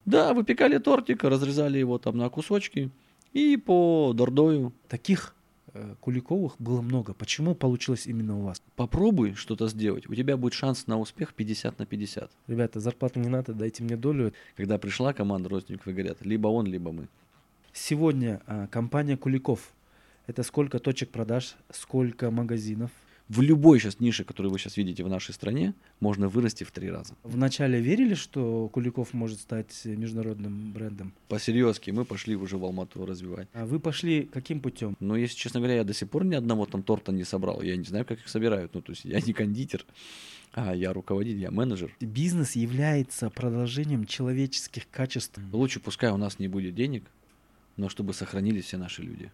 Да, выпекали тортик, разрезали его там на кусочки и по дордою. Таких Куликовых было много. Почему получилось именно у вас? Попробуй что-то сделать, у тебя будет шанс на успех 50/50. Ребята, зарплату не надо, дайте мне долю. Когда пришла команда родственников, говорят, либо он, либо мы. Сегодня компания Куликов. Это сколько точек продаж, сколько магазинов? В любой сейчас нише, которую вы сейчас видите в нашей стране, можно вырасти в 3 раза. Вначале верили, что Куликов может стать международным брендом? По-серьезки мы пошли уже в Алмату развивать. А вы пошли каким путем? Но если честно говоря, я до сих пор ни одного там торта не собрал. Я не знаю, как их собирают. Ну, то есть я не кондитер, а я руководитель, я менеджер. Бизнес является продолжением человеческих качеств. Лучше пускай у нас не будет денег, но чтобы сохранились все наши люди.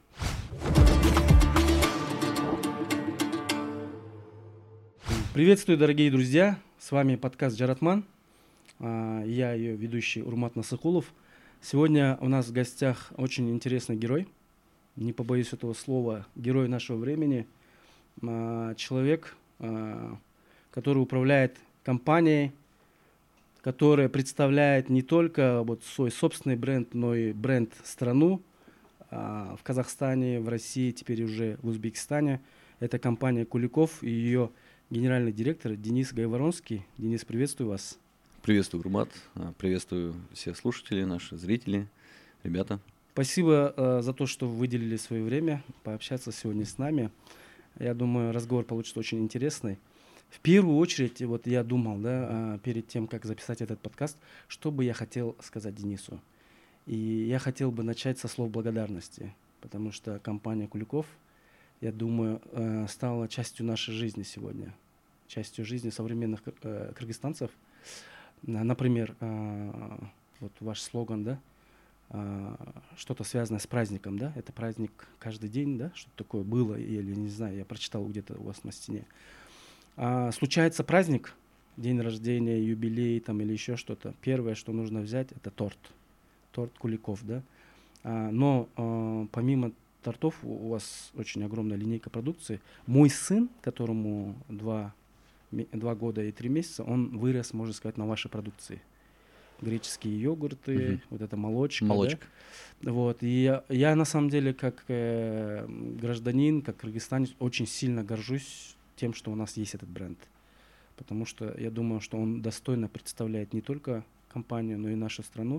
Приветствую, дорогие друзья! С вами подкаст «Джаратман». Я ее ведущий Урмат Насыкулов. Сегодня у нас в гостях очень интересный герой. Не побоюсь этого слова. Герой нашего времени. Человек, который управляет компанией, которая представляет не только вот свой собственный бренд, но и бренд страну в Казахстане, в России, теперь уже в Узбекистане. Это компания Куликов и ее генеральный директор Денис Гайворонский. Денис, приветствую вас. Приветствую, Урмат. Приветствую всех слушателей, наших зрителей, ребята. Спасибо за то, что вы выделили свое время пообщаться сегодня с нами. Я думаю, разговор получится очень интересный. В первую очередь, вот я думал, перед тем, как записать этот подкаст, что бы я хотел сказать Денису. И я хотел бы начать со слов благодарности, потому что компания Куликов, я думаю, стала частью нашей жизни сегодня, частью жизни современных кыргызстанцев. Например, вот ваш слоган, да, что-то связанное с праздником, да, это праздник каждый день, да, что-то такое было, или не знаю, я прочитал где-то у вас на стене. Случается праздник, день рождения, юбилей там или еще что-то, первое, что нужно взять, это торт Куликов, да. Но помимо тортов у вас очень огромная линейка продукции. Мой сын, которому 2 года и 3 месяца, он вырос, можно сказать, на вашей продукции. Греческие йогурты, вот это молочка. Да? Вот. И я на самом деле как гражданин, как кыргызстанец очень сильно горжусь тем, что у нас есть этот бренд. Потому что я думаю, что он достойно представляет не только компанию, но и нашу страну.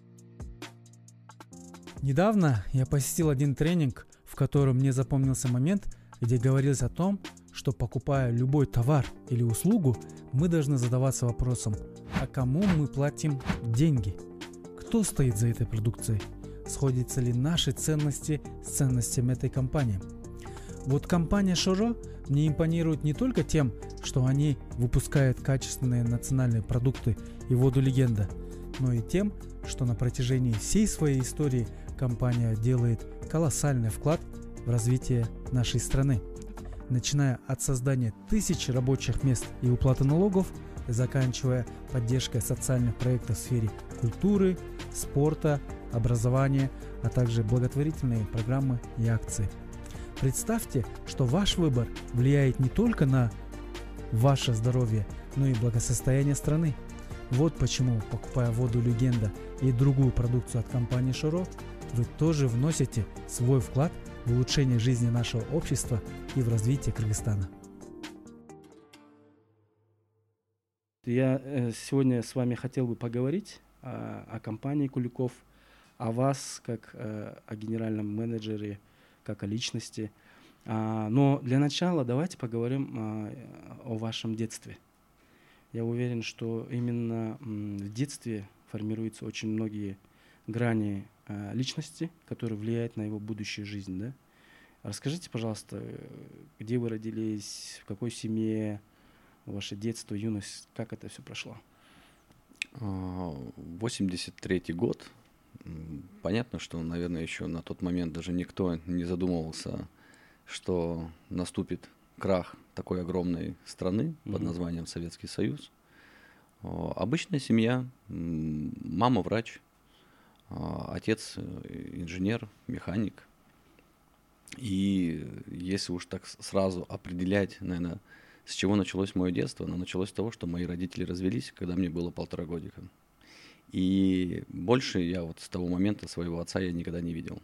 Недавно я посетил один тренинг, в котором мне запомнился момент, где говорилось о том, что покупая любой товар или услугу, мы должны задаваться вопросом, а кому мы платим деньги? Кто стоит за этой продукцией? Сходятся ли наши ценности с ценностями этой компании? Вот компания Шоро мне импонирует не только тем, что они выпускают качественные национальные продукты и воду легенда, но и тем, что на протяжении всей своей истории компания делает колоссальный вклад в развитие нашей страны, начиная от создания тысяч рабочих мест и уплаты налогов, заканчивая поддержкой социальных проектов в сфере культуры, спорта, образования, а также благотворительные программы и акции. Представьте, что ваш выбор влияет не только на ваше здоровье, но и благосостояние страны. Вот почему, покупая воду «Легенда» и другую продукцию от компании «Шоро», вы тоже вносите свой вклад в улучшение жизни нашего общества и в развитие Кыргызстана. Я сегодня с вами хотел бы поговорить о компании Куликов, о вас как о генеральном менеджере, как о личности. Но для начала давайте поговорим о вашем детстве. Я уверен, что именно в детстве формируются очень многие грани личности, которые влияют на его будущую жизнь. Да? Расскажите, пожалуйста, где вы родились, в какой семье, ваше детство, юность, как это все прошло? 83-й год. Понятно, что, наверное, еще на тот момент даже никто не задумывался, что наступит крах такой огромной страны под названием Советский Союз. Обычная семья, мама врач, отец инженер, механик. И если уж так сразу определять, наверное, с чего началось мое детство, оно началось с того, что мои родители развелись, когда мне было 1,5 годика. И больше я вот с того момента своего отца я никогда не видел.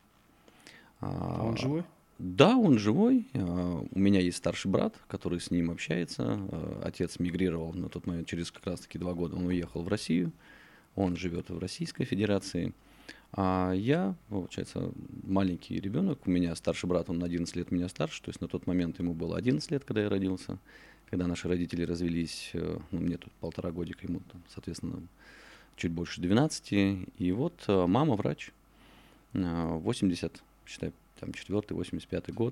А он живой? Да, он живой. У меня есть старший брат, который с ним общается. Отец мигрировал на тот момент, через как раз-таки 2 года он уехал в Россию. Он живет в Российской Федерации. А я, получается, маленький ребенок. У меня старший брат, он на 11 лет меня старше. То есть на тот момент ему было 11 лет, когда я родился. Когда наши родители развелись, ну, мне тут 1,5 годика, ему, там, соответственно, чуть больше 12. И вот мама врач, 80, считай, там 4-й, 85-й год.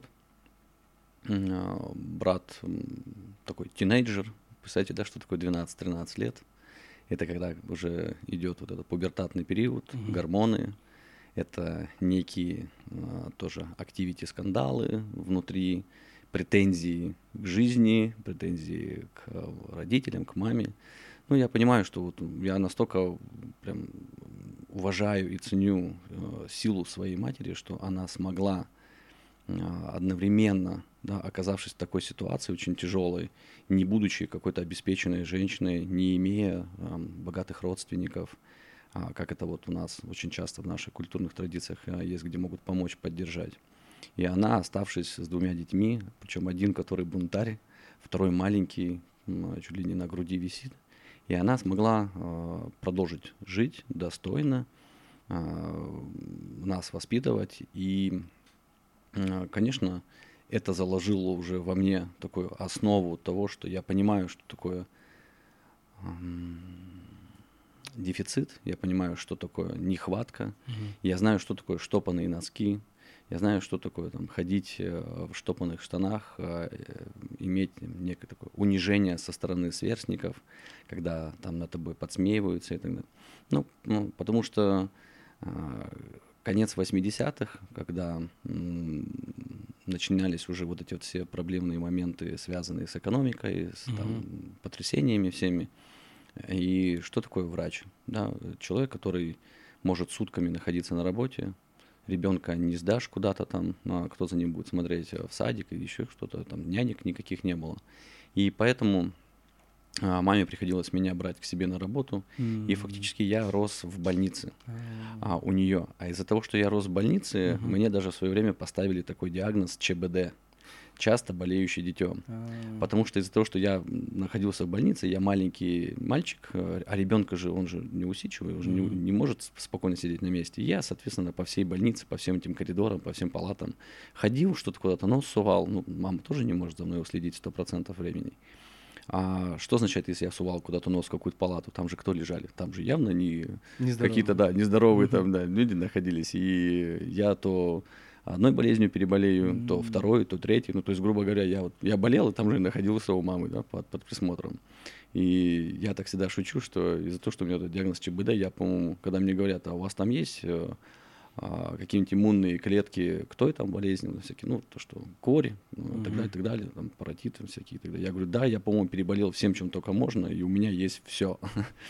Брат такой тинейджер. Представляете, да, что такое 12-13 лет? Это когда уже идет вот этот пубертатный период, гормоны. Это некие тоже активити-скандалы внутри, претензии к жизни, претензии к родителям, к маме. Ну, я понимаю, что вот я настолько прям уважаю и ценю силу своей матери, что она смогла одновременно, да, оказавшись в такой ситуации очень тяжелой, не будучи какой-то обеспеченной женщиной, не имея богатых родственников, как это вот у нас очень часто в наших культурных традициях есть, где могут помочь, поддержать. И она, оставшись с 2 детьми, причем один, который бунтарь, второй маленький, чуть ли не на груди висит, и она смогла продолжить жить достойно, нас воспитывать. И, конечно, это заложило уже во мне такую основу того, что я понимаю, что такое дефицит, я понимаю, что такое нехватка, я знаю, что такое штопанные носки, я знаю, что такое там, ходить в штопанных штанах, иметь некое такое унижение со стороны сверстников, когда там над тобой подсмеиваются и так далее. Ну, потому что конец 80-х, когда начинались уже вот эти вот все проблемные моменты, связанные с экономикой, с там, потрясениями всеми. И что такое врач? Да, человек, который может сутками находиться на работе, ребенка не сдашь куда-то там, а кто за ним будет смотреть в садик или еще что-то, там нянек никаких не было. И поэтому маме приходилось меня брать к себе на работу, и фактически я рос в больнице у нее. А из-за того, что я рос в больнице, мне даже в свое время поставили такой диагноз ЧБД, часто болеющий детем. Потому что из-за того, что я находился в больнице, я маленький мальчик, а ребенка же, он же неусидчивый, он же не может спокойно сидеть на месте. И я, соответственно, по всей больнице, по всем этим коридорам, по всем палатам ходил, что-то куда-то нос сувал. Ну, мама тоже не может за мной уследить 100% времени. А что означает, если я сувал куда-то нос в какую-то палату? Там же кто лежали? Там же явно не какие-то, да, нездоровые там, да, люди находились. И я то одной болезнью переболею, то второй, то третий. Ну, то есть, грубо говоря, я болел, и там же находился у мамы, да, под присмотром. И я так всегда шучу, что из-за того, что у меня этот диагноз ЧБД, я, по-моему, когда мне говорят, а у вас там есть какие-нибудь иммунные клетки к той там болезни, всякие, ну, то, что кори, ну, и так далее, там, паротиты всякие, и так далее. Я говорю, да, я, по-моему, переболел всем, чем только можно, и у меня есть все.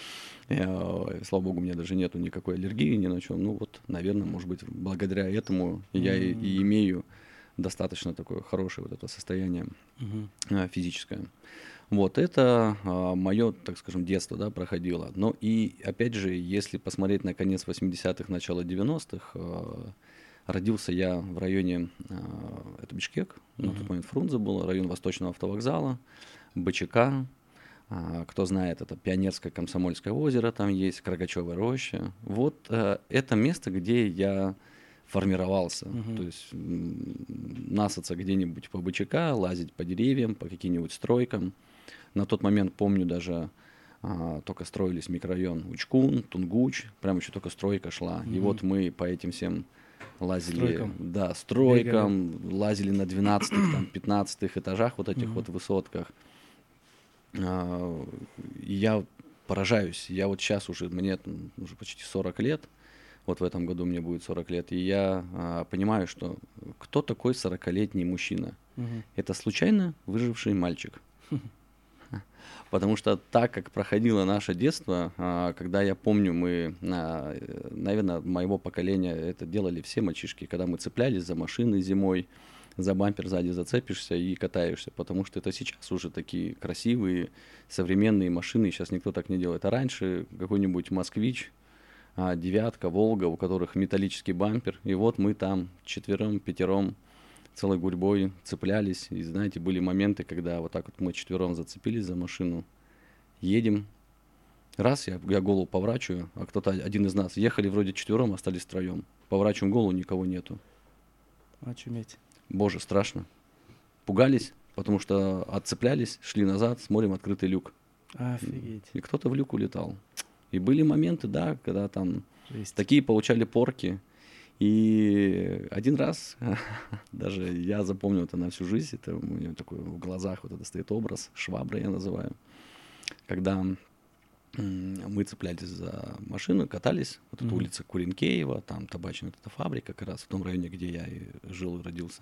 Слава богу, у меня даже нету никакой аллергии ни на чем. Ну, вот, наверное, может быть, благодаря этому я и имею достаточно такое хорошее вот это состояние физическое. Вот, это мое, так скажем, детство, да, проходило. Но и, опять же, если посмотреть на конец 80-х, начало 90-х, родился я в районе, это Бишкек, на тот момент Фрунзе был, район Восточного автовокзала, БЧК. Кто знает, это Пионерское Комсомольское озеро, там есть Крагачевая роща. Вот это место, где я формировался. То есть насыться где-нибудь по БЧК, лазить по деревьям, по каким-нибудь стройкам. На тот момент, помню, даже только строились микрорайон Учкун, Тунгуч, прям еще только стройка шла. И вот мы по этим всем лазили, стройкам, лазили на 12-х, там, 15-х этажах, вот этих вот высотках. И я поражаюсь. Я вот сейчас мне уже почти 40 лет, вот в этом году мне будет 40 лет, и я понимаю, что кто такой 40-летний мужчина? Это случайно выживший мальчик. Потому что так, как проходило наше детство, когда я помню, мы, наверное, моего поколения это делали все мальчишки, когда мы цеплялись за машины зимой, за бампер сзади зацепишься и катаешься, потому что это сейчас уже такие красивые современные машины, сейчас никто так не делает. А раньше какой-нибудь «Москвич», «девятка», «Волга», у которых металлический бампер, и вот мы там четвером, пятером, целой гурьбой цеплялись, и знаете, были моменты, когда вот так вот мы четвером зацепились за машину, едем, раз, я голову поворачиваю, а кто-то, один из нас, ехали вроде четвером, остались втроем, поворачиваем голову, никого нету. Очуметь. Боже, страшно. Пугались, потому что отцеплялись, шли назад, смотрим, открытый люк. Офигеть. И кто-то в люк улетал. И были моменты, да, когда там Жесть. такие получали порки. И один раз, даже я запомнил это на всю жизнь, это у меня такой в глазах вот это стоит образ, швабра я называю, когда мы цеплялись за машину, катались, вот эта улица Куренкеева, там табачная эта фабрика, как раз в том районе, где я и жил и родился.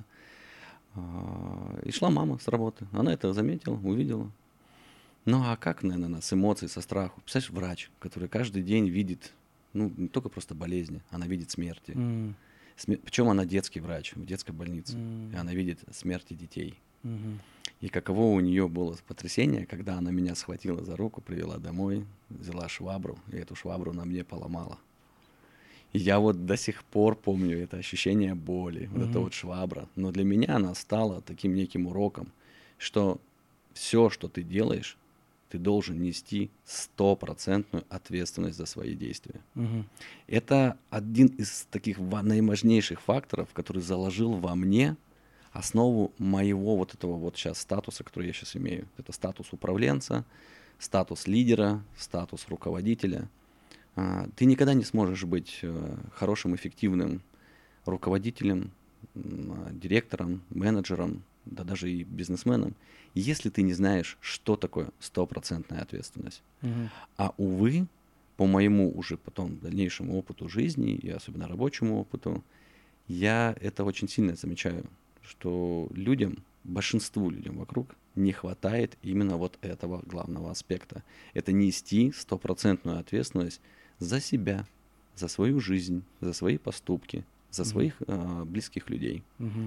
И шла мама с работы, она это заметила, увидела. Ну а как, наверное, она с эмоцией, со страху? Представляешь, врач, который каждый день видит, ну, не только просто болезни, она видит смерти. Причем она детский врач в детской больнице, и она видит смерти детей. И каково у нее было потрясение, когда она меня схватила за руку, привела домой, взяла швабру, и эту швабру на мне поломала. И я вот до сих пор помню это ощущение боли, вот эта вот швабра. Но для меня она стала таким неким уроком, что все, что ты делаешь, ты должен нести 100% ответственность за свои действия. Это один из таких наиважнейших факторов, который заложил во мне основу моего вот этого вот сейчас статуса, который я сейчас имею. Это статус управленца, статус лидера, статус руководителя. Ты никогда не сможешь быть хорошим, эффективным руководителем, директором, менеджером, да даже и бизнесменом, если ты не знаешь, что такое 100% ответственность. А увы, по моему уже потом дальнейшему опыту жизни и особенно рабочему опыту, я это очень сильно замечаю, что людям, большинству людям вокруг не хватает именно вот этого главного аспекта. Это нести 100% ответственность за себя, за свою жизнь, за свои поступки, за своих близких людей.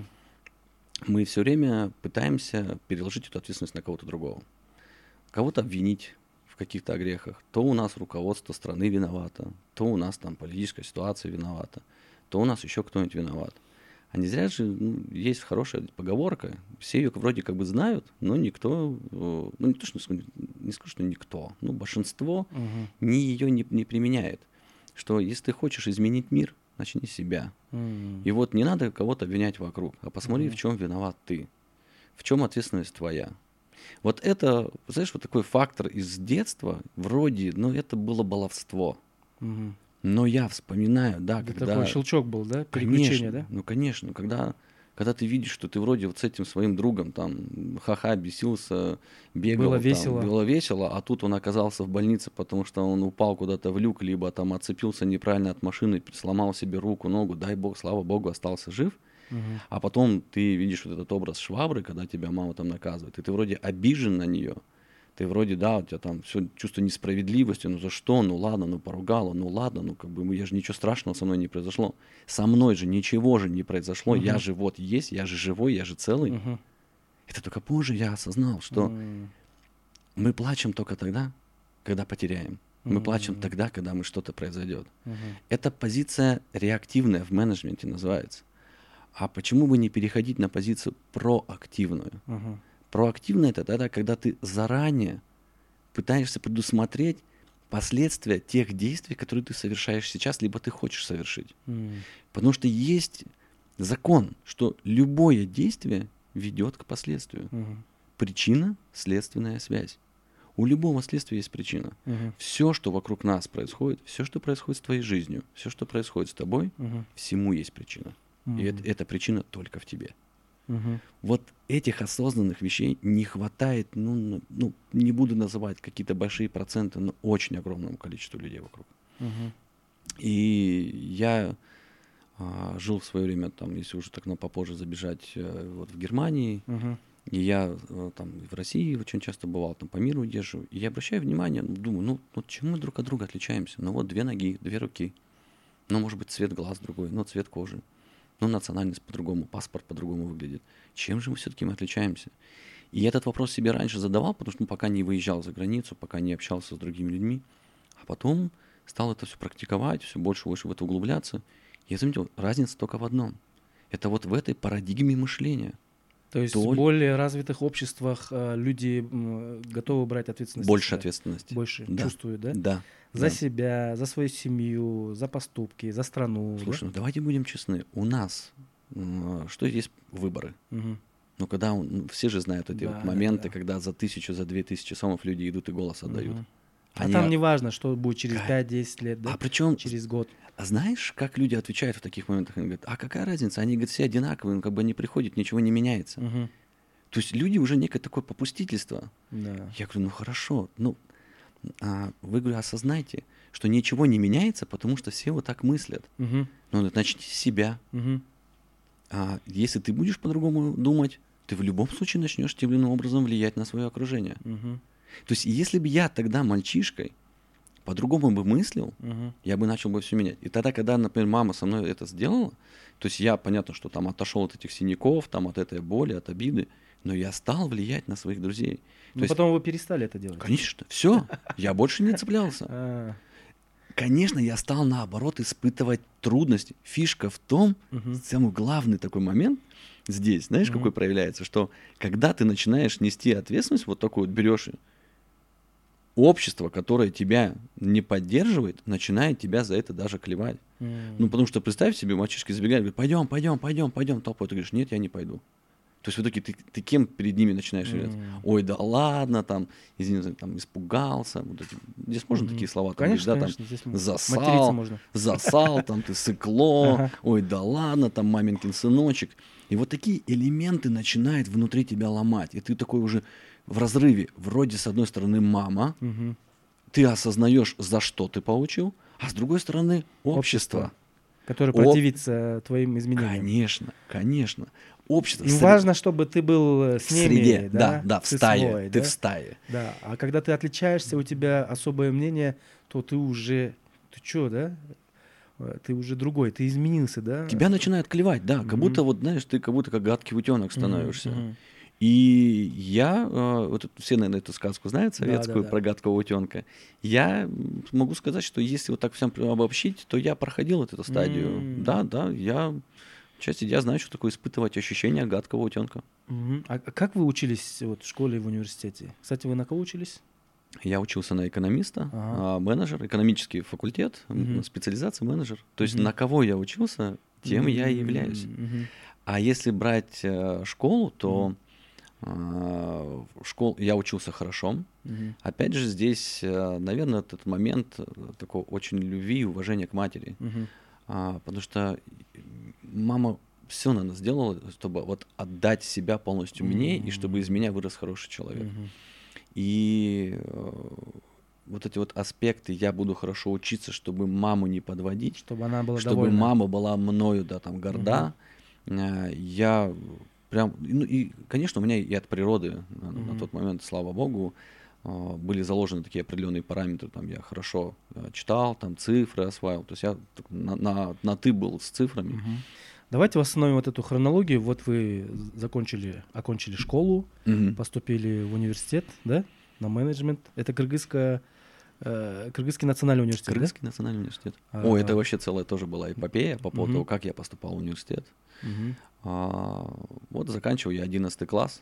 Мы все время пытаемся переложить эту ответственность на кого-то другого. Кого-то обвинить в каких-то грехах. То у нас руководство страны виновато, то у нас там политическая ситуация виновата, то у нас еще кто-нибудь виноват. А не зря же есть хорошая поговорка, все ее вроде как бы знают, но никто, ну не то, что не скажу, что никто, но большинство ее не применяет. Что если ты хочешь изменить мир, начни с себя. И вот не надо кого-то обвинять вокруг, а посмотри, в чем виноват ты, в чем ответственность твоя. Вот это, знаешь, вот такой фактор из детства, вроде, ну это было баловство. Но я вспоминаю, да, Это когда... такой щелчок был, да? Переключение, конечно, да? Ну, конечно, когда ты видишь, что ты вроде вот с этим своим другом там ха-ха, бесился, бегал. Было там, весело. Было весело, а тут он оказался в больнице, потому что он упал куда-то в люк, либо там отцепился неправильно от машины, сломал себе руку, ногу, дай бог, слава богу, остался жив. А потом ты видишь вот этот образ швабры, когда тебя мама там наказывает, и ты вроде обижен на нее. Ты вроде, да, у тебя там все чувство несправедливости, ну за что, ну ладно, ну поругала, ну ладно, ну как бы я же ничего страшного со мной не произошло. Со мной же ничего же не произошло, я же вот есть, я же живой, я же целый. Это только позже я осознал, что мы плачем только тогда, когда потеряем. Мы плачем тогда, когда мы что-то произойдет. Это позиция реактивная в менеджменте называется. А почему бы не переходить на позицию проактивную? Проактивно это тогда, когда ты заранее пытаешься предусмотреть последствия тех действий, которые ты совершаешь сейчас, либо ты хочешь совершить. Потому что есть закон, что любое действие ведет к последствию. Причинно-следственная связь. У любого следствия есть причина. Все, что вокруг нас происходит, все, что происходит с твоей жизнью, все, что происходит с тобой, всему есть причина. И эта причина только в тебе. Вот этих осознанных вещей не хватает, ну, не буду называть какие-то большие проценты, но очень огромному количеству людей вокруг. И я жил в свое время, там, если уже так попозже забежать, вот в Германии, и я там в России очень часто бывал, там по миру езжу, и я обращаю внимание, думаю, ну чем мы друг от друга отличаемся? Ну вот 2 ноги, 2 руки, ну может быть цвет глаз другой, ну цвет кожи. но национальность по-другому, паспорт по-другому выглядит. Чем же мы все-таки отличаемся? И этот вопрос себе раньше задавал, потому что пока не выезжал за границу, пока не общался с другими людьми. А потом стал это все практиковать, все больше и больше в это углубляться. Я заметил, разница только в одном. Это вот в этой парадигме мышления. То есть в более развитых обществах люди готовы брать ответственность. Больше ответственности. Больше да. чувствуют, да? Да. За себя, за свою семью, за поступки, за страну. Слушай, да? ну давайте будем честны. У нас что есть выборы? Угу. Ну, когда все же знают эти вот моменты, когда за 1000, за 2000 сомов люди идут и голос отдают. А там не важно, что будет через 5-10 лет, да? А причем через год. А знаешь, как люди отвечают в таких моментах? Они говорят, а какая разница? Они, говорят, все одинаковые, как бы они приходят, ничего не меняется. Угу. То есть люди уже некое такое попустительство. Да. Я говорю, ну хорошо, вы, говорю, осознайте, что ничего не меняется, потому что все вот так мыслят. Угу. Ну, начни с себя. Угу. А если ты будешь по-другому думать, ты в любом случае начнешь тем или иным образом влиять на свое окружение. Угу. То есть если бы я тогда мальчишкой по-другому бы мыслил, я бы начал бы все менять. И тогда, когда, например, мама со мной это сделала, то есть я, понятно, что там отошел от этих синяков, там от этой боли, от обиды, но я стал влиять на своих друзей. Но потом вы перестали это делать? Конечно, все, я больше не цеплялся. Конечно, я стал, наоборот, испытывать трудности. Фишка в том, самый главный такой момент здесь, знаешь, какой проявляется, что когда ты начинаешь нести ответственность, вот такую вот берешь, общество, которое тебя не поддерживает, начинает тебя за это даже клевать. Ну, потому что представь себе, мальчишки забегают, говорят, пойдем, толпой. Ты говоришь, нет, я не пойду. То есть в итоге ты кем перед ними начинаешь говорить? Ой, да ладно, там, извините, там, испугался. Вот эти, здесь можно такие слова? Там, конечно, говорить, да, конечно, там, засал, там, ты сыкло, ой, да ладно, там, маменькин сыночек. И вот такие элементы начинают внутри тебя ломать. И ты такой уже в разрыве. Вроде, с одной стороны, мама, ты осознаешь, за что ты получил, а с другой стороны, общество. Которое противится твоим изменениям. Конечно. Общество. Им важно, чтобы ты был с ними. В среде, да, в стае. Свой, ты в стае. Да, а когда ты отличаешься, у тебя особое мнение, то ты уже, ты что, да? Ты уже другой, ты изменился, да? Тебя начинают клевать, да, как будто, вот, знаешь, ты как будто как гадкий утенок становишься. И я, вот все, наверное, эту сказку знают, советскую, про гадкого утенка. Я могу сказать, что если вот так всем обобщить, то я проходил эту стадию. Да, я знаю, что такое испытывать ощущение гадкого утенка. А как вы учились вот, в школе и в университете? Кстати, вы на кого учились? Я учился на экономиста, менеджер, экономический факультет, специализация менеджер. То есть на кого я учился, тем я и являюсь. А если брать школу, то я учился хорошо. Опять же, здесь, наверное, этот момент такой очень любви и уважения к матери. Потому что мама все, наверное, сделала, чтобы вот отдать себя полностью мне, и чтобы из меня вырос хороший человек. И вот эти вот аспекты, я буду хорошо учиться, чтобы маму не подводить, чтобы она была чтобы довольна. Мама была мною, да, там, горда. Я прям, ну и, конечно, у меня и от природы на тот момент, слава богу, были заложены такие определенные параметры. Там я хорошо читал, там цифры осваивал. То есть я на «ты» был с цифрами. Давайте восстановим вот эту хронологию. Вот вы окончили школу, поступили в университет, да, на менеджмент. Это Кыргызский национальный университет, Кыргызский национальный университет. Это вообще целая тоже была эпопея по поводу того, как я поступал в университет. Вот заканчивал я 11 класс.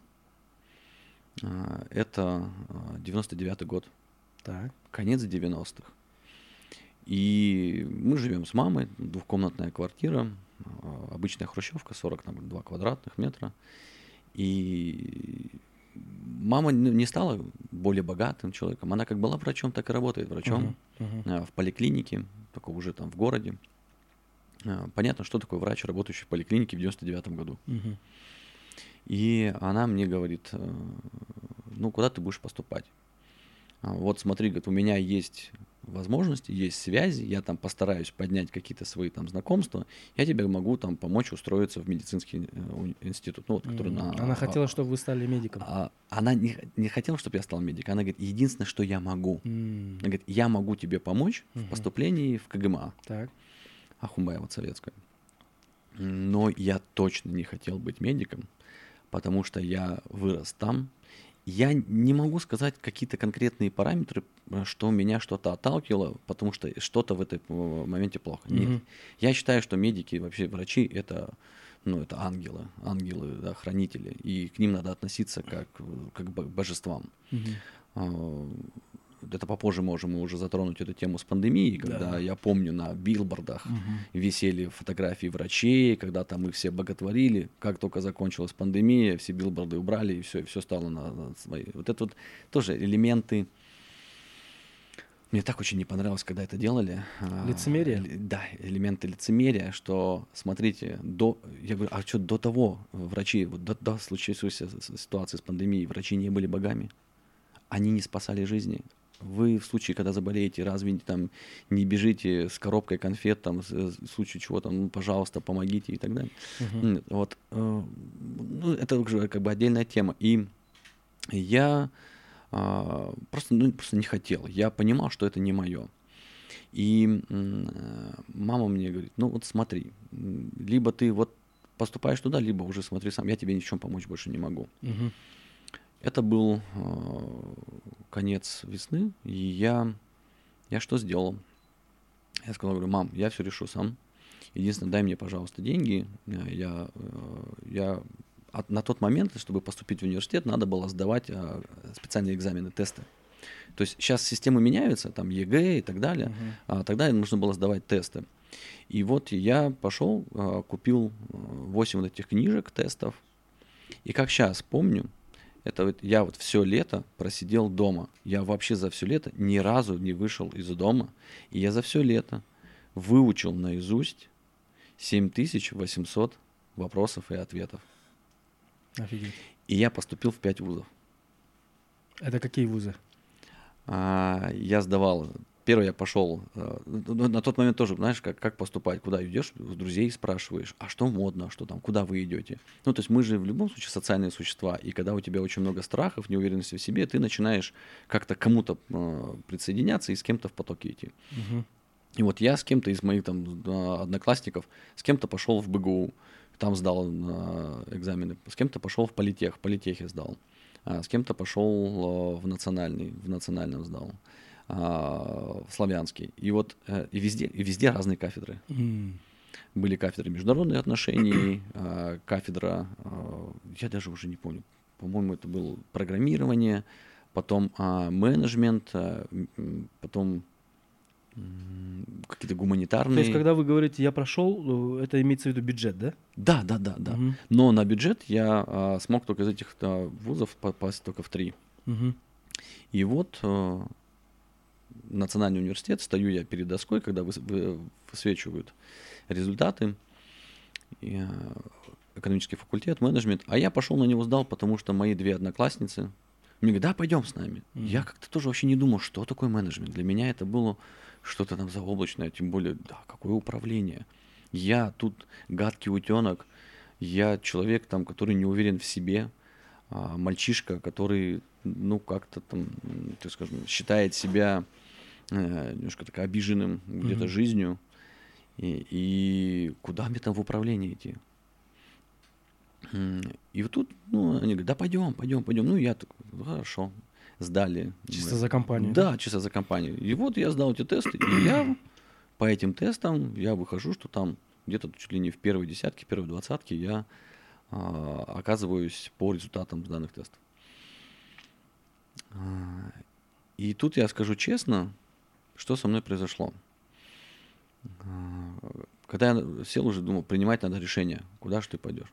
Это 99-й год. Так. Конец 90-х. И мы живем с мамой, двухкомнатная квартира, обычная хрущевка, 42 квадратных метра. И мама не стала более богатым человеком. Она как была врачом, так и работает врачом в поликлинике, только уже там в городе. Понятно, что такое врач, работающий в поликлинике в 99-м году. И она мне говорит, ну, куда ты будешь поступать? Вот смотри, говорит, у меня есть возможности, есть связи, я там постараюсь поднять какие-то свои там знакомства, я тебе могу там помочь устроиться в медицинский институт. Ну, вот, который она хотела, чтобы вы стали медиком. Она не хотела, чтобы я стал медиком. Она говорит, единственное, что я могу. Она говорит, я могу тебе помочь в поступлении в КГМА. Так. Ахумбаева советская. но я точно не хотел быть медиком, потому что я вырос там. Я не могу сказать какие-то конкретные параметры, что меня что-то отталкивало, потому что что-то в этом моменте плохо. Нет. Я считаю, что медики, вообще врачи, это ангелы, да, хранители, и к ним надо относиться как к божествам. Это попозже можем мы уже затронуть эту тему с пандемией, когда я помню на билбордах висели фотографии врачей, когда там их все боготворили. Как только закончилась пандемия, все билборды убрали, и все стало на свои. Вот это вот тоже элементы. Мне так очень не понравилось, когда это делали. Лицемерие? Да, элементы лицемерия, что, смотрите, я говорю, а что до того врачи, вот до случившейся ситуации с пандемией, врачи не были богами? Они не спасали жизни. Вы в случае, когда заболеете, разве там не бежите с коробкой конфет, там, в случае чего там, пожалуйста, помогите и так далее. Вот, это уже как бы отдельная тема. И я просто не хотел. Я понимал, что это не мое. И мама мне говорит, ну вот смотри, либо ты вот поступаешь туда, либо уже смотри сам, я тебе ни в чем помочь больше не могу. Это был конец весны, и я что сделал? Я сказал, говорю, мам, я все решу сам. Единственное, дай мне, пожалуйста, деньги. На тот момент, чтобы поступить в университет, надо было сдавать специальные экзамены, тесты. То есть сейчас системы меняются, там ЕГЭ и так далее, а тогда нужно было сдавать тесты. И вот я пошел, купил 8 вот этих книжек, тестов, и как сейчас помню, это вот я вот все лето просидел дома. Я вообще за все лето ни разу не вышел из дома. И я за все лето выучил наизусть 7800 вопросов и ответов. Офигеть. И я поступил в 5 вузов. Это какие вузы? Я сдавал. Первый я пошел, на тот момент тоже, знаешь, как поступать, куда идешь, у друзей спрашиваешь, а что модно, что там, куда вы идете. Ну, то есть мы же в любом случае социальные существа, и когда у тебя очень много страхов, неуверенности в себе, ты начинаешь как-то к кому-то присоединяться и с кем-то в потоке идти. И вот я с кем-то из моих там одноклассников, с кем-то пошел в БГУ, там сдал экзамены, с кем-то пошел в политехе сдал, с кем-то пошел в национальном сдал. В Славянский. И вот и везде разные кафедры. Были кафедры международных отношений, кафедра, я даже уже не помню, по-моему, это было программирование, потом менеджмент, потом какие-то гуманитарные. То есть, когда вы говорите, я прошел, это имеется в виду бюджет, да? Да. Но на бюджет я смог только из этих вузов попасть только в 3. И вот Национальный университет, стою я перед доской, когда высвечивают результаты, экономический факультет, менеджмент, а я пошел на него сдал, потому что мои 2 одноклассницы мне говорят, да, пойдем с нами. Я как-то тоже вообще не думал, что такое менеджмент. Для меня это было что-то там заоблачное, тем более, да, какое управление. Я тут гадкий утенок, я человек там, который не уверен в себе, мальчишка, который, ну, как-то там, так скажем, считает себя немножко так обиженным где-то жизнью, и куда мне там в управление идти? И вот тут, ну, они говорят, да пойдем. Ну, я так, хорошо, сдали. Чисто за компанию. Да, чисто за компанию. И вот я сдал эти тесты, и я по этим тестам, я выхожу, что там где-то чуть ли не в первой десятке, первой двадцатке я оказываюсь по результатам данных тестов. И тут я скажу честно, что со мной произошло. Когда я сел уже, думал, принимать надо решение, куда же ты пойдешь.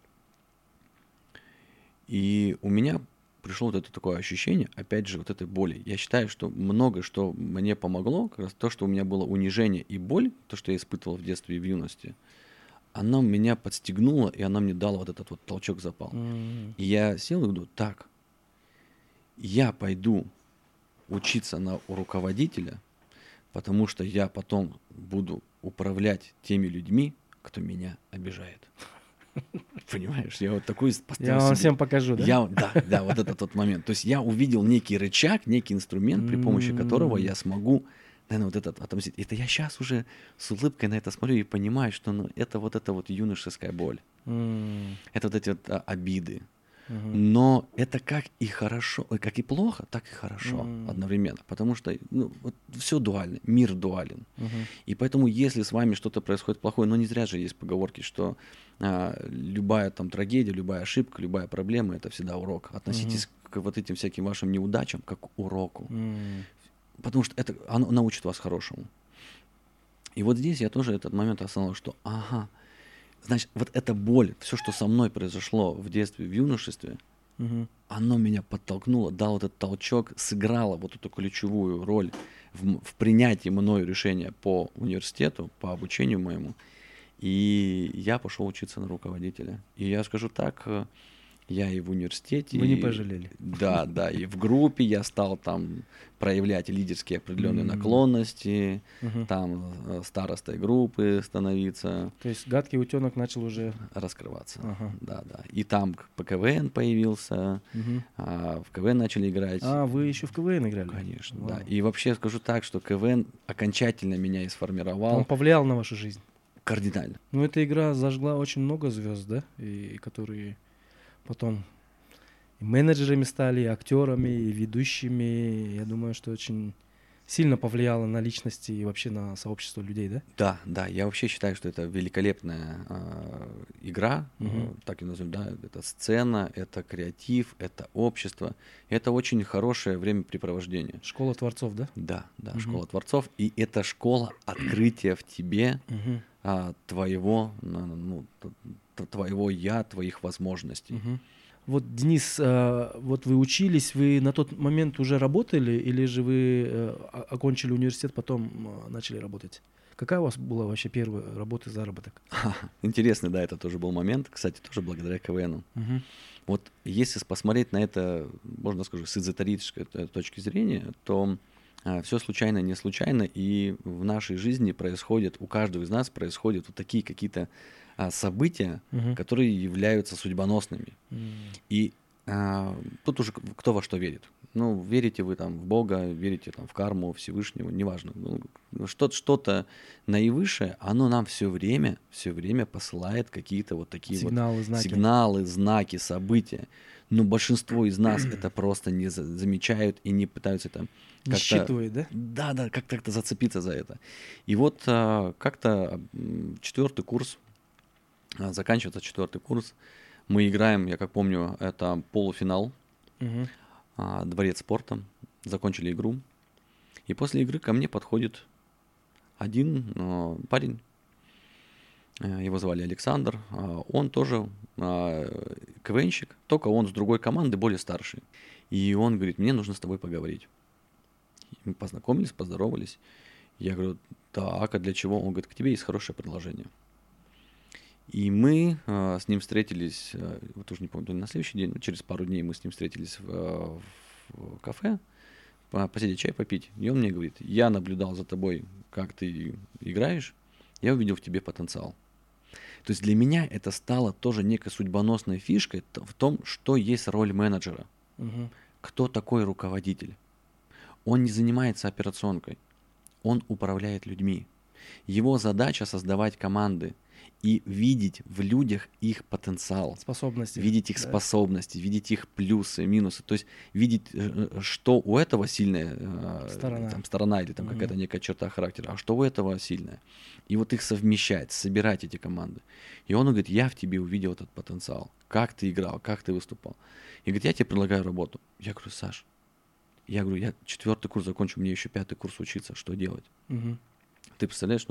И у меня пришло вот это такое ощущение, опять же, вот этой боли. Я считаю, что много что мне помогло, как раз то, что у меня было унижение и боль, то, что я испытывал в детстве и в юности, оно меня подстегнуло, и оно мне дало вот этот вот толчок запал. И я сел и думаю, так, я пойду учиться на руководителя, потому что я потом буду управлять теми людьми, кто меня обижает. Понимаешь, я вот такой поставил. Я вам всем покажу, да? Да, вот это тот момент. То есть я увидел некий рычаг, некий инструмент, при помощи которого я смогу наверное, вот это отомстить. Это я сейчас уже с улыбкой на это смотрю и понимаю, что это вот юношеская боль. Это вот эти вот обиды. Но это как и хорошо, как и плохо, так и хорошо одновременно. Потому что вот все дуально, мир дуален. И поэтому, если с вами что-то происходит плохое, не зря же есть поговорки, что любая там трагедия, любая ошибка, любая проблема — это всегда урок. Относитесь к вот этим всяким вашим неудачам как к уроку. Потому что это оно научит вас хорошему. И вот здесь я тоже этот момент осознал, что значит, вот эта боль, все, что со мной произошло в детстве, в юношестве, оно меня подтолкнуло, дало этот толчок, сыграло вот эту ключевую роль в принятии мною решения по университету, по обучению моему. И я пошел учиться на руководителя. И я скажу так, я и в университете... Вы не пожалели. Да, и в группе я стал там проявлять лидерские определенные наклонности, там старостой группы становиться. То есть гадкий утенок начал уже... Раскрываться, да. И там по КВН появился, в КВН начали играть. Вы еще в КВН играли? Конечно, да. И вообще скажу так, что КВН окончательно меня и сформировал. Он повлиял на вашу жизнь? Кардинально. Эта игра зажгла очень много звезд, да? И которые... Потом и менеджерами стали, и актерами, и ведущими. Я думаю, что очень сильно повлияло на личности и вообще на сообщество людей, да? Да. Я вообще считаю, что это великолепная игра, так и назовем, да. Это сцена, это креатив, это общество. Это очень хорошее времяпрепровождение. Школа творцов, да? Да, школа творцов. И это школа открытия в тебе твоего я, твоих возможностей. Вот, Денис, вот вы учились, вы на тот момент уже работали, или же вы окончили университет, потом начали работать? Какая у вас была вообще первая работа, заработок? Интересный, да, это тоже был момент, кстати, тоже благодаря КВНу. Вот если посмотреть на это, можно сказать, с эзотерической точки зрения, то все случайно, не случайно, и в нашей жизни происходит, у каждого из нас происходят вот такие какие-то события, которые являются судьбоносными. И тут уже кто во что верит. Верите вы там в Бога, верите там в карму, Всевышнего, неважно. Что-то наивысшее, оно нам все время посылает какие-то вот такие сигналы, знаки, события. Но большинство из нас это просто не замечают и не пытаются там как-то... Не считывает, да? Да, как-то зацепиться за это. И вот как-то 4-й курс, заканчивается 4-й курс, мы играем, я как помню, это полуфинал, Дворец спорта, закончили игру. И после игры ко мне подходит один парень, его звали Александр, он тоже КВНщик, только он с другой команды, более старший. И он говорит, мне нужно с тобой поговорить. Мы познакомились, поздоровались. Я говорю, так, а для чего? Он говорит, к тебе есть хорошее предложение. И мы с ним встретились, вот уже не помню, то ли на следующий день, через пару дней мы с ним встретились в кафе, посидеть чай попить. И он мне говорит, я наблюдал за тобой, как ты играешь, я увидел в тебе потенциал. То есть для меня это стало тоже некой судьбоносной фишкой в том, что есть роль менеджера. Кто такой руководитель? Он не занимается операционкой, он управляет людьми. Его задача создавать команды и видеть в людях их потенциал. Способности. Видеть их способности, видеть их плюсы, минусы. То есть видеть, что у этого сильная сторона или там какая-то некая черта характера, а что у этого сильная. И вот их совмещать, собирать эти команды. И он говорит, я в тебе увидел этот потенциал. Как ты играл, как ты выступал. И говорит, я тебе предлагаю работу. Я говорю, Саш, я 4-й курс закончу, мне еще 5-й курс учиться, что делать? Ты представляешь,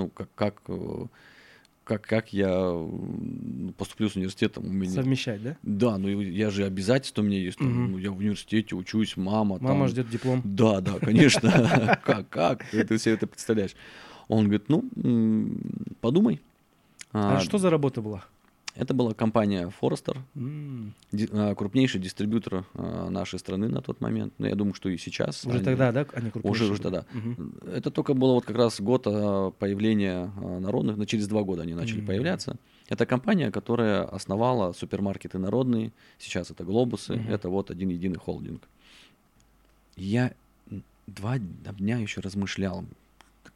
как я поступлю с университетом? У меня... Совмещать, да? Да, я же обязательства у меня есть. Я в университете учусь, мама. Мама ждет диплом. Да, конечно. Как? Ты все это представляешь? Он говорит, подумай. А что за работа была? Это была компания Forrester, крупнейший дистрибьютор нашей страны на тот момент. Но я думаю, что и сейчас. Уже тогда, да, они крупнейшие? Уже тогда. Это только было вот как раз год появления Народных, но через 2 года они начали появляться. Это компания, которая основала супермаркеты Народные, сейчас это Глобусы, это вот один единый холдинг. Я 2 дня еще размышлял,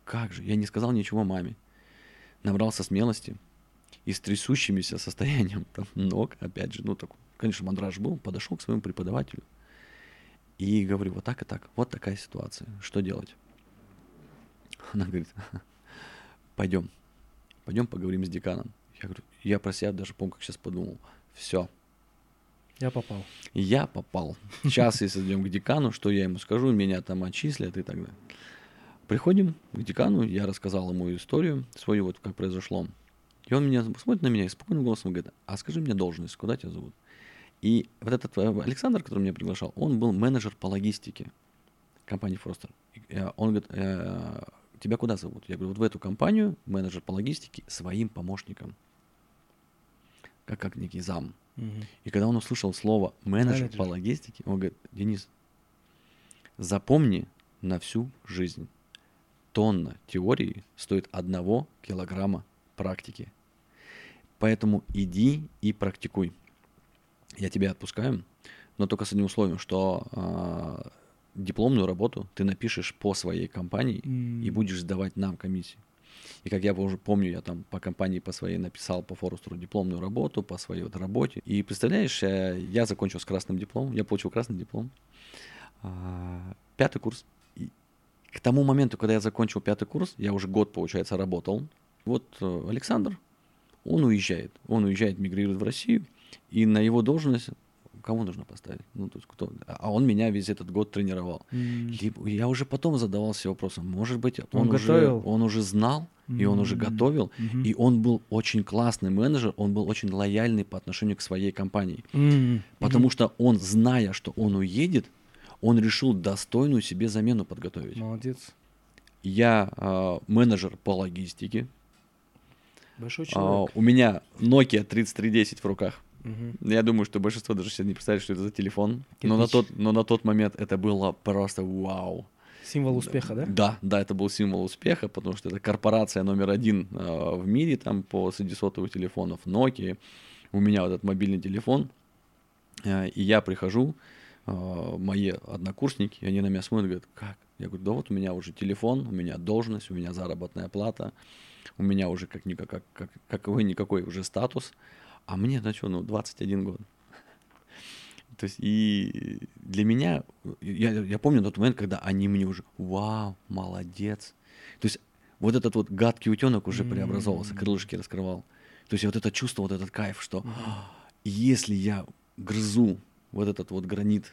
как же? Я не сказал ничего маме. Набрался смелости и с трясущимися состоянием там, ног, опять же, такой, конечно, мандраж был, подошел к своему преподавателю и говорю, вот так и так, вот такая ситуация, что делать? Она говорит, пойдем поговорим с деканом. Я говорю, я про себя даже помню, как сейчас подумал, все. Я попал. Сейчас, если идем к декану, что я ему скажу, меня там отчислят и так далее. Приходим к декану, я рассказал ему историю свою, вот как произошло. И он смотрит на меня и спокойным голосом говорит, а скажи мне должность, куда тебя зовут? И вот этот Александр, который меня приглашал, он был менеджер по логистике компании Форстер. Он говорит, тебя куда зовут? Я говорю, вот в эту компанию менеджер по логистике своим помощником. Как некий зам. И когда он услышал слово менеджер по логистике, он говорит, Денис, запомни на всю жизнь. Тонна теории стоит 1 килограмма практики. Поэтому иди и практикуй. Я тебя отпускаю, но только с одним условием, что дипломную работу ты напишешь по своей компании и будешь сдавать нам комиссию. И как я уже помню, я там по компании по своей написал по Форестеру дипломную работу, по своей вот работе. И представляешь, я закончил с красным дипломом, я получил красный диплом, 5-й курс. И к тому моменту, когда я закончил 5-й курс, я уже год, получается, работал. Вот Александр, он уезжает, мигрирует в Россию, и на его должность кого нужно поставить? То есть кто? А он меня весь этот год тренировал. Я уже потом задавался вопросом, может быть, он уже знал, и он уже готовил, и он был очень классный менеджер, он был очень лояльный по отношению к своей компании. Потому что он, зная, что он уедет, он решил достойную себе замену подготовить. Молодец. Я менеджер по логистике. Большой человек. У меня Nokia 3310 в руках. Я думаю, что большинство даже сейчас не представляет, что это за телефон. Но на тот момент это было просто вау. Символ успеха, да? Да, это был символ успеха, потому что это корпорация номер 1 в мире там среди сотовых телефонов, Nokia. У меня вот этот мобильный телефон, и я прихожу, мои однокурсники, они на меня смотрят и говорят, как? Я говорю, да вот у меня уже телефон, у меня должность, у меня заработная плата, у меня уже какой-никакой уже статус, а мне, 21 год. То есть и для меня, я помню тот момент, когда они мне уже, вау, молодец. То есть вот этот вот гадкий утенок уже преобразовался, крылышки раскрывал. То есть вот это чувство, вот этот кайф, что если я грызу вот этот вот гранит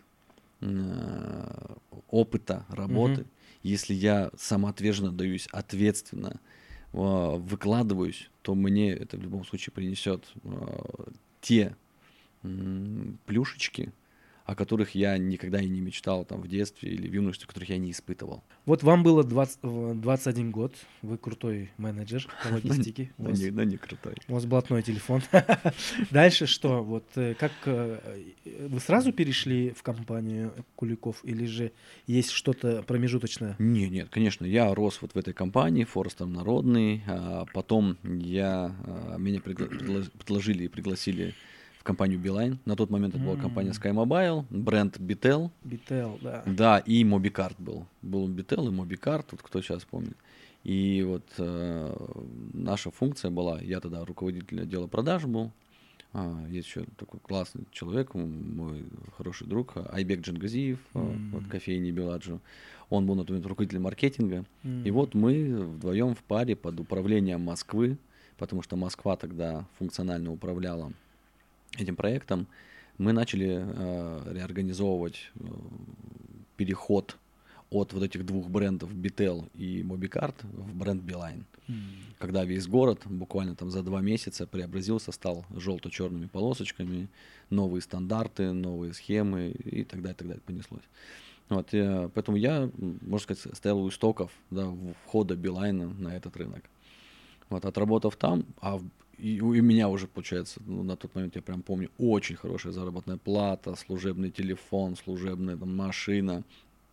опыта работы, если я самоотверженно даюсь, ответственно выкладываюсь, то мне это в любом случае принесет те плюшечки, о которых я никогда и не мечтал там в детстве или в юности, которых я не испытывал. Вот вам было 21 год, вы крутой менеджер по логистике. Не крутой. У вас блатной телефон. Дальше что? Вот как вы сразу перешли в компанию Куликов или же есть что-то промежуточное? Нет, конечно, я рос вот в этой компании, Форестер Народный, а потом меня предложили и пригласили в компанию Beeline. На тот момент это была компания SkyMobile, бренд Bitel. Bitel, да. Да, и Mobicard был. Был Bitel и Mobicard, вот кто сейчас помнит. И вот наша функция была, я тогда руководитель отдела продаж был, есть еще такой классный человек, мой хороший друг, Айбек Джангазиев, вот кофейни Беладжо. Он был на тот момент руководителем маркетинга. И вот мы вдвоем в паре под управлением Москвы, потому что Москва тогда функционально управляла этим проектом, мы начали реорганизовывать переход от вот этих двух брендов Bitel и Mobicard в бренд Beeline. Когда весь город буквально там за 2 месяца преобразился, стал желто-черными полосочками, новые стандарты, новые схемы и так далее понеслось. Вот, поэтому я, можно сказать, стоял у истоков, да, входа Beeline на этот рынок. Вот, отработав там, и у меня уже, получается, на тот момент, я прям помню, очень хорошая заработная плата, служебный телефон, служебная там, машина.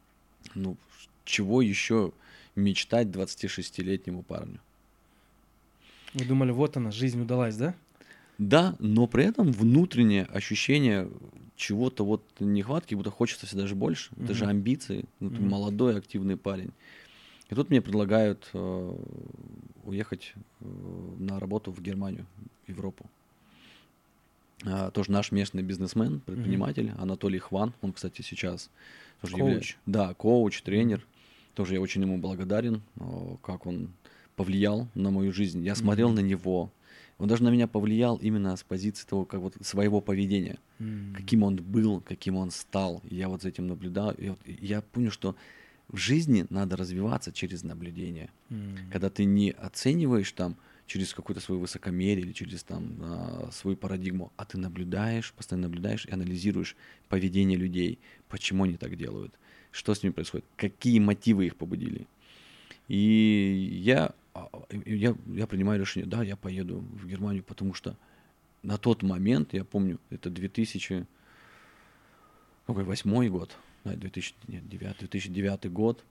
Чего еще мечтать 26-летнему парню? Вы думали, вот она, жизнь удалась, да? Да, но при этом внутреннее ощущение чего-то вот нехватки, будто хочется всегда же больше. Это же амбиции. Ты молодой, активный парень. И тут мне предлагают уехать на работу в Германию, в Европу. Тоже наш местный бизнесмен, предприниматель Анатолий Хван, он, кстати, сейчас тоже Коуч. Да, коуч, тренер. Тоже я очень ему благодарен, как он повлиял на мою жизнь. Я смотрел на него. Он даже на меня повлиял именно с позиции того, как вот своего поведения. Каким он был, каким он стал. И я вот за этим наблюдал. И вот я понял, что в жизни надо развиваться через наблюдение. Когда ты не оцениваешь там через какое-то свое высокомерие или через там свою парадигму, а ты наблюдаешь, постоянно наблюдаешь и анализируешь поведение людей, почему они так делают, что с ними происходит, какие мотивы их побудили. И я принимаю решение, да, я поеду в Германию, потому что на тот момент, я помню, это 2008 год, 2009 год,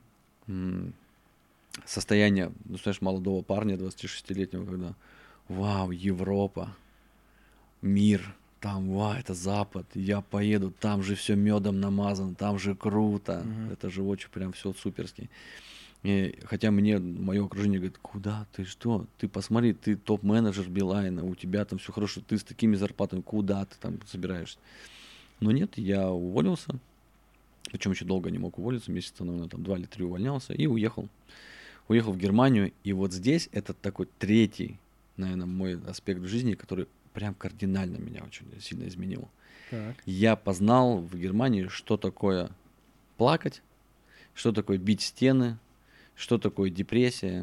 состояние, ну, знаешь, молодого парня, 26-летнего, когда, вау, Европа, мир, там, вау, это Запад, я поеду, там же все медом намазано, там же круто, это же очень прям все суперски. И, хотя мне мое окружение говорит, куда ты, что, ты посмотри, ты топ-менеджер Билайна, у тебя там все хорошо, ты с такими зарплатами, куда ты там собираешься? Но нет, я уволился, причем еще долго не мог уволиться, месяца, наверное, там 2 или 3 увольнялся и уехал. Уехал в Германию, и вот здесь это такой третий, наверное, мой аспект в жизни, который прям кардинально меня очень сильно изменил. Так. Я познал в Германии, что такое плакать, что такое бить стены, что такое депрессия,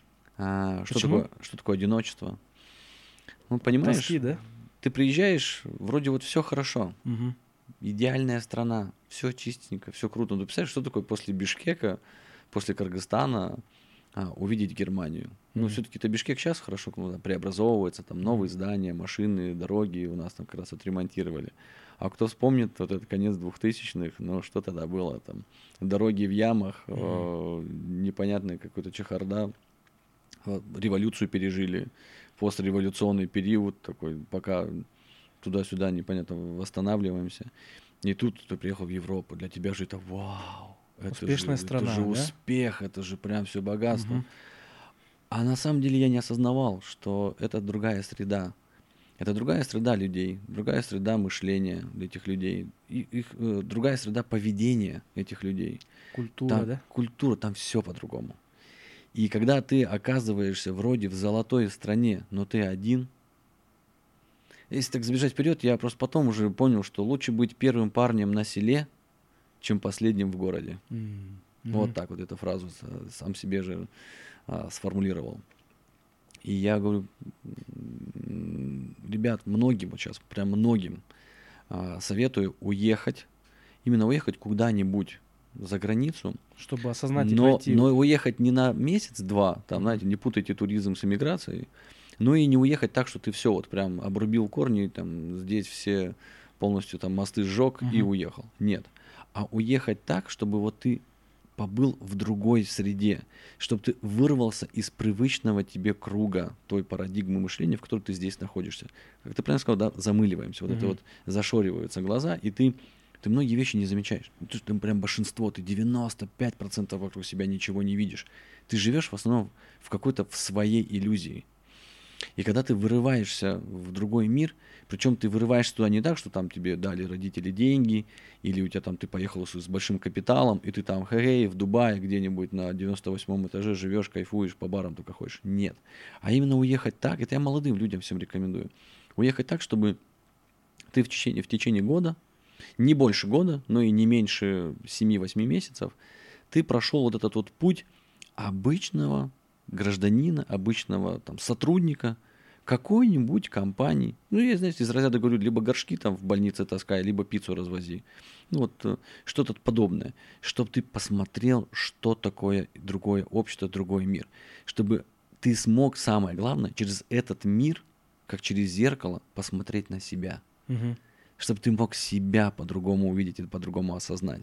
что такое одиночество. Ну, понимаешь, Тоски, да? ты приезжаешь, вроде вот все хорошо, идеальная страна, все чистенько, все круто. Но ты представляешь, что такое после Бишкека, после Кыргызстана увидеть Германию? Ну, все-таки это Бишкек сейчас хорошо преобразовывается, там новые здания, машины, дороги у нас там как раз отремонтировали. А кто вспомнит вот этот конец 2000-х, ну, что тогда было там? Дороги в ямах, непонятная какая-то чехарда, революцию пережили, постреволюционный период такой, пока туда-сюда непонятно восстанавливаемся. И тут ты приехал в Европу, для тебя же это вау, успешная страна, это же да? успех, это же прям все богатство. А на самом деле я не осознавал, что это другая среда. Это другая среда людей, другая среда мышления этих людей, другая среда поведения этих людей. Культура, Там, да? Культура, там все по-другому. И когда ты оказываешься вроде в золотой стране, но ты один, если так забежать вперед, я просто потом уже понял, что лучше быть первым парнем на селе, чем последним в городе. Вот так вот эту фразу сам себе же сформулировал. И я говорю, ребят, многим вот сейчас, прям многим советую уехать, именно уехать куда-нибудь за границу. Чтобы осознать и пройти. Но уехать не на месяц-два, там, знаете, не путайте туризм с эмиграцией, но и не уехать так, что ты все вот прям обрубил корни, там, здесь все полностью там мосты сжег и уехал. Нет. А уехать так, чтобы вот ты побыл в другой среде, чтобы ты вырвался из привычного тебе круга той парадигмы мышления, в которой ты здесь находишься. Как ты правильно сказал, да, замыливаемся, вот это вот зашориваются глаза, и ты многие вещи не замечаешь. Ты прям большинство, ты 95% вокруг себя ничего не видишь. Ты живешь в основном в какой-то в своей иллюзии. И когда ты вырываешься в другой мир, причем ты вырываешься туда не так, что там тебе дали родители деньги, или у тебя там ты поехал с большим капиталом, и ты там в Дубае где-нибудь на 98-м этаже живешь, кайфуешь, по барам только ходишь. Нет. А именно уехать так, это я молодым людям всем рекомендую. Уехать так, чтобы ты в течение года, не больше года, но и не меньше 7-8 месяцев, ты прошел вот этот вот путь обычного гражданина, обычного там сотрудника какой-нибудь компании. Ну, я, знаете, из разряда говорю, либо горшки там в больнице таскай, либо пиццу развози. Ну, вот что-то подобное. Чтобы ты посмотрел, что такое другое общество, другой мир. Чтобы ты смог, самое главное, через этот мир, как через зеркало, посмотреть на себя. Чтобы ты мог себя по-другому увидеть и по-другому осознать.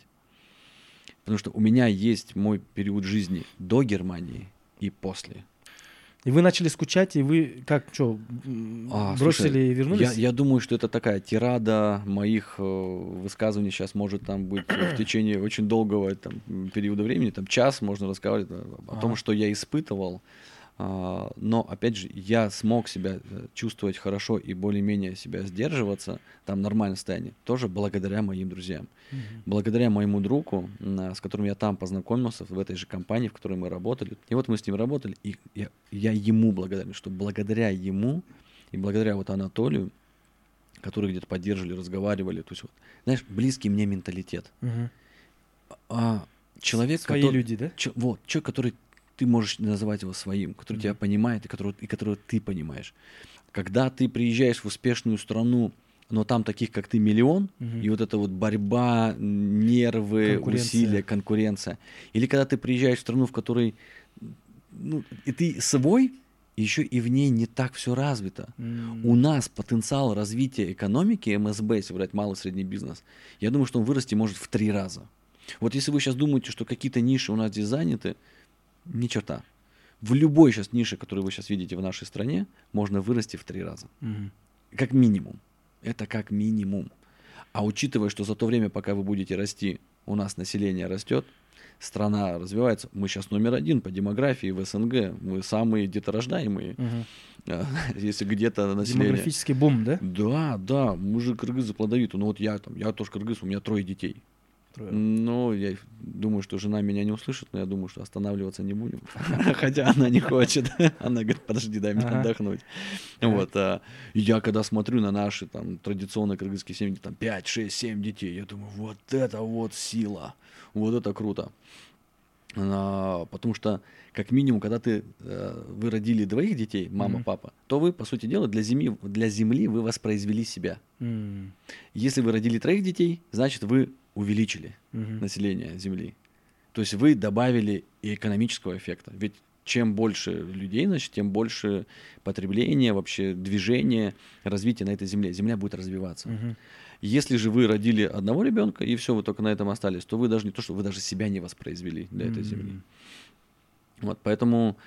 Потому что у меня есть мой период жизни до Германии и после. И вы начали скучать, и вы как, что, бросили и вернулись? Я думаю, что это такая тирада моих высказываний сейчас может там быть в течение очень долгого там, периода времени, там час можно рассказывать о том, что я испытывал. Но, опять же, я смог себя чувствовать хорошо и более-менее себя сдерживаться, там нормальное состояние, тоже благодаря моим друзьям. Благодаря моему другу, с которым я там познакомился, в этой же компании, в которой мы работали. И вот мы с ним работали, и я ему благодарен, что благодаря ему и благодаря вот Анатолию, которые где-то поддерживали, разговаривали, то есть, вот, знаешь, близкий мне менталитет. Человек, Свои который, люди, да? Вот, человек, который ты можешь называть его своим, который тебя понимает и которого ты понимаешь. Когда ты приезжаешь в успешную страну, но там таких, как ты, миллион, и вот эта вот борьба, нервы, усилия, конкуренция. Или когда ты приезжаешь в страну, в которой и ты свой, еще и в ней не так все развито. У нас потенциал развития экономики МСБ, если брать малый и средний бизнес, я думаю, что он вырасти может в 3 раза. Вот если вы сейчас думаете, что какие-то ниши у нас здесь заняты, ни черта. В любой сейчас нише, которую вы сейчас видите в нашей стране, можно вырасти в 3 раза. Как минимум. Это как минимум. А учитывая, что за то время, пока вы будете расти, у нас население растет, страна развивается. Мы сейчас номер 1 по демографии в СНГ. Мы самые деторождаемые. Если где-то население... Демографический бум, да? Да. Мы же кыргызы плодовиты. Ну вот я тоже кыргыз, у меня 3 детей. Ну, я я что жена меня не услышит, но я думаю, что останавливаться не будем. Хотя она не хочет. Она говорит, подожди, дай мне отдохнуть. Вот. Я когда смотрю на наши там традиционные кыргызские семьи, там 5, 6, 7 детей, я думаю, вот это вот сила. Вот это круто. Потому что, как минимум, когда вы родили 2 детей, мама, папа, то вы, по сути дела, для земли вы воспроизвели себя. Если вы родили 3 детей, значит, вы увеличили население Земли. То есть вы добавили и экономического эффекта. Ведь чем больше людей, значит, тем больше потребления, вообще движения, развития на этой Земле. Земля будет развиваться. Если же вы родили 1 ребенка, и все, вы только на этом остались, то вы даже не то, что вы даже себя не воспроизвели для этой Земли. Вот, поэтому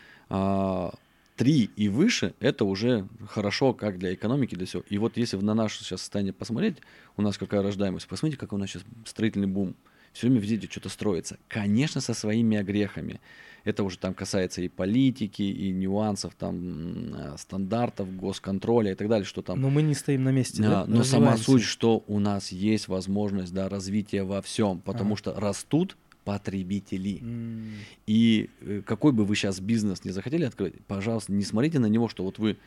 3 и выше – это уже хорошо как для экономики, для всего. И вот если на наше сейчас состояние посмотреть, у нас какая рождаемость, посмотрите, как у нас сейчас строительный бум. Все время везде что-то строится. Конечно, со своими огрехами. Это уже там касается и политики, и нюансов, там, стандартов, госконтроля и так далее, что там. Но мы не стоим на месте, да? Но сама суть, что у нас есть возможность развития во всем, потому что растут потребители. И какой бы вы сейчас бизнес не захотели открыть, пожалуйста, не смотрите на него, что вот вы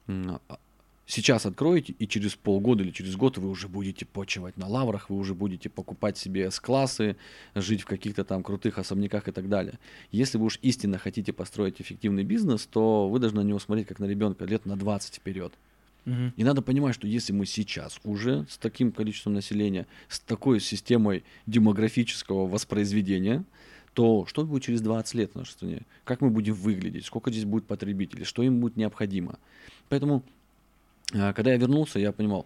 сейчас откроете, и через полгода или через год вы уже будете почивать на лаврах, вы уже будете покупать себе С-классы, жить в каких-то там крутых особняках и так далее. Если вы уж истинно хотите построить эффективный бизнес, то вы должны на него смотреть как на ребенка лет на 20 вперед. И надо понимать, что если мы сейчас уже с таким количеством населения, с такой системой демографического воспроизведения, то что будет через 20 лет в нашей стране? Как мы будем выглядеть? Сколько здесь будет потребителей? Что им будет необходимо? Поэтому, когда я вернулся, я понимал,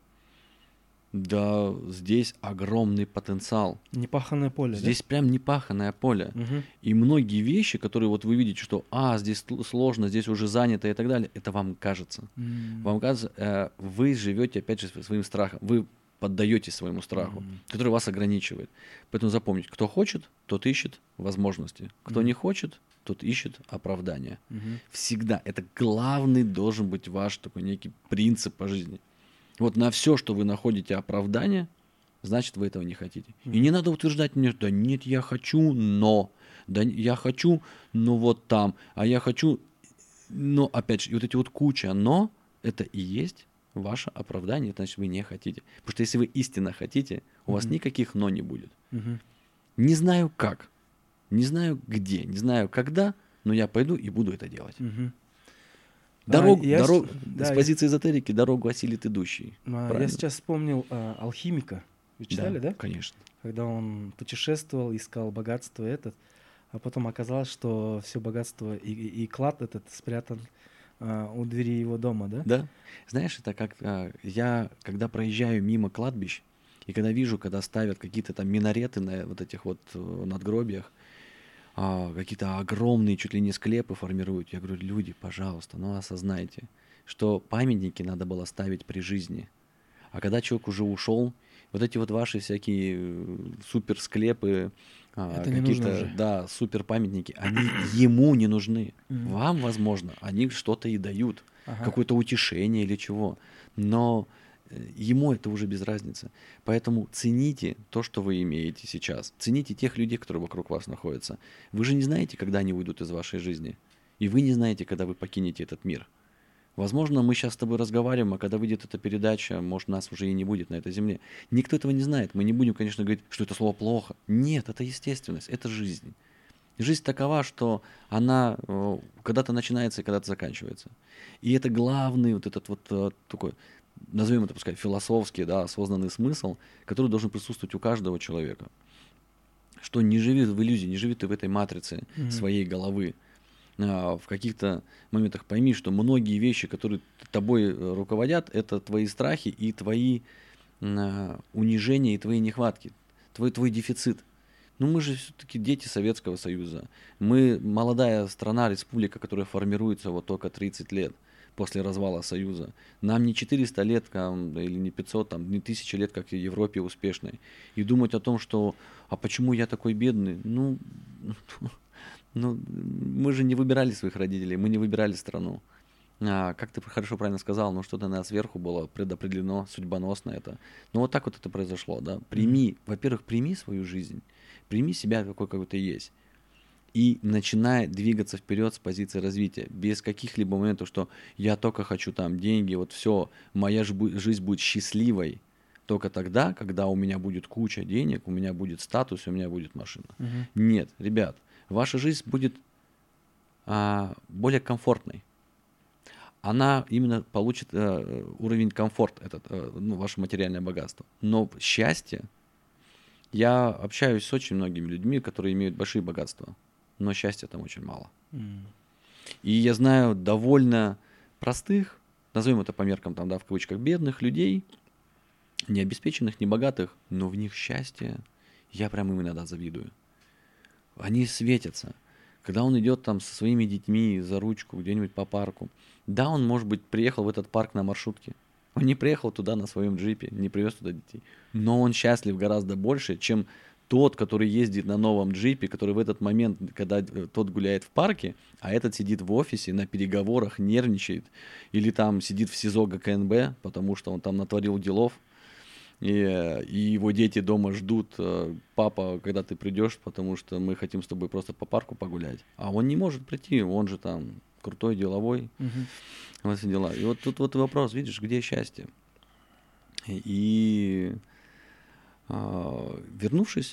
да, здесь огромный потенциал. Непаханное поле, здесь прям непаханное поле. И многие вещи, которые вот вы видите, что здесь сложно, здесь уже занято и так далее, это вам кажется. Вам кажется, вы живете, опять же, своим страхом. Вы поддаетесь своему страху, который вас ограничивает. Поэтому запомните, кто хочет, тот ищет возможности. Кто не хочет, тот ищет оправдания. Всегда. Это главный должен быть ваш такой некий принцип по жизни. Вот на все, что вы находите оправдание, значит, вы этого не хотите. И не надо утверждать мне, да нет, я хочу, но. Да я хочу, но вот там. А я хочу, но опять же, и вот эти вот куча «но» это и есть ваше оправдание, значит, вы не хотите. Потому что если вы истинно хотите, у вас никаких «но» не будет. Не знаю как, не знаю где, не знаю когда, но я пойду и буду это делать. С позиции эзотерики дорогу осилит идущий. Я сейчас вспомнил алхимика. Вы читали, да? Конечно. Когда он путешествовал, искал богатство а потом оказалось, что все богатство и клад этот спрятан у двери его дома, да? Да. Знаешь, это как я, когда проезжаю мимо кладбищ, и когда вижу, когда ставят какие-то там минареты на вот этих вот надгробиях, какие-то огромные чуть ли не склепы формируют. Я говорю, люди, пожалуйста, осознайте, что памятники надо было ставить при жизни. А когда человек уже ушел, вот эти вот ваши всякие супер склепы, какие-то, да, супер памятники, они ему не нужны. Вам, возможно, они что-то и дают, какое-то утешение или чего. Но ему это уже без разницы. Поэтому цените то, что вы имеете сейчас. Цените тех людей, которые вокруг вас находятся. Вы же не знаете, когда они уйдут из вашей жизни. И вы не знаете, когда вы покинете этот мир. Возможно, мы сейчас с тобой разговариваем, а когда выйдет эта передача, может, нас уже и не будет на этой земле. Никто этого не знает. Мы не будем, конечно, говорить, что это слово плохо. Нет, это естественность, это жизнь. Жизнь такова, что она когда-то начинается и когда-то заканчивается. И это главный вот этот вот такой, назовем это, пускай, философский, да, осознанный смысл, который должен присутствовать у каждого человека. Что не живи в иллюзии, не живи ты в этой матрице своей головы. В каких-то моментах пойми, что многие вещи, которые тобой руководят, это твои страхи и твои унижения и твои нехватки, твой дефицит. Ну мы же все-таки дети Советского Союза. Мы молодая страна, республика, которая формируется вот только 30 лет после развала Союза. Нам не 400 лет или не 500, не 1000 лет, как в Европе успешной. И думать о том, что а почему я такой бедный? Ну, мы же не выбирали своих родителей, мы не выбирали страну. Как ты хорошо правильно сказал, что-то на сверху было предопределено, судьбоносно это. Но вот так вот это произошло, да. Во-первых, прими свою жизнь, прими себя какой ты есть. И начинай двигаться вперед с позиции развития, без каких-либо моментов, что я только хочу деньги, вот все, моя жизнь будет счастливой только тогда, когда у меня будет куча денег, у меня будет статус, у меня будет машина. Нет, ребят, ваша жизнь будет более комфортной. Она именно получит уровень комфорта, ваше материальное богатство. Но счастье, я общаюсь с очень многими людьми, которые имеют большие богатства, но счастья там очень мало. И я знаю довольно простых, назовем это по меркам, в кавычках, бедных людей, не обеспеченных, не богатых, но в них счастье, я прям им иногда завидую. Они светятся. Когда он идет со своими детьми за ручку где-нибудь по парку, да, он, может быть, приехал в этот парк на маршрутке. Он не приехал туда на своем джипе, не привез туда детей. Но он счастлив гораздо больше, чем тот, который ездит на новом джипе, который в этот момент, когда тот гуляет в парке, а этот сидит в офисе на переговорах, нервничает, или сидит в СИЗО ГКНБ, потому что он натворил делов, и его дети дома ждут: папа, когда ты придешь, потому что мы хотим с тобой просто по парку погулять. А он не может прийти, он же крутой, деловой, вот все дела. И вот тут вот вопрос, видишь, где счастье? И вернувшись,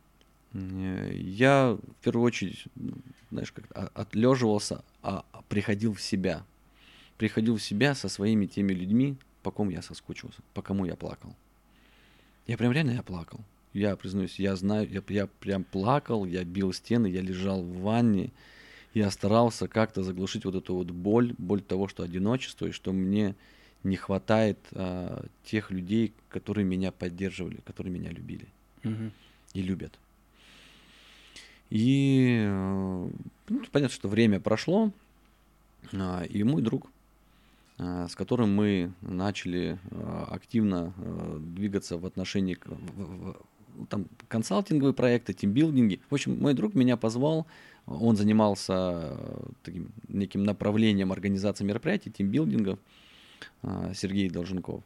я в первую очередь, отлеживался, приходил в себя. Приходил в себя со своими теми людьми, по ком я соскучился, по кому я плакал. Я прям реально плакал. Я признаюсь, я знаю, я прям плакал, я бил стены, я лежал в ванне, я старался как-то заглушить вот эту вот боль того, что одиночество, и что мне не хватает тех людей, которые меня поддерживали, которые меня любили и любят. И понятно, что время прошло, и мой друг, с которым мы начали активно двигаться в отношении консалтинговые проекты, тимбилдинги. В общем, мой друг меня позвал, он занимался таким неким направлением организации мероприятий, тимбилдингов, Сергей Долженков.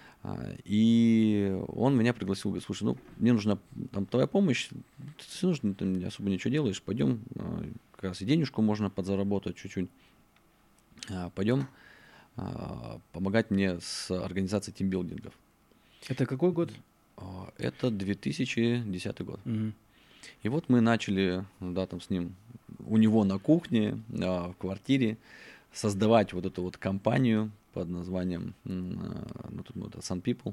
И он меня пригласил, говорит: слушай, мне нужна твоя помощь, ты особо ничего делаешь, пойдем, как раз и денежку можно подзаработать чуть-чуть, пойдем помогать мне с организацией тимбилдингов. Это какой год? Это 2010 год. И вот мы начали, с ним, у него на кухне, в квартире, создавать вот эту вот компанию под названием Sun People.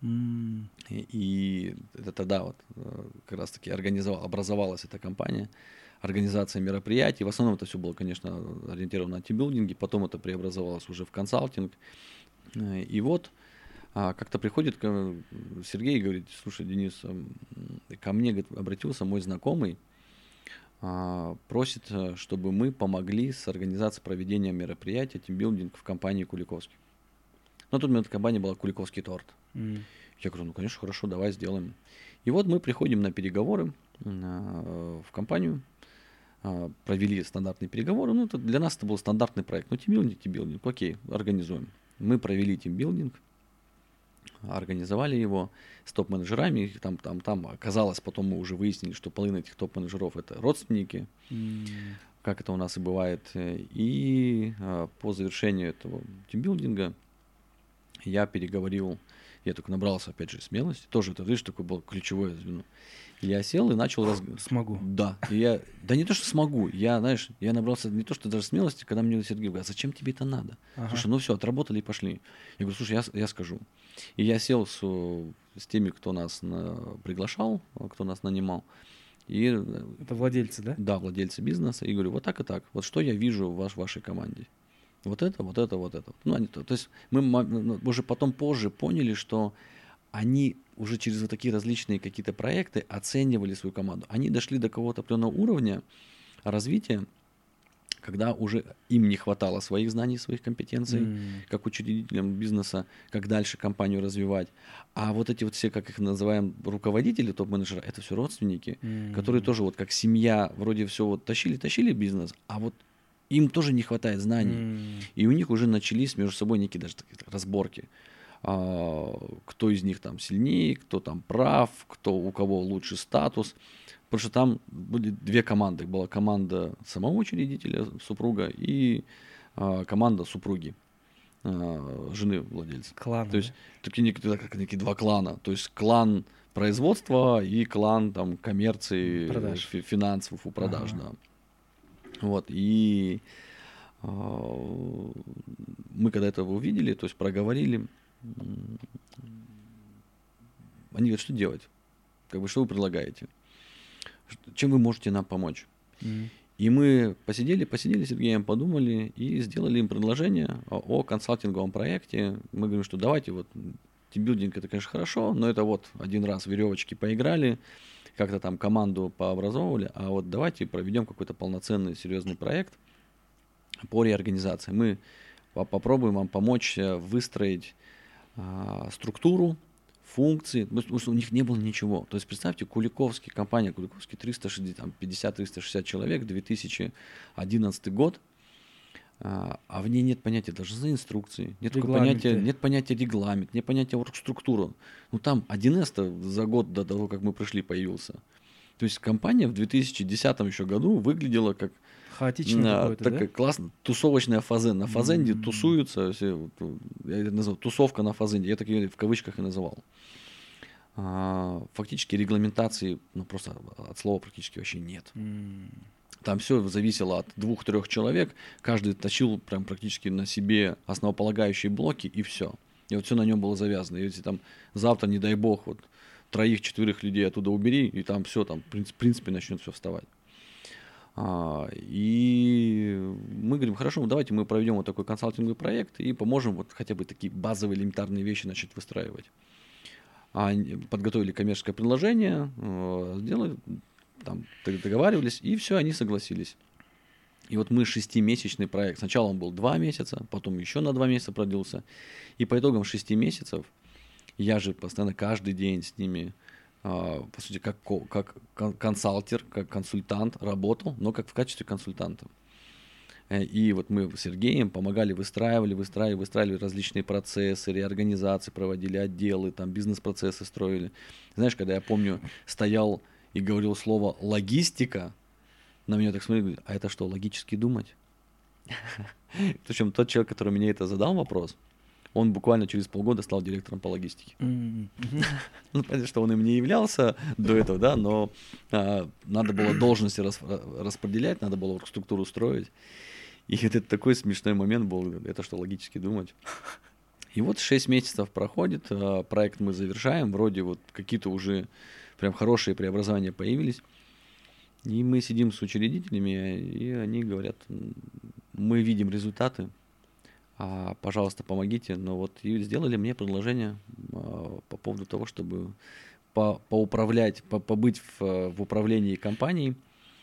И это тогда как раз таки образовалась эта компания, организация мероприятий. В основном это все было, конечно, ориентировано на тимбилдинги, потом это преобразовалось уже в консалтинг. И вот как-то приходит Сергей и говорит: слушай, Денис, ко мне, обратился мой знакомый, просит, чтобы мы помогли с организацией проведения мероприятия тимбилдинг в компании Куликовский. На тот момент компания была Куликовский торт. Я говорю, ну, конечно, хорошо, давай сделаем. И вот мы приходим на переговоры в компанию, провели стандартные переговоры. Ну, это для нас это был стандартный проект. Ну, тимбилдинг, окей, организуем. Мы провели тимбилдинг, организовали его с топ-менеджерами. Там оказалось, потом мы уже выяснили, что половина этих топ-менеджеров это родственники, как это у нас и бывает. И по завершению этого тимбилдинга я переговорил, я только набрался, опять же, смелости. Тоже это, видишь, такое было ключевое звено. Я сел и начал Смогу. Да. Да не то, что смогу. Я набрался не то, что даже смелости, когда мне Сергей говорит, а зачем тебе это надо? Слушай, ну все, отработали и пошли. Я говорю, слушай, я скажу. И я сел с теми, кто нас приглашал, кто нас нанимал. И, это владельцы, да? Да, владельцы бизнеса. И говорю, вот так и так. Вот что я вижу в вашей команде. Вот это. Ну, то есть мы уже потом позже поняли, что они уже через вот такие различные какие-то проекты оценивали свою команду. Они дошли до какого-то определенного уровня развития, когда уже им не хватало своих знаний, своих компетенций, как учредителям бизнеса, как дальше компанию развивать. А вот эти вот все, как их называем, руководители, топ-менеджеры, это все родственники, которые тоже вот как семья вроде все вот тащили бизнес, а вот им тоже не хватает знаний. И у них уже начались между собой некие даже такие разборки. Кто из них там сильнее, кто там прав, у кого лучший статус. Потому что там были две команды. Была команда самого учредителя, супруга, и команда супруги, жены владельца. Клан. То есть такие два клана. То есть клан производства и клан там коммерции, финансов, продаж. Да. Вот. И мы когда это увидели, то есть проговорили, они говорят, что делать? Что вы предлагаете? Чем вы можете нам помочь? И мы посидели с Сергеем, подумали и сделали им предложение о консалтинговом проекте. Мы говорим, что давайте вот тимбилдинг это, конечно, хорошо, но это вот один раз веревочки поиграли, как-то там команду пообразовывали, а вот давайте проведем какой-то полноценный, серьезный проект по реорганизации. Мы попробуем вам помочь выстроить структуру, функции, потому что у них не было ничего. То есть представьте, компания Куликовский 50-360 человек, 2011 год, а в ней нет понятия должностной инструкции, нет понятия регламент, нет понятия оргструктуры. Ну там 1С за год до того, как мы пришли, появился. То есть компания в 2010 еще году выглядела как хаотично такая классная тусовочная фазен. На фазенде тусуются, все, я это называю тусовка на фазенде, я так ее в кавычках и называл. Фактически регламентации, просто от слова практически вообще нет. Там все зависело от 2-3 человек, каждый тащил прям практически на себе основополагающие блоки и все. И вот все на нем было завязано. И если там завтра, не дай бог, вот 3-4 людей оттуда убери, и там все, там в принципе начнет все вставать. И мы говорим, хорошо, давайте мы проведем вот такой консалтинговый проект и поможем вот хотя бы такие базовые элементарные вещи начать выстраивать. Подготовили коммерческое предложение, сделали, там договаривались, и все, они согласились. И вот мы 6-месячный проект, сначала он был 2 месяца, потом еще на 2 месяца продлился, и по итогам 6 месяцев я же постоянно каждый день с ними, по сути, как консалтер, как консультант работал, но как в качестве консультанта. И вот мы с Сергеем помогали, выстраивали различные процессы, реорганизации, проводили отделы, там бизнес-процессы строили. Знаешь, когда я помню, стоял и говорил слово «логистика», на меня так смотрели, а это что, логически думать? Причем тот человек, который мне это задал вопрос, он буквально через полгода стал директором по логистике. Ну, понятно, что он им не являлся до этого, да, но надо было должности распределять, надо было структуру строить. И это такой смешной момент был, это что, логически думать. И вот 6 месяцев проходит, проект мы завершаем, вроде вот какие-то уже прям хорошие преобразования появились. И мы сидим с учредителями, и они говорят, мы видим результаты, пожалуйста, помогите. Но вот и сделали мне предложение по поводу того, чтобы поуправлять, побыть в управлении компанией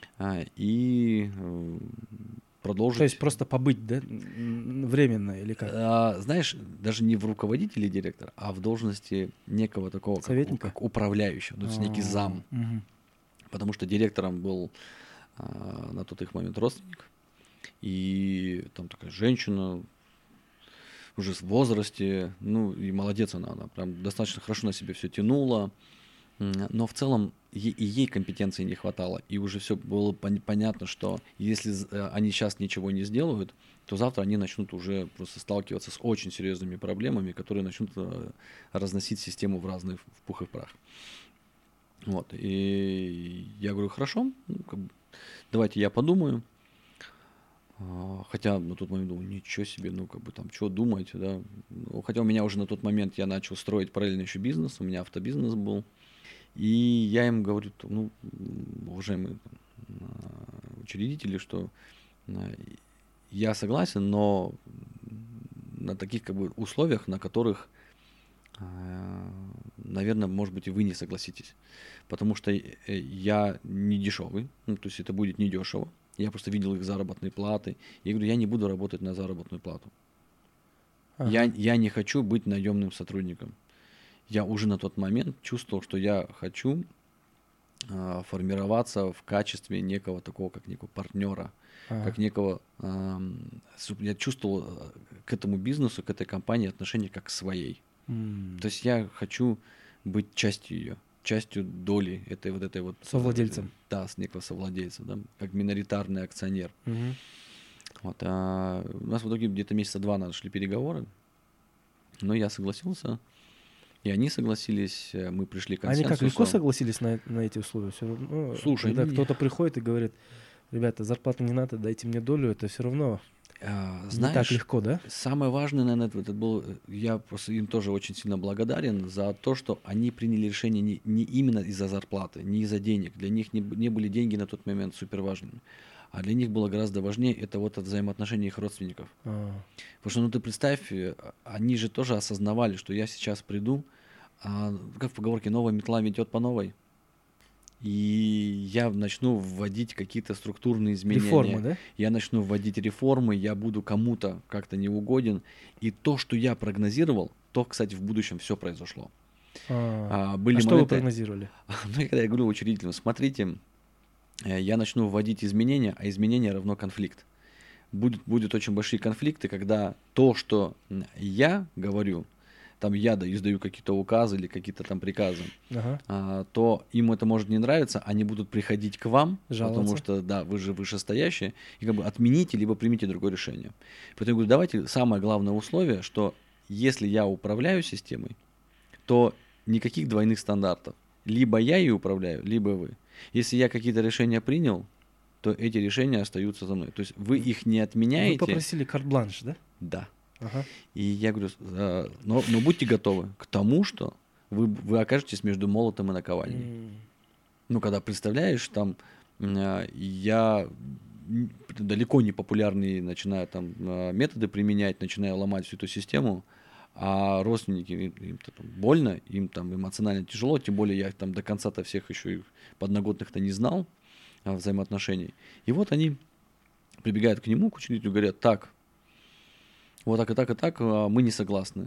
и продолжить. То есть просто побыть, да, временно или как? Знаешь, даже не в руководителе директора, а в должности некого такого, Советника? как управляющего, то есть некий зам. Мгм. Потому что директором был на тот их момент родственник, и там такая женщина уже в возрасте, ну и молодец она прям достаточно хорошо на себе все тянула, но в целом ей компетенции не хватало, и уже все было понятно, что если они сейчас ничего не сделают, то завтра они начнут уже просто сталкиваться с очень серьезными проблемами, которые начнут разносить систему в разные в пух и в прах. Вот, и я говорю, хорошо, давайте я подумаю. Хотя на тот момент думал, ничего себе, ну как бы там, что думаете, да. Ну, хотя у меня уже на тот момент я начал строить параллельно еще бизнес, у меня автобизнес был. И я им говорю, ну, уважаемые учредители, что я согласен, но на таких как бы условиях, на которых, наверное, может быть, и вы не согласитесь. Потому что я не дешевый, ну, то есть это будет не дешево. Я просто видел их заработные платы. Я говорю, я не буду работать на заработную плату. Ага. Я не хочу быть наемным сотрудником. Я уже на тот момент чувствовал, что я хочу формироваться в качестве некого такого, как некого партнера, как некого... я чувствовал к этому бизнесу, к этой компании отношение как к своей. То есть я хочу быть частью ее, частью доли этой вот... Совладельцем. Да, с некого совладельца, да, как миноритарный акционер. Мгм. Вот, у нас в итоге где-то месяца 2 шли переговоры, но я согласился, и они согласились, мы пришли к консенсусу. Они как легко согласились на эти условия? Все равно, Слушай, когда кто-то приходит и говорит, ребята, зарплату не надо, дайте мне долю, это все равно знаешь, не так легко, да? самое важное, наверное, это был, я просто им тоже очень сильно благодарен за то, что они приняли решение не именно из-за зарплаты, не из-за денег. Для них не были деньги на тот момент супер важными. А для них было гораздо важнее это вот от взаимоотношений их родственников. Потому что, ну ты представь, они же тоже осознавали, что я сейчас приду, как в поговорке, новая метла метет по новой. И я начну вводить какие-то структурные изменения. Реформы, да? Я начну вводить реформы, я буду кому-то как-то неугоден. И то, что я прогнозировал, то, кстати, в будущем все произошло. Были что вы прогнозировали? Ну, когда я говорю учредителям, смотрите, я начну вводить изменения, а изменения равно конфликт. Будут очень большие конфликты, когда то, что я говорю, там я издаю какие-то указы или какие-то там приказы, то им это может не нравиться, они будут приходить к вам, жаловаться. Потому что, да, вы же вышестоящие, и как бы отмените, либо примите другое решение. Поэтому я говорю, давайте самое главное условие, что если я управляю системой, то никаких двойных стандартов. Либо я ее управляю, либо вы. Если я какие-то решения принял, то эти решения остаются за мной. То есть вы их не отменяете. Вы попросили карт-бланш, да? Да. Ага. И я говорю, но будьте готовы к тому, что вы окажетесь между молотом и наковальней. Ну, когда представляешь, там я далеко не популярные начинаю там методы применять, начинаю ломать всю эту систему, а родственники, им там больно, им там эмоционально тяжело, тем более я там до конца-то всех еще и подноготных-то не знал взаимоотношений. И вот они прибегают к нему, к учредителю, говорят, так, вот так и так и так, мы не согласны.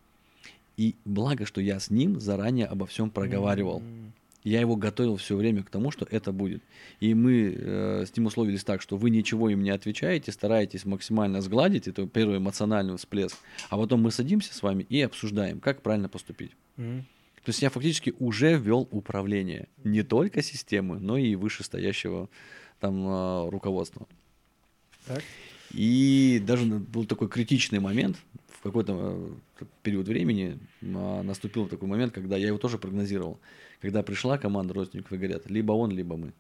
И благо, что я с ним заранее обо всем проговаривал. Я его готовил все время к тому, что это будет. И мы с ним условились так, что вы ничего им не отвечаете, стараетесь максимально сгладить, это первый эмоциональный всплеск, а потом мы садимся с вами и обсуждаем, как правильно поступить. То есть я фактически уже ввел управление не только системы, но и вышестоящего там руководства. Так. И даже был такой критичный момент, в какой-то период времени наступил такой момент, когда я его тоже прогнозировал. Когда пришла команда родственников и говорят, либо он, либо мы.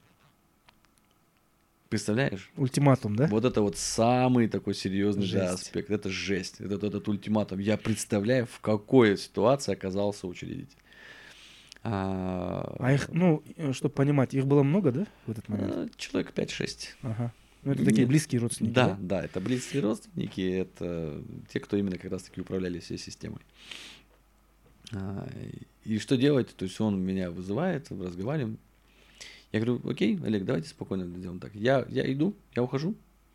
Представляешь? Ультиматум, да? Вот это вот самый такой серьезный аспект. Это жесть. Этот ультиматум. Я представляю, в какой ситуации оказался учредитель. Их, ну, чтобы понимать, их было много, да, в этот момент? Человек 5-6. Ага. Ну, это такие близкие родственники, да? Да, это близкие родственники, это те, кто именно как раз-таки управляли всей системой. И что делать? То есть он меня вызывает, разговариваем, Я говорю, окей, Олег, давайте спокойно сделаем так. Я иду, я ухожу,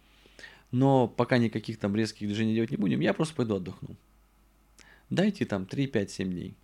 но пока никаких там резких движений делать не будем, я просто пойду отдохну. Дайте там 3, 5, 7 дней.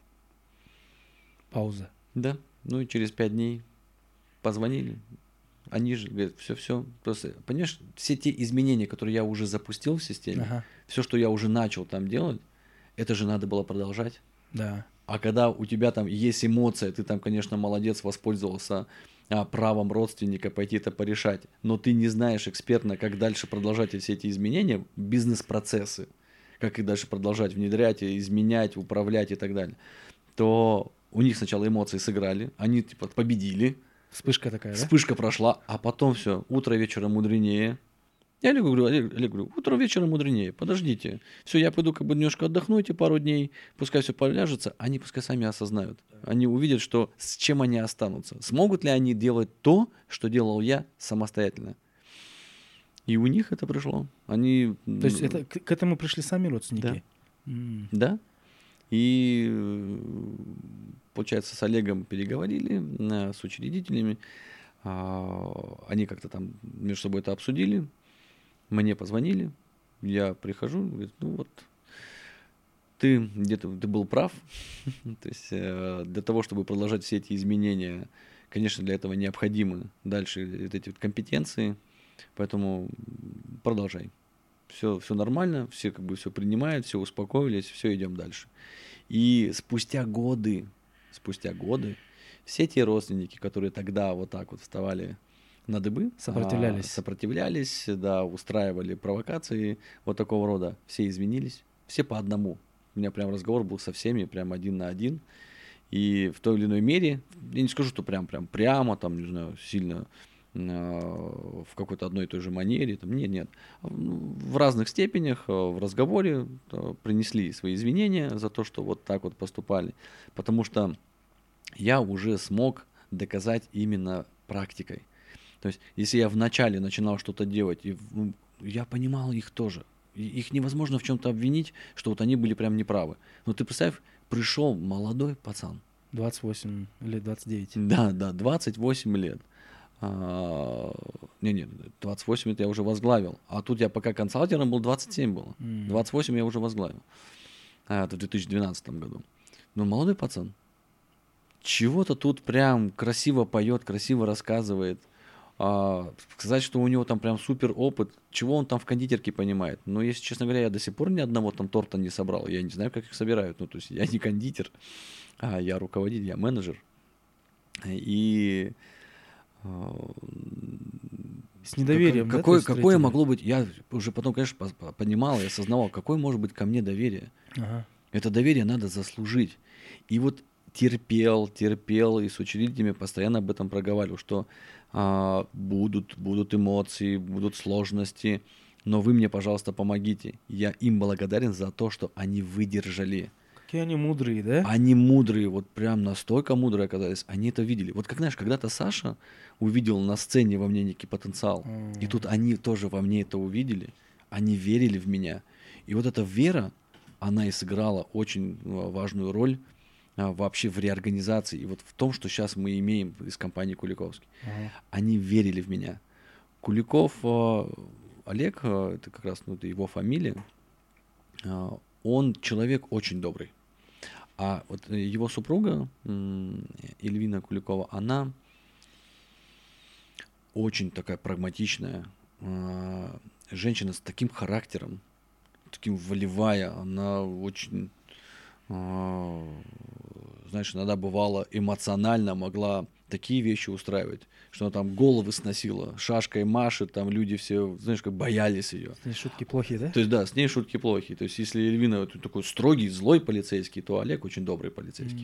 Пауза. Да, ну и через 5 дней позвонили. Они же говорят, все. Просто, понимаешь, все те изменения, которые я уже запустил в системе, все, что я уже начал там делать, это же надо было продолжать. Да. А когда у тебя там есть эмоция, ты там, конечно, молодец, воспользовался правом родственника пойти это порешать, но ты не знаешь экспертно, как дальше продолжать все эти изменения, бизнес-процессы, как их дальше продолжать внедрять, изменять, управлять и так далее, то у них сначала эмоции сыграли, они типа победили. Вспышка такая, да? Вспышка прошла, а потом все, утро вечера мудренее. Я Олегу говорю, Олег говорю, утро вечера мудренее, подождите. Все, я пойду как бы немножко отдохну эти пару дней, пускай все поляжется, они пускай сами осознают. Они увидят, что с чем они останутся. Смогут ли они делать то, что делал я самостоятельно. И у них это пришло. Они... То есть это, к этому пришли сами родственники? Да. Да. И, получается, с Олегом переговорили, с учредителями. Они как-то там между собой это обсудили. Мне позвонили. Я прихожу, говорит, ну вот, ты где-то ты был прав. То есть для того, чтобы продолжать все эти изменения, конечно, для этого необходимы дальше вот эти вот компетенции. Поэтому продолжай. Все нормально, все как бы все принимают, все успокоились, все идем дальше. И спустя годы, все те родственники, которые тогда вот так вот вставали на дыбы, сопротивлялись, да, устраивали провокации вот такого рода, все извинились, все по одному. У меня прям разговор был со всеми, прям 1 на 1. И в той или иной мере, я не скажу, что прямо, там, не знаю, сильно в какой-то одной и той же манере, там, нет, в разных степенях в разговоре принесли свои извинения за то, что вот так вот поступали, потому что я уже смог доказать именно практикой. То есть, если я вначале начинал что-то делать, я понимал их тоже, их невозможно в чем-то обвинить, что вот они были прям неправы. Но ты представь, пришел молодой пацан. 28 или 29. Да, 28 лет. 28 это я уже возглавил. А тут я пока консалтером был, 27 было. 28 я уже возглавил. Это в 2012 году. Но молодой пацан. Чего-то тут прям красиво поет, красиво рассказывает. Сказать, что у него там прям супер опыт. Чего он там в кондитерке понимает? Но, если честно говоря, я до сих пор ни одного там торта не собрал. Я не знаю, как их собирают. Ну, то есть я не кондитер, я руководитель, я менеджер. И... С недоверием, какое могло быть, я уже потом, конечно, понимал и осознавал, какое может быть ко мне доверие. Это доверие надо заслужить. И вот терпел, и с учредителями постоянно об этом проговаривал, что будут эмоции, будут сложности, но вы мне, пожалуйста, помогите. Я им благодарен за то, что они выдержали. Какие они мудрые, да? Они мудрые, вот прям настолько мудрые оказались. Они это видели. Вот как, знаешь, когда-то Саша увидел на сцене во мне некий потенциал, и тут они тоже во мне это увидели, они верили в меня. И вот эта вера, она и сыграла очень важную роль вообще в реорганизации. И вот в том, что сейчас мы имеем из компании Куликовский. Они верили в меня. Куликов Олег, это как раз это его фамилия, он человек очень добрый. А вот его супруга, Эльвина Куликова, она очень такая прагматичная, женщина с таким характером, таким волевая, она очень, знаешь, иногда бывало эмоционально могла такие вещи устраивать, что она там головы сносила, шашкой машет, там люди все, знаешь, как боялись ее. С ней шутки плохие, да? То есть, да, с ней шутки плохие. То есть, если Эльвина такой строгий, злой полицейский, то Олег очень добрый полицейский.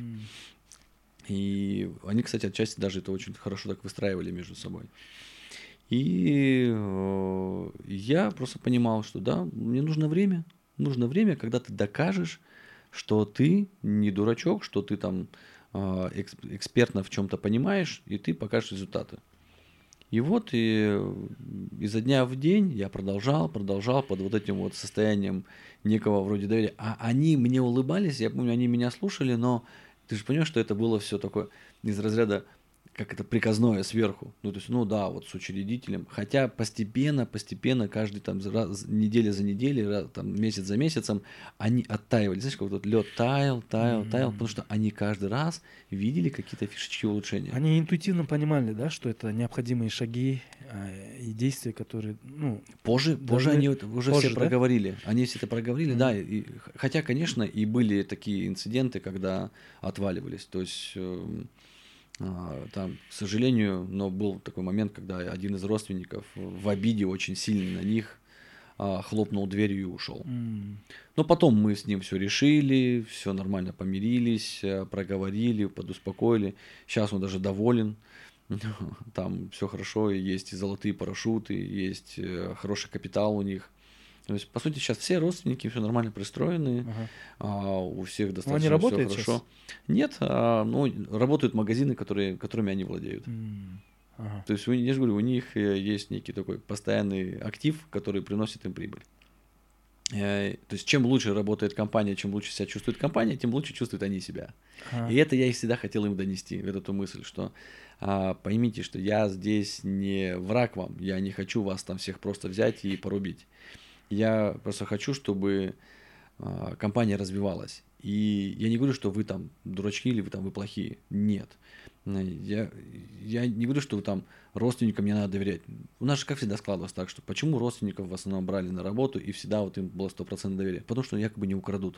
И они, кстати, отчасти даже это очень хорошо так выстраивали между собой. И я просто понимал, что да, мне нужно время, когда ты докажешь, что ты не дурачок, что ты там экспертно в чем-то понимаешь, и ты покажешь результаты. И вот изо дня в день я продолжал под вот этим вот состоянием некого вроде доверия. А они мне улыбались, я помню, они меня слушали, но ты же понимаешь, что это было все такое из разряда как это приказное сверху. Ну, то есть, ну да, вот с учредителем. Хотя постепенно, каждый там неделя за неделей, там, месяц за месяцем, они оттаивали. Знаешь, как вот лед таял, потому что они каждый раз видели какие-то фишечки улучшения. Они интуитивно понимали, да, что это необходимые шаги и действия, которые, ну... Позже они это уже позже, все да? проговорили. Они все это проговорили, да. Хотя, конечно, и были такие инциденты, когда отваливались. То есть... Там, к сожалению, но был такой момент, когда один из родственников в обиде очень сильно на них хлопнул дверью и ушел. Но потом мы с ним все решили, все нормально помирились, проговорили, подуспокоили. Сейчас он даже доволен. Там все хорошо, есть и золотые парашюты, есть хороший капитал у них. То есть, по сути, сейчас все родственники, все нормально пристроены, у всех достаточно они работают все хорошо. Сейчас? Нет, работают магазины, которыми они владеют. То есть, я же говорю, у них есть некий такой постоянный актив, который приносит им прибыль. То есть, чем лучше работает компания, чем лучше себя чувствует компания, тем лучше чувствуют они себя. И это я всегда хотел им донести, вот эту мысль, что поймите, что я здесь не враг вам, я не хочу вас там всех просто взять и порубить. Я просто хочу, чтобы компания развивалась. И я не говорю, что вы там дурачки или вы плохие. Нет. Я не говорю, что вы там родственникам не надо доверять. У нас же, как всегда, складывалось так, что почему родственников в основном брали на работу, и всегда вот им было 100% доверия? Потому что якобы не украдут.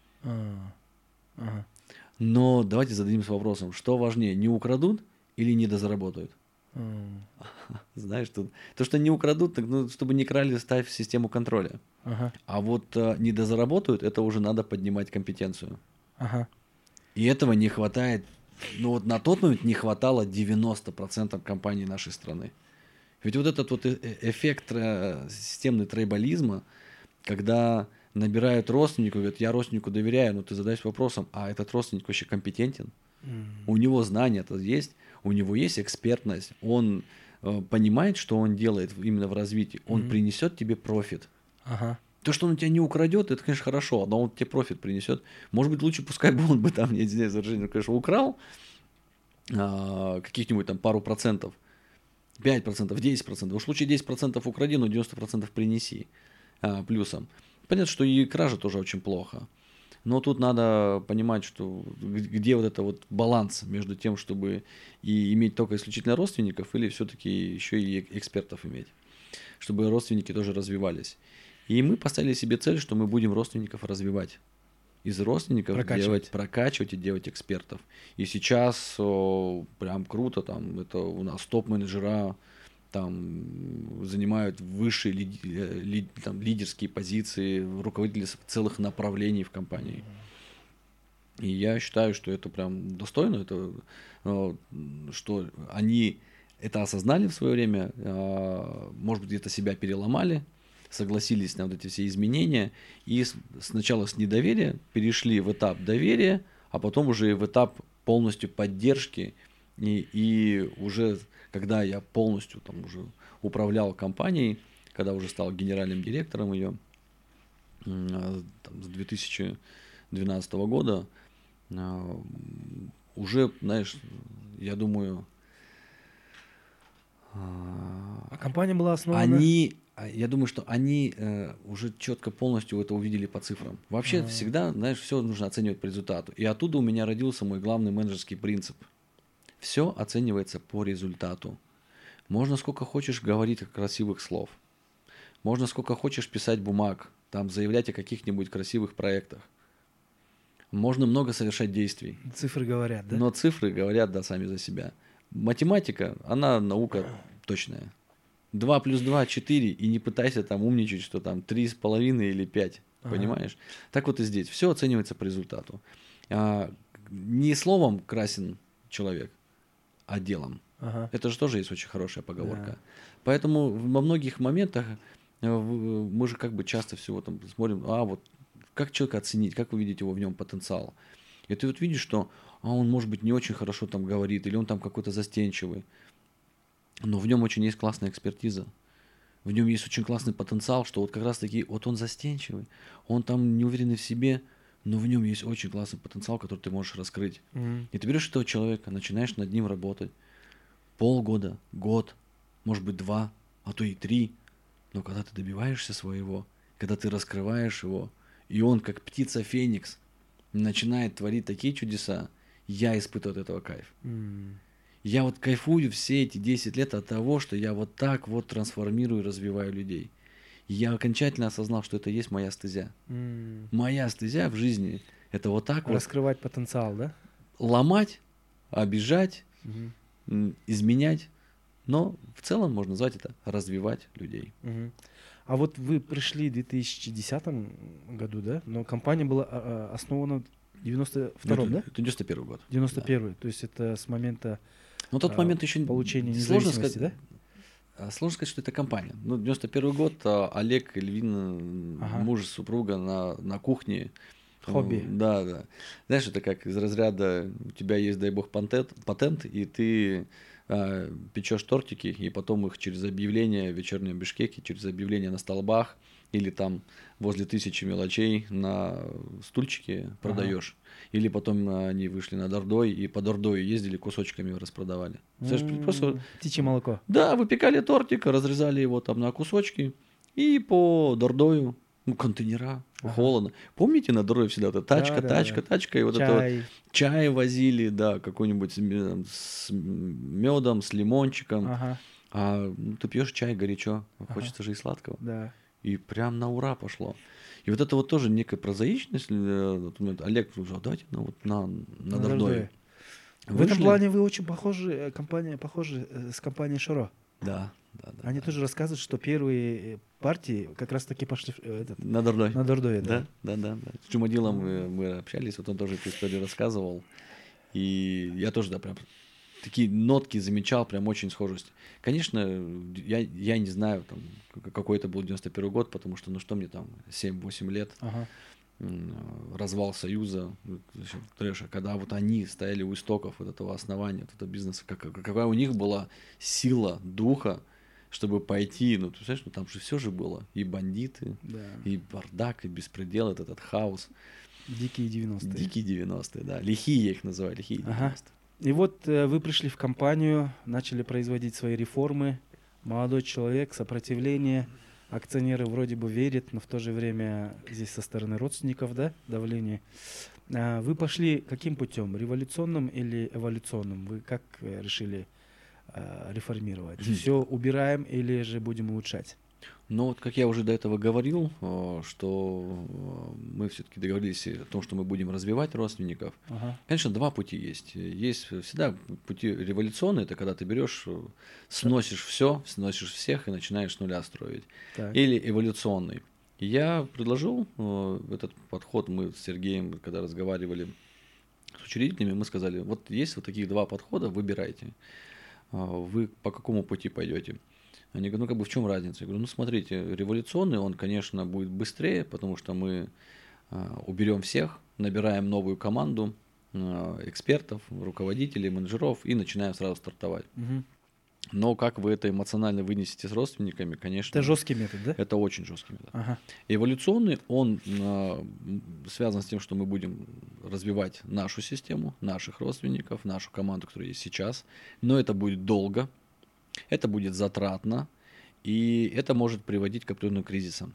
Но давайте зададимся вопросом, что важнее, не украдут или не дозаработают? Знаешь, то, что не украдут, так, чтобы не крали, ставь систему контроля. А вот не дозаработают, это уже надо поднимать компетенцию. И этого не хватает. Ну вот на тот момент не хватало 90% компаний нашей страны. Ведь вот этот вот эффект системный трейбализма, когда набирают родственников, говорят, я родственнику доверяю, но ты задайся вопросом, а этот родственник вообще компетентен? У него знания-то есть, у него есть экспертность, он понимает, что он делает именно в развитии, он принесет тебе профит. То, что он у тебя не украдет, это, конечно, хорошо, но он тебе профит принесет. Может быть, лучше пускай бы он бы там, я не знаю, конечно, украл каких-нибудь там пару процентов, 5%, 10%. Уж лучше 10% укради, но 90% принеси плюсом. Понятно, что и кража тоже очень плохо. Но тут надо понимать, что где вот это вот баланс между тем, чтобы и иметь только исключительно родственников, или все-таки еще и экспертов иметь, чтобы родственники тоже развивались. И мы поставили себе цель, что мы будем родственников развивать. Из родственников прокачивать и делать экспертов. И сейчас прям круто, там это у нас топ-менеджера там занимают высшие лидерские позиции, руководители целых направлений в компании. И я считаю, что это прям достойно, это, что они это осознали в свое время, может быть, где-то себя переломали, согласились на вот эти все изменения, и сначала с недоверия перешли в этап доверия, а потом уже в этап полностью поддержки, и уже когда я полностью там уже управлял компанией, когда уже стал генеральным директором ее с 2012 года, уже, знаешь, я думаю... А компания была основана... Я думаю, что они уже четко полностью это увидели по цифрам. Вообще всегда, знаешь, все нужно оценивать по результату. И оттуда у меня родился мой главный менеджерский принцип. Все оценивается по результату. Можно сколько хочешь говорить красивых слов. Можно сколько хочешь писать бумаг, там заявлять о каких-нибудь красивых проектах. Можно много совершать действий. Цифры говорят, да? Но цифры говорят, да, сами за себя. Математика, она наука точная. 2 плюс 2 – 4, и не пытайся там умничать, что там 3,5 или 5, понимаешь? Так вот и здесь. Все оценивается по результату. Не словом красен человек, а делом. Это же тоже есть очень хорошая поговорка. Поэтому во многих моментах мы же как бы часто всего там смотрим, вот как человека оценить, как вы видите его в нем потенциал. И ты вот видишь, что он, может быть, не очень хорошо там говорит, или он там какой-то застенчивый, но в нем очень есть классная экспертиза. В нем есть очень классный потенциал, что вот как раз таки, вот он застенчивый, он там неуверенный в себе, но в нем есть очень классный потенциал, который ты можешь раскрыть. И ты берешь этого человека, начинаешь над ним работать, полгода, год, может быть 2, а то и 3. Но когда ты добиваешься своего, когда ты раскрываешь его, и он, как птица Феникс, начинает творить такие чудеса, я испытываю от этого кайф. Я вот кайфую все эти 10 лет от того, что я вот так вот трансформирую и развиваю людей. И я окончательно осознал, что это и есть моя стезя. Моя стезя в жизни — это вот так Раскрывать потенциал, да? Ломать, обижать, изменять. Но в целом можно назвать это развивать людей. А вот вы пришли в 2010 году, да? Но компания была основана в 92-м, да? Это 91 год. 91-й. То есть это с момента Но тот момент еще получения сложно независимости, сказать, да? Сложно сказать, что это компания. Ну, 91 год, Олег, Эльвин, муж, супруга на кухне. Хобби. Да. Знаешь, это как из разряда, у тебя есть, дай бог, патент, и ты печешь тортики, и потом их через объявления в вечернем Бишкеке, через объявления на столбах или там возле 1000 мелочей на стульчике продаешь. Или потом они вышли на Дордой и по Дордою ездили, кусочками распродавали. Просто птичье молоко. Да, выпекали тортик, разрезали его там на кусочки и по Дордою, контейнера, холодно. Помните, на Дордою всегда вот тачка, и вот это вот чай возили, да, какой-нибудь с медом, с лимончиком. Ты пьешь чай горячо, хочется же и сладкого. Да. И прям на ура пошло. И вот это вот тоже некая прозаичность. Олег сказал, давайте на Дордой. В этом плане вы очень похожи, компания похожа с компанией Шоро. Да. Они тоже рассказывают, что первые партии как раз таки пошли на Дордой. На Дордой, да. С Джумадилом мы общались, вот он тоже эту историю рассказывал. И я тоже, да, прям такие нотки замечал, прям очень схожесть. Конечно, я не знаю, там, какой это был 91 год, потому что, что мне там, 7-8 лет, развал Союза, трэша, когда вот они стояли у истоков вот этого основания, вот этого бизнеса, какая у них была сила духа, чтобы пойти, ты знаешь, там же все же было, и бандиты, и бардак, и беспредел, этот хаос. Дикие 90-е. Дикие 90-е, да, лихие я их называю, лихие 90-е. И вот вы пришли в компанию, начали производить свои реформы, молодой человек, сопротивление, акционеры вроде бы верят, но в то же время здесь со стороны родственников, да, давление. Вы пошли каким путем, революционным или эволюционным? Вы как решили реформировать? Все убираем или же будем улучшать? Ну, вот как я уже до этого говорил, что мы все-таки договорились о том, что мы будем развивать родственников. Конечно, два пути есть. Есть всегда пути революционные, это когда ты берешь, сносишь все, сносишь всех и начинаешь с нуля строить. Так. Или эволюционный. И я предложил этот подход, мы с Сергеем, когда разговаривали с учредителями, мы сказали, вот есть вот таких два подхода, выбирайте. Вы по какому пути пойдете? Они говорят, в чем разница? Я говорю, смотрите, революционный, он, конечно, будет быстрее, потому что мы уберем всех, набираем новую команду экспертов, руководителей, менеджеров и начинаем сразу стартовать. Но как вы это эмоционально вынесете с родственниками, конечно... Это жесткий метод, да? Это очень жесткий метод. Эволюционный, он связан с тем, что мы будем развивать нашу систему, наших родственников, нашу команду, которая есть сейчас, но это будет долго. Это будет затратно, и это может приводить к определенным кризисам.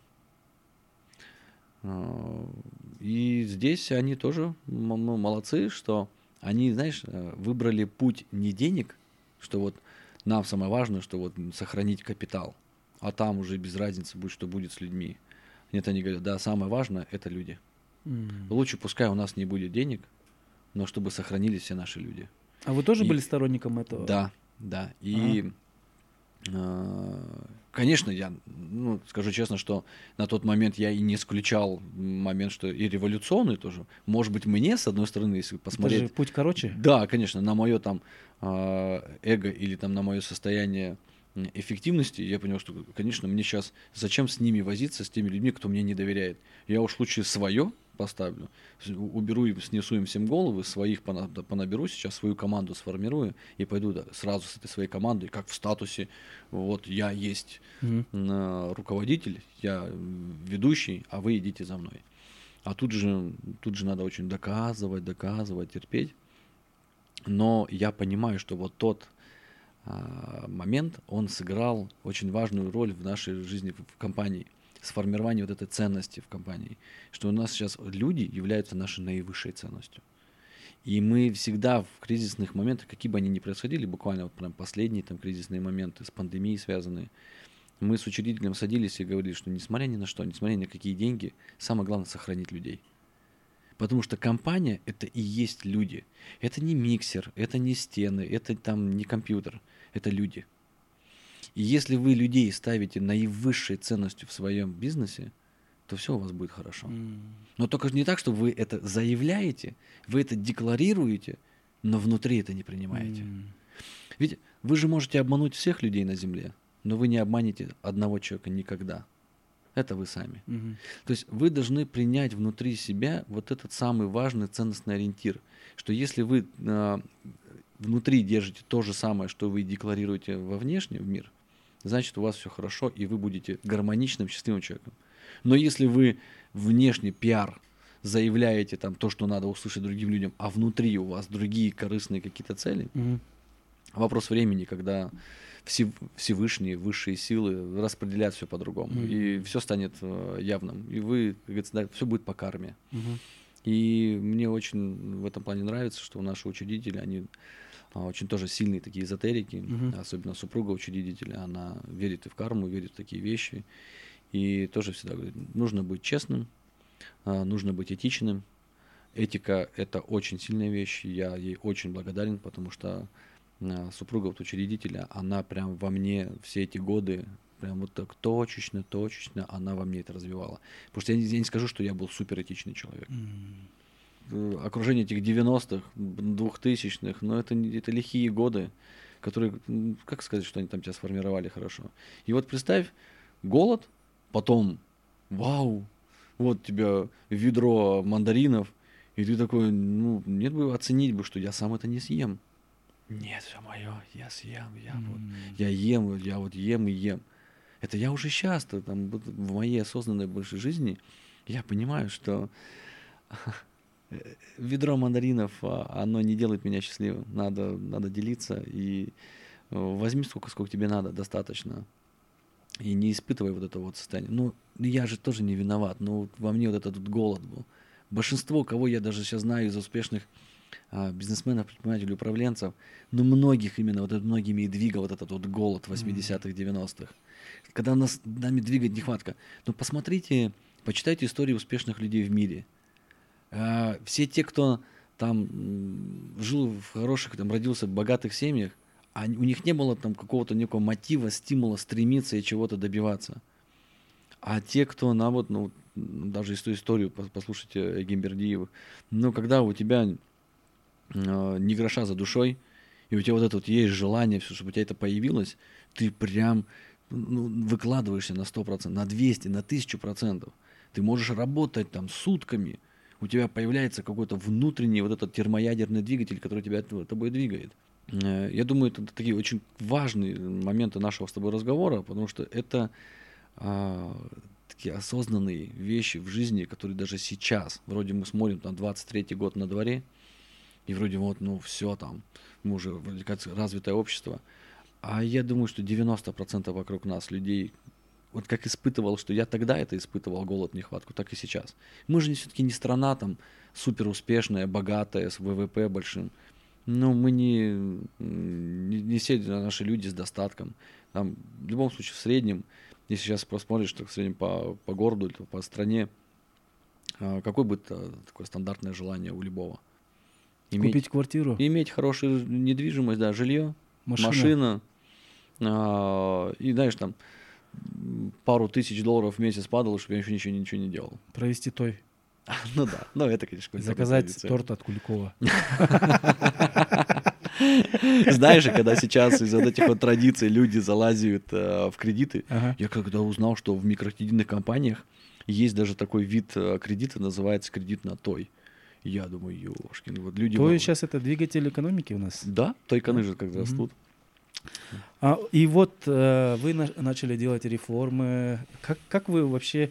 И здесь они тоже молодцы, что они, знаешь, выбрали путь не денег, что вот нам самое важное, что вот сохранить капитал, а там уже без разницы будет, что будет с людьми. Нет, они говорят, да, самое важное – это люди. Лучше пускай у нас не будет денег, но чтобы сохранились все наши люди. А вы тоже были сторонником этого? Да. И... Конечно, я скажу честно, что на тот момент я и не исключал момент, что и революционный тоже. Может быть, мне, с одной стороны, если посмотреть... Это же путь короче? Да, конечно, на мое там эго или там на мое состояние эффективности, я понял, что, конечно, мне сейчас зачем с ними возиться, с теми людьми, кто мне не доверяет. Я уж лучше свое поставлю, уберу им, снесу им всем головы, своих понаберу сейчас, свою команду сформирую и пойду сразу с этой своей командой, как в статусе, вот я есть руководитель, я ведущий, а вы идите за мной. А тут же надо очень доказывать, терпеть. Но я понимаю, что вот тот момент, он сыграл очень важную роль в нашей жизни в компании, сформирование вот этой ценности в компании, что у нас сейчас люди являются нашей наивысшей ценностью. И мы всегда в кризисных моментах, какие бы они ни происходили, буквально вот прям последние там кризисные моменты с пандемией связанные, мы с учредителем садились и говорили, что несмотря ни на что, несмотря ни на какие деньги, самое главное сохранить людей. Потому что компания — это и есть люди. Это не миксер, это не стены, это там не компьютер, это люди. И если вы людей ставите наивысшей ценностью в своем бизнесе, то все у вас будет хорошо. Но только не так, что вы это заявляете, вы это декларируете, но внутри это не принимаете. Ведь вы же можете обмануть всех людей на земле, но вы не обманете одного человека никогда. Это вы сами. То есть вы должны принять внутри себя вот этот самый важный ценностный ориентир, что если вы внутри держите то же самое, что вы декларируете во внешний в мир, значит у вас все хорошо, и вы будете гармоничным, счастливым человеком. Но если вы внешне пиар заявляете там то, что надо услышать другим людям, а внутри у вас другие корыстные какие-то цели, вопрос времени, когда Всевышние, высшие силы распределят все по-другому, и все станет явным, и вы, как говорится, да, все будет по карме. И мне очень в этом плане нравится, что наши учредители, они очень тоже сильные такие эзотерики, особенно супруга учредителя, она верит и в карму, верит в такие вещи, и тоже всегда говорит, нужно быть честным, нужно быть этичным. Этика — это очень сильная вещь, я ей очень благодарен, потому что супруга вот учредителя, она прям во мне все эти годы прям вот так точечно, она во мне это развивала. Потому что я не скажу, что я был супер этичный человек. Окружение этих 90-х, 2000-х, но это лихие годы, которые, как сказать, что они там тебя сформировали хорошо. И вот представь, голод, потом, вау, вот у тебя ведро мандаринов, и ты такой, ну, нет бы оценить бы, что я сам это не съем. Нет, все мое, я съем, я ем, я вот ем и ем. Это я уже часто, там, в моей осознанной большей жизни, я понимаю, что ведро мандаринов, оно не делает меня счастливым. Надо делиться, и возьми сколько тебе надо, достаточно. И не испытывай вот это вот состояние. Ну, я же тоже не виноват, но во мне вот этот голод был. Большинство, кого я даже сейчас знаю из успешных бизнесменов, предпринимателей, управленцев, но многих именно, вот это многими и двигал вот этот вот голод 80-х, 90-х. Когда нами двигает нехватка. Но посмотрите, почитайте истории успешных людей в мире. Все те, кто там жил в хороших, там родился в богатых семьях, у них не было там какого-то некого мотива, стимула стремиться и чего-то добиваться. А те, кто даже эту историю послушайте Эгембердиевых, когда у тебя ни гроша за душой, и у тебя вот это вот есть желание, все, чтобы у тебя это появилось, ты прям выкладываешься на 100%, на 200%, на 1000%. Ты можешь работать там сутками, у тебя появляется какой-то внутренний вот этот термоядерный двигатель, который тебя тобой двигает. Я думаю, это такие очень важные моменты нашего с тобой разговора, потому что это такие осознанные вещи в жизни, которые даже сейчас, вроде мы смотрим, там 23-й год на дворе, и вроде вот, все там, мы уже вроде как развитое общество. А я думаю, что 90% вокруг нас людей, вот как испытывал, что я тогда это испытывал, голод, нехватку, так и сейчас. Мы же все-таки не страна там супер успешная, богатая, с ВВП большим. Но мы не все наши люди с достатком. Там, в любом случае, в среднем, если сейчас посмотришь, что в среднем по городу или по стране, какое будет такое стандартное желание у любого? Купить квартиру. Иметь хорошую недвижимость, да, жилье, машина. И, знаешь, там пару тысяч долларов в месяц падало, чтобы я еще ничего не делал. Провести той. Ну да, это, конечно, заказать торт от Куликова. Знаешь, когда сейчас из вот этих вот традиций люди залазят в кредиты, я когда узнал, что в микрокредитных компаниях есть даже такой вид кредита, называется кредит на той. Я думаю, ёшкин, вот люди... То сейчас это двигатель экономики у нас? Да, тойканы же как растут. И вот вы начали делать реформы. Как вы вообще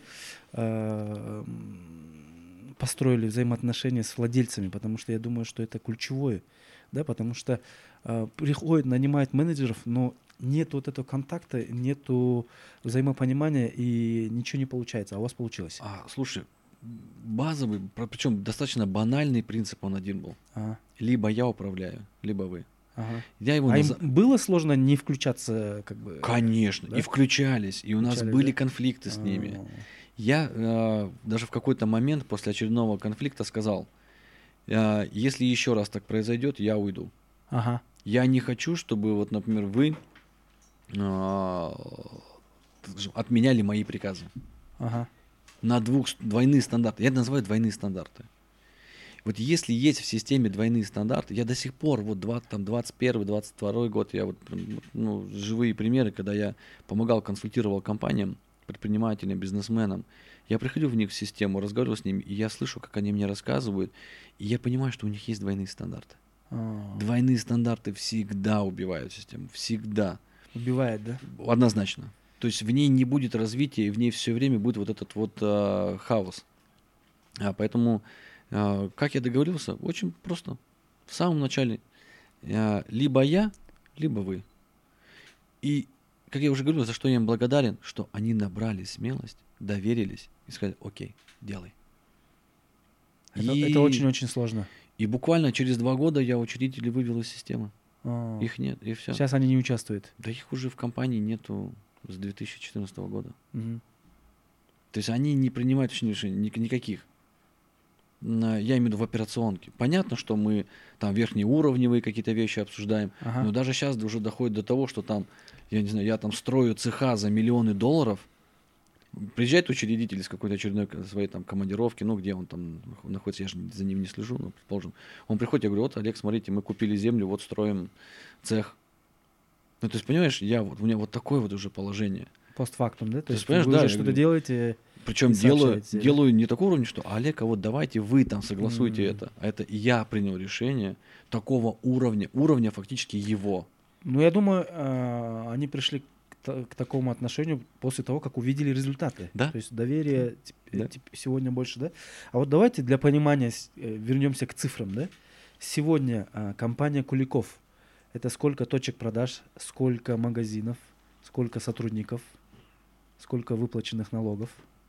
построили взаимоотношения с владельцами? Потому что я думаю, что это ключевое. да, потому что приходят, нанимают менеджеров, но нет вот этого контакта, нету взаимопонимания и ничего не получается, а у вас получилось. Слушай, базовый, причем достаточно банальный принцип он один был. Ага. Либо я управляю, либо вы. Ага. Я его им было сложно не включаться, как бы? Конечно, да? И включались, и у нас были конфликты с ними. Я даже в какой-то момент после очередного конфликта сказал, если еще раз так произойдет, я уйду. Ага. Я не хочу, чтобы, вот, например, вы отменяли мои приказы. Ага. На двойные стандарты. Я это называю двойные стандарты. Вот если есть в системе двойные стандарты, я до сих пор, вот 21-22 год, я вот, живые примеры, когда я помогал, консультировал компаниям, предпринимателям, бизнесменам, я приходил в них в систему, разговаривал с ними, и я слышу, как они мне рассказывают, и я понимаю, что у них есть двойные стандарты. Двойные стандарты всегда убивают систему, всегда. Убивает, да? Однозначно. То есть в ней не будет развития, и в ней все время будет вот этот вот хаос. Поэтому, как я договорился, очень просто. В самом начале либо я, либо вы. И, как я уже говорил, за что я им благодарен, что они набрали смелость, доверились и сказали, окей, делай. Это очень-очень сложно. И буквально через 2 года я учредителей вывел из системы. Их нет, и все. Сейчас они не участвуют? Да их уже в компании нету с 2014 года. Угу. То есть они не принимают решений никаких. Я имею в виду в операционке. Понятно, что мы там верхнеуровневые какие-то вещи обсуждаем, но даже сейчас уже доходит до того, что там, я не знаю, я там строю цеха за миллионы долларов, приезжает учредитель из какой-то очередной своей там командировки, где он там находится, я же за ним не слежу, но предположим. Он приходит, я говорю, вот, Олег, смотрите, мы купили землю, вот строим цех. То есть, понимаешь, у меня вот такое вот уже положение. Постфактум, да? То есть, понимаешь, вы уже что-то делаете. Причем делаю не такого уровня, что Олег, а вот давайте вы там согласуйте это. А это я принял решение такого уровня фактически его. Я думаю, они пришли к такому отношению после того, как увидели результаты. Да? То есть доверие сегодня больше, да? А вот давайте для понимания вернемся к цифрам, да? Сегодня компания Куликов — это сколько точек продаж, сколько магазинов, сколько сотрудников, сколько выплаченных налогов?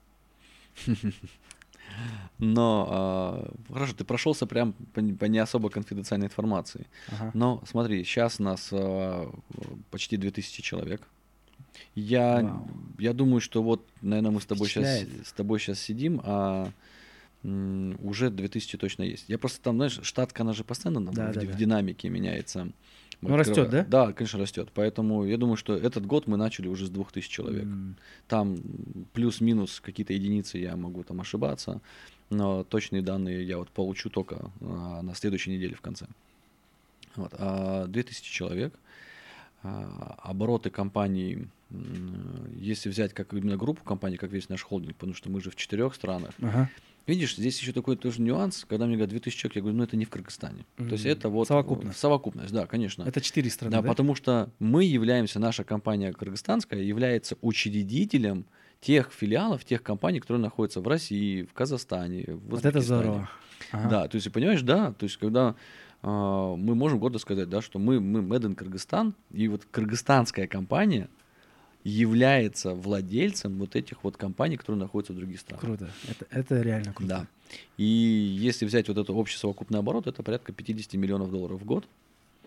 Но хорошо, ты прошелся прям по не особо конфиденциальной информации. Ага. Но смотри, сейчас нас почти 2000 человек. Я думаю, что вот, наверное, мы с тобой сейчас сидим, а уже 2000 точно есть. Я просто там, знаешь, штатка, она же постоянно в динамике меняется. Растет, да? Да, конечно, растет. Поэтому я думаю, что этот год мы начали уже с 2000 человек. Там плюс-минус какие-то единицы я могу там ошибаться, но точные данные я вот получу только на следующей неделе в конце. 2000 человек. Обороты компании, если взять как именно группу компаний, как весь наш холдинг, потому что мы же в 4 странах. Ага. Видишь, здесь еще такой тоже нюанс, когда мне говорят 2000 человек, я говорю, это не в Кыргызстане. То есть это вот совокупность, да, конечно. Это 4 страны, да? Потому что мы являемся, наша компания кыргызстанская является учредителем тех филиалов, тех компаний, которые находятся в России, в Казахстане, в Узбекистане. Вот это здорово. Ага. Да, то есть, понимаешь, да, то есть, когда мы можем гордо сказать, да, что мы Made in Кыргызстан, и вот кыргызстанская компания является владельцем вот этих вот компаний, которые находятся в других странах. Круто. Это реально круто. Да. И если взять вот это общий совокупный оборот, это порядка 50 миллионов долларов в год.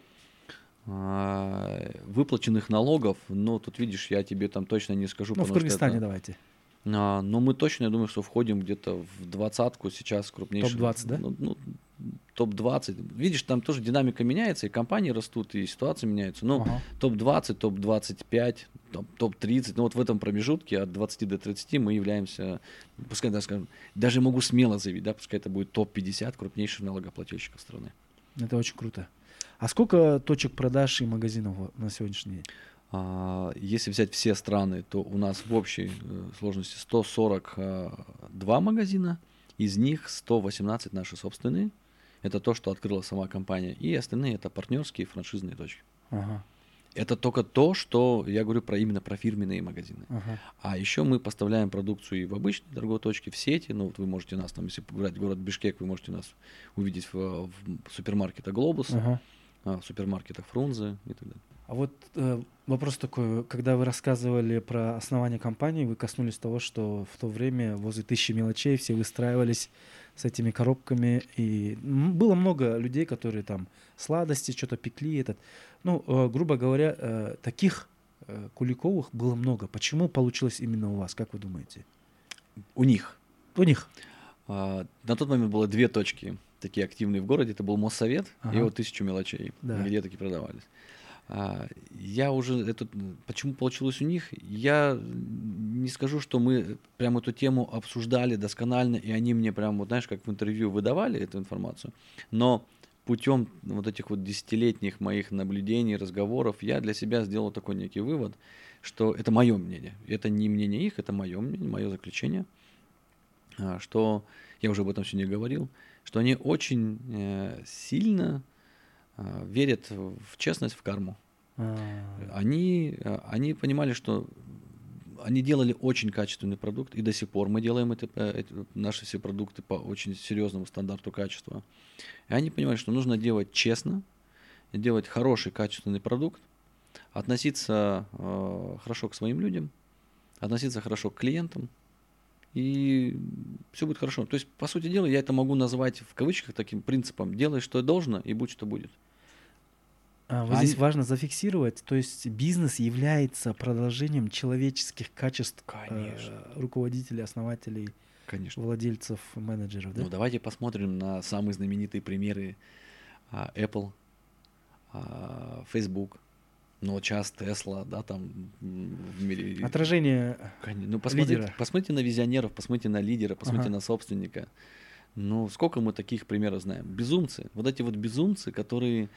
Выплаченных налогов, тут видишь, я тебе там точно не скажу. В Кыргызстане давайте. Но мы точно, я думаю, что входим где-то в 20-ку сейчас крупнейших. Топ-20, да? Топ-20. Видишь, там тоже динамика меняется, и компании растут, и ситуация меняется. Топ-20, топ-25, топ-30. Вот в этом промежутке от 20 до 30 мы являемся, пускай, да, скажем, даже могу смело заявить, да, пускай это будет топ-50 крупнейших налогоплательщиков страны. Это очень круто. А сколько точек продаж и магазинов на сегодняшний день? Если взять все страны, то у нас в общей сложности 142 магазина, из них 118 наши собственные. Это то, что открыла сама компания. И остальные это партнерские франшизные точки. Ага. Это только то, что я говорю именно про фирменные магазины. Ага. А еще мы поставляем продукцию и в обычные торговые точки, в сети. Вот вы можете нас там, если брать город Бишкек, вы можете нас увидеть в супермаркете Глобус. Ага. в супермаркетах Фрунзе и так далее. А вот вопрос такой, когда вы рассказывали про основание компании, вы коснулись того, что в то время возле 1000 мелочей все выстраивались с этими коробками, и было много людей, которые там сладости что-то пекли. Грубо говоря, таких Куликовых было много. Почему получилось именно у вас, как вы думаете? У них. У них. На тот момент было 2 точки такие активные в городе. Это был Моссовет и вот 1000 мелочей, где такие продавались. Почему получилось у них, я не скажу, что мы прям эту тему обсуждали досконально, и они мне прям, вот знаешь, как в интервью выдавали эту информацию, но путем вот этих вот десятилетних моих наблюдений, разговоров, я для себя сделал такой некий вывод, что это мое мнение, это не мнение их, это мое мнение, мое заключение, что, я уже об этом сегодня говорил, что они очень сильно верят в честность, в карму. Они понимали, что они делали очень качественный продукт, и до сих пор мы делаем наши все продукты по очень серьезному стандарту качества. И они понимали, что нужно делать честно, делать хороший качественный продукт, относиться хорошо к своим людям, относиться хорошо к клиентам, и все будет хорошо. То есть, по сути дела, я это могу назвать в кавычках таким принципом: делай, что должно, и будь, что будет. Здесь важно зафиксировать, то есть бизнес является продолжением человеческих качеств руководителей, основателей, конечно, владельцев, менеджеров. Да? Ну, давайте посмотрим на самые знаменитые примеры Apple, Facebook, ну, сейчас Tesla, да, там в мире. Отражение лидера. Посмотрите на визионеров, посмотрите на лидера, посмотрите на собственника. Ну, сколько мы таких примеров знаем? Безумцы. Вот эти вот безумцы, которые...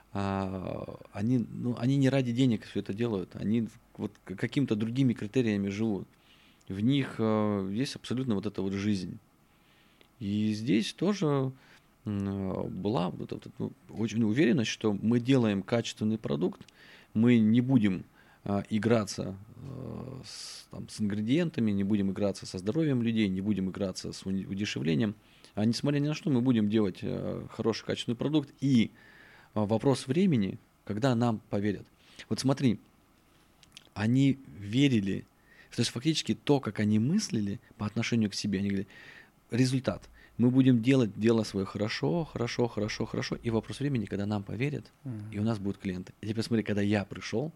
они не ради денег все это делают, они вот какими-то другими критериями живут. В них есть абсолютно вот эта вот жизнь. И здесь тоже была очень уверенность, что мы делаем качественный продукт, мы не будем играться с ингредиентами, не будем играться со здоровьем людей, не будем играться с удешевлением, а несмотря ни на что мы будем делать хороший качественный продукт, и вопрос времени, когда нам поверят. Вот смотри, они верили, то есть фактически то, как они мыслили по отношению к себе, они говорили: результат, мы будем делать дело свое хорошо, и вопрос времени, когда нам поверят, и у нас будут клиенты. И теперь смотри, когда я пришел,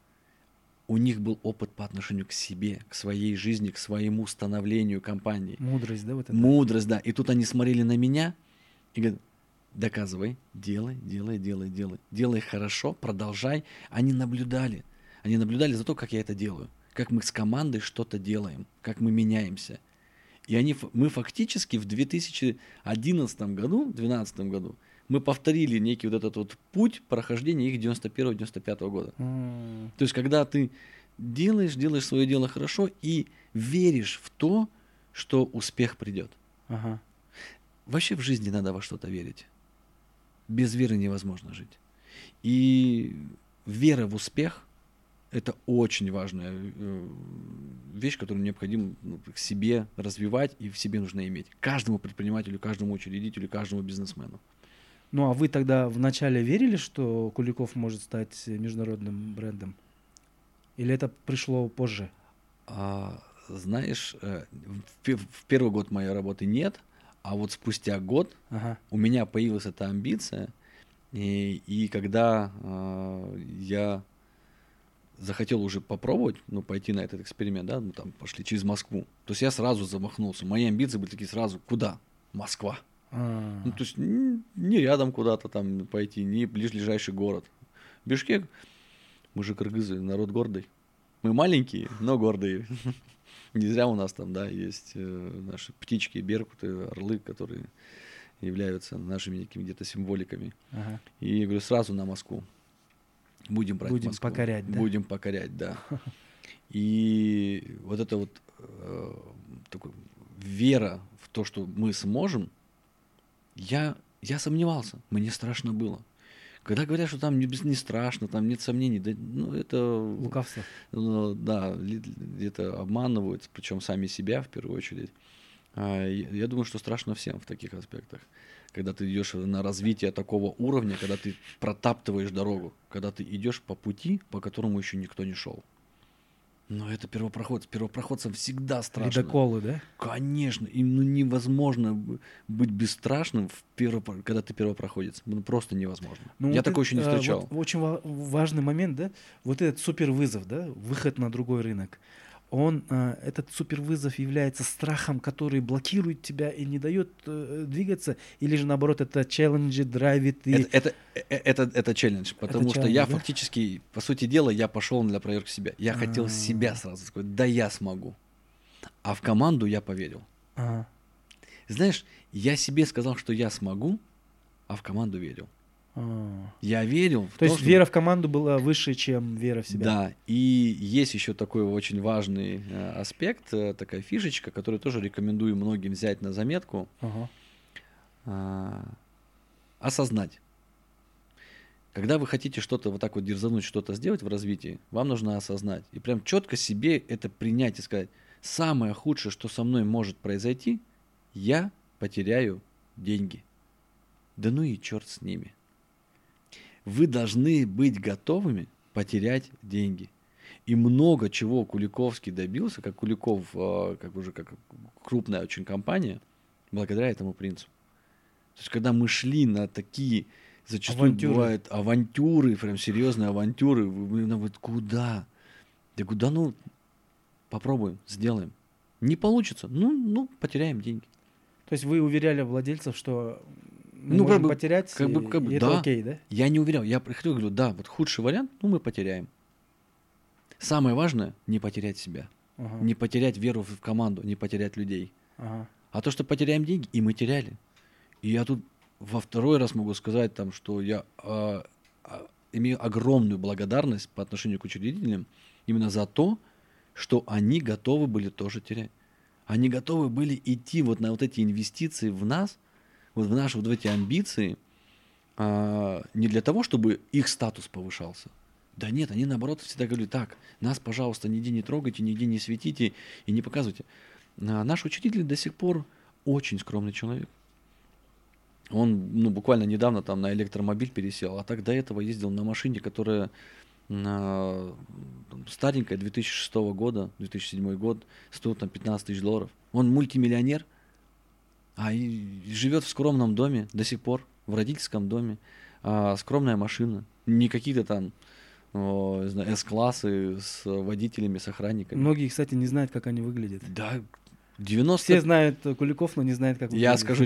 у них был опыт по отношению к себе, к своей жизни, к своему становлению компании. Мудрость, да? Вот это? Мудрость, да. И тут они смотрели на меня и говорят: доказывай, делай. Делай хорошо, продолжай. Они наблюдали за то, как я это делаю, как мы с командой что-то делаем, как мы меняемся. И мы фактически в 2011 году, 2012 году, мы повторили некий вот этот вот путь прохождения их 91-95 года. То есть, когда ты делаешь свое дело хорошо и веришь в то, что успех придет. Ага. Вообще в жизни надо во что-то верить. Без веры невозможно жить. И вера в успех – это очень важная вещь, которую необходимо к себе развивать и в себе нужно иметь. Каждому предпринимателю, каждому учредителю, каждому бизнесмену. Ну, а вы тогда вначале верили, что Куликов может стать международным брендом? Или это пришло позже? Знаешь, в первый год моей работы нет, а вот спустя год у меня появилась эта амбиция, и когда я захотел уже попробовать, пойти на этот эксперимент, да, мы там пошли через Москву, то есть я сразу замахнулся. Мои амбиции были такие сразу: куда? Москва. То есть не рядом куда-то там пойти, не ближайший город. Бишкек, мы же кыргызы, народ гордый. Мы маленькие, но гордые. Не зря у нас там, да, есть наши птички, беркуты, орлы, которые являются нашими где-то символиками. И я говорю: сразу на Москву. Будем брать Москву. Будем покорять, да? Будем покорять, да. И вот это вот такая вера в то, что мы сможем, я сомневался, мне страшно было. Когда говорят, что там не страшно, там нет сомнений, да, это... Лукавство. Да, где-то обманывают, причем сами себя в первую очередь. Я думаю, что страшно всем в таких аспектах. Когда ты идешь на развитие такого уровня, когда ты протаптываешь дорогу, когда ты идешь по пути, по которому еще никто не шел. Но это первопроходцы. Первопроходцам всегда страшно. Ледоколы, да? Конечно. Им невозможно быть бесстрашным, когда ты первопроходец. Просто невозможно. Я вот такой еще не встречал. Вот очень важный момент, да? Вот этот супервызов, да? Выход на другой рынок. Этот супервызов является страхом, который блокирует тебя и не дает двигаться, или же наоборот это челленджи, драйвит? Это челлендж, потому что я фактически, по сути дела, я пошел для проверки себя. Я хотел себя сразу сказать, да я смогу. А в команду я поверил. Знаешь, я себе сказал, что я смогу, а в команду верил. Я верил в то есть вера в команду была выше, чем вера в себя. Да, и есть еще такой очень важный аспект, такая фишечка, которую тоже рекомендую многим взять на заметку. Осознать. Когда вы хотите что-то вот так вот дерзануть, что-то сделать в развитии, вам нужно осознать. И прям четко себе это принять и сказать, самое худшее, что со мной может произойти, я потеряю деньги. Да ну и черт с ними. Вы должны быть готовыми потерять деньги. И много чего Куликовский добился, как Куликов, как крупная очень компания, благодаря этому принципу. То есть, когда мы шли на такие, зачастую бывают авантюры, прям серьезные авантюры, вы говорите, куда? Да куда, попробуем, сделаем. Не получится, потеряем деньги. То есть вы уверяли владельцев, что мы можем потерять, и это да, окей, да? Я не уверял, я приходил и говорю, да, вот худший вариант, мы потеряем. Самое важное, не потерять себя, не потерять веру в команду, не потерять людей. А то, что потеряем деньги, и мы теряли. И я тут во второй раз могу сказать, что я имею огромную благодарность по отношению к учредителям именно за то, что они готовы были тоже терять. Они готовы были идти вот на вот эти инвестиции в нас, вот в наши вот эти амбиции, не для того, чтобы их статус повышался. Да нет, они наоборот всегда говорили, так, нас, пожалуйста, нигде не трогайте, нигде не светите и не показывайте. Наш учредитель до сих пор очень скромный человек. Он буквально недавно там на электромобиль пересел, а так до этого ездил на машине, которая старенькая, 2006 года, 2007 год, стоит там $15 тысяч. Он мультимиллионер, и живет в скромном доме до сих пор, в родительском доме. Скромная машина, не какие-то там С-классы с водителями, с охранниками. Многие, кстати, не знают, как они выглядят. Да, 90... Все знают Куликов, но не знают, как выглядят. Я скажу,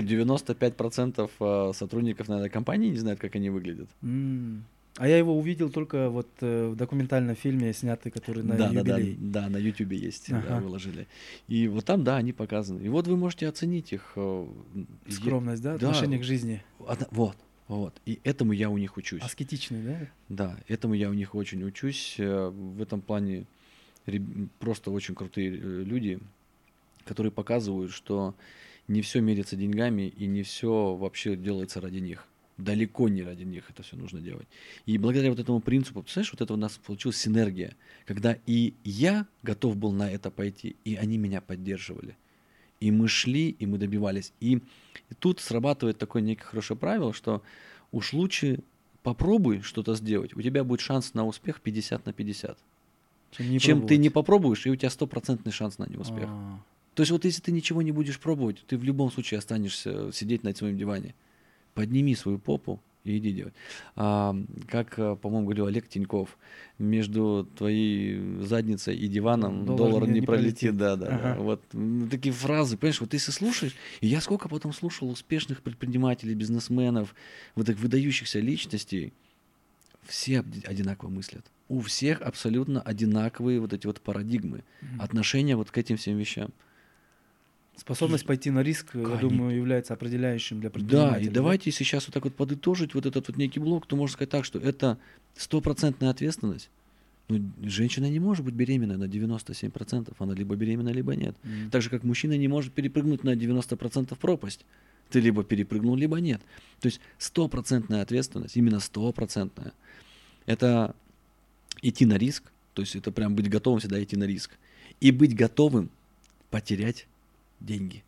95% сотрудников на этой компании не знают, как они выглядят. А я его увидел только вот в документальном фильме, снятый, который на юбилей. Да, на Ютубе есть, выложили. И вот там, да, они показаны. И вот вы можете оценить их... Скромность, да? Отношение к жизни. Вот. И этому я у них учусь. Аскетичный, да? Да, этому я у них очень учусь. В этом плане просто очень крутые люди, которые показывают, что не все мерится деньгами и не все вообще делается ради них. Далеко не ради них это все нужно делать. И благодаря вот этому принципу, представляешь, вот это у нас получилась синергия, когда и я готов был на это пойти, и они меня поддерживали. И мы шли, и мы добивались. И тут срабатывает такое некое хорошее правило, что уж лучше попробуй что-то сделать, у тебя будет шанс на успех 50/50. Чем ты не попробуешь, и у тебя 100% шанс на неуспех. То есть вот если ты ничего не будешь пробовать, ты в любом случае останешься сидеть на своем диване. Подними свою попу и иди делать. Как, по-моему, говорил Олег Тиньков, между твоей задницей и диваном доллар не пролетит. Да. Вот такие фразы, понимаешь, вот если слушаешь, и я сколько потом слушал успешных предпринимателей, бизнесменов, вот таких выдающихся личностей, все одинаково мыслят. У всех абсолютно одинаковые вот эти вот парадигмы, отношения вот к этим всем вещам. Способность пойти на риск, я думаю, является определяющим для предпринимателя. Да, и давайте если сейчас вот так вот подытожить вот этот вот некий блок, то можно сказать так, что это 100% ответственность. Женщина не может быть беременной на 97%, она либо беременна, либо нет. Так же, как мужчина не может перепрыгнуть на 90% пропасть. Ты либо перепрыгнул, либо нет. То есть 100% ответственность, именно 100%. Это идти на риск, то есть это прям быть готовым всегда идти на риск. И быть готовым потерять деньги.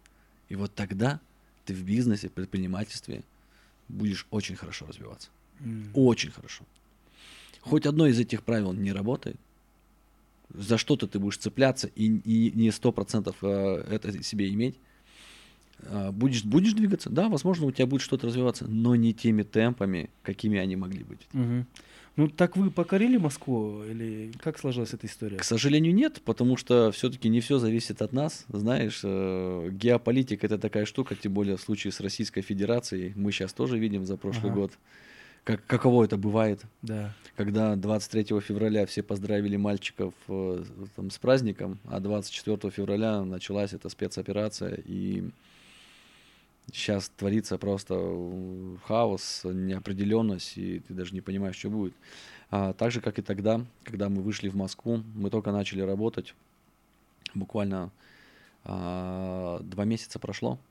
И вот тогда ты в бизнесе, в предпринимательстве будешь очень хорошо развиваться. Очень хорошо. Хоть одно из этих правил не работает, за что-то ты будешь цепляться и не 100% это себе иметь. Будешь двигаться, да, возможно, у тебя будет что-то развиваться, но не теми темпами, какими они могли быть. Ну, так вы покорили Москву или как сложилась эта история? К сожалению, нет, потому что все-таки не все зависит от нас. Знаешь, геополитика — это такая штука, тем более в случае с Российской Федерацией. Мы сейчас тоже видим за прошлый год, каково это бывает. Да. Когда 23 февраля все поздравили мальчиков с праздником, а 24 февраля началась эта спецоперация, и сейчас творится просто хаос, неопределенность, и ты даже не понимаешь, что будет. Так же, как и тогда, когда мы вышли в Москву, мы только начали работать, буквально 2 месяца прошло,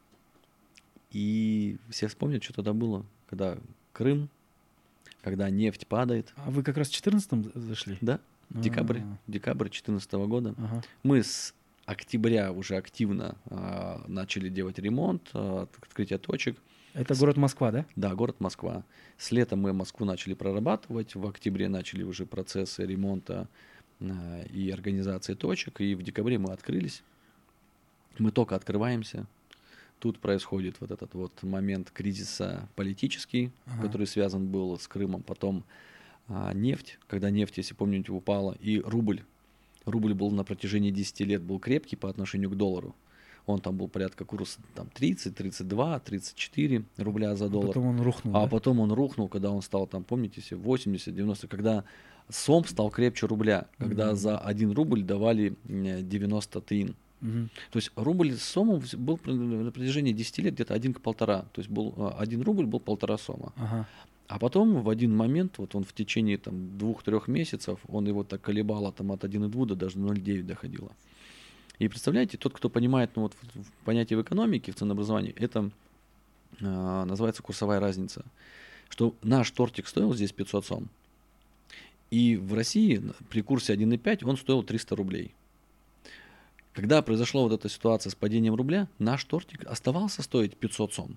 и все вспомнят, что тогда было, когда Крым, когда нефть падает. А вы как раз в 2014 зашли? Да, декабрь 2014 года. Мы с октября уже активно начали делать ремонт, открытие точек. Это город Москва, да? Да, город Москва. С лета мы Москву начали прорабатывать, в октябре начали уже процессы ремонта и организации точек, и в декабре мы открылись. Мы только открываемся. Тут происходит вот этот вот момент кризиса политический, который связан был с Крымом. Потом нефть, когда нефть, если помните, упала, и рубль. Рубль был на протяжении 10 лет был крепкий по отношению к доллару. Он там был порядка курса там, 30, 32, 34 рубля за доллар. Потом он рухнул. А потом он рухнул, когда он стал, там, помните, 80, 90, когда сом стал крепче рубля, когда за 1 рубль давали 90 тыин. То есть рубль с сомом был на протяжении 10 лет где-то 1 к 1,5. То есть был 1 рубль был 1,5 сома. А потом в один момент, вот он в течение там 2-3 месяцев, он его так колебало там, от 1,2 до даже 0,9 доходило. И представляете, тот, кто понимает ну, вот, понятие в экономике, в ценообразовании, это называется курсовая разница. Что наш тортик стоил здесь 500 сом. И в России при курсе 1,5 он стоил 300 рублей. Когда произошла вот эта ситуация с падением рубля, наш тортик оставался стоить 500 сом.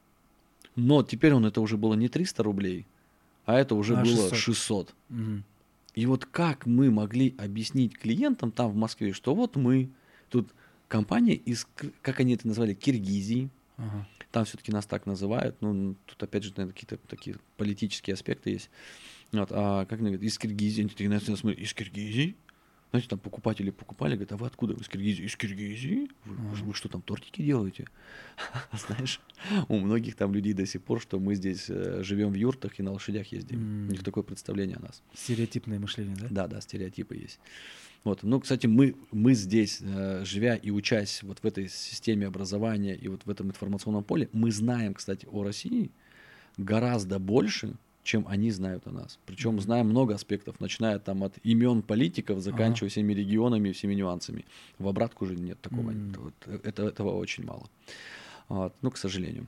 Но теперь это уже было не 300 рублей, а это уже было 600. И вот как мы могли объяснить клиентам там в Москве, что вот мы, тут компания из, как они это назвали, Киргизии, там все-таки нас так называют, ну, тут опять же, наверное, какие-то такие политические аспекты есть. Вот, а как они говорят, из Киргизии, они такие, смотрят, из Киргизии? Знаете, там покупатели покупали, говорят, а вы откуда? Из Киргизии. Из Киргизии? Вы что, там тортики делаете? Знаешь, у многих там людей до сих пор, что мы здесь живем в юртах и на лошадях ездим. У них такое представление о нас. Стереотипное мышление, да? Да, стереотипы есть. Вот. Ну, кстати, мы здесь, живя и учась вот в этой системе образования и вот в этом информационном поле, мы знаем, кстати, о России гораздо больше, чем они знают о нас. Причем знаем много аспектов, начиная там от имен политиков, заканчивая всеми регионами и всеми нюансами. В обратку же нет такого. Этого очень мало. Вот. Ну, к сожалению.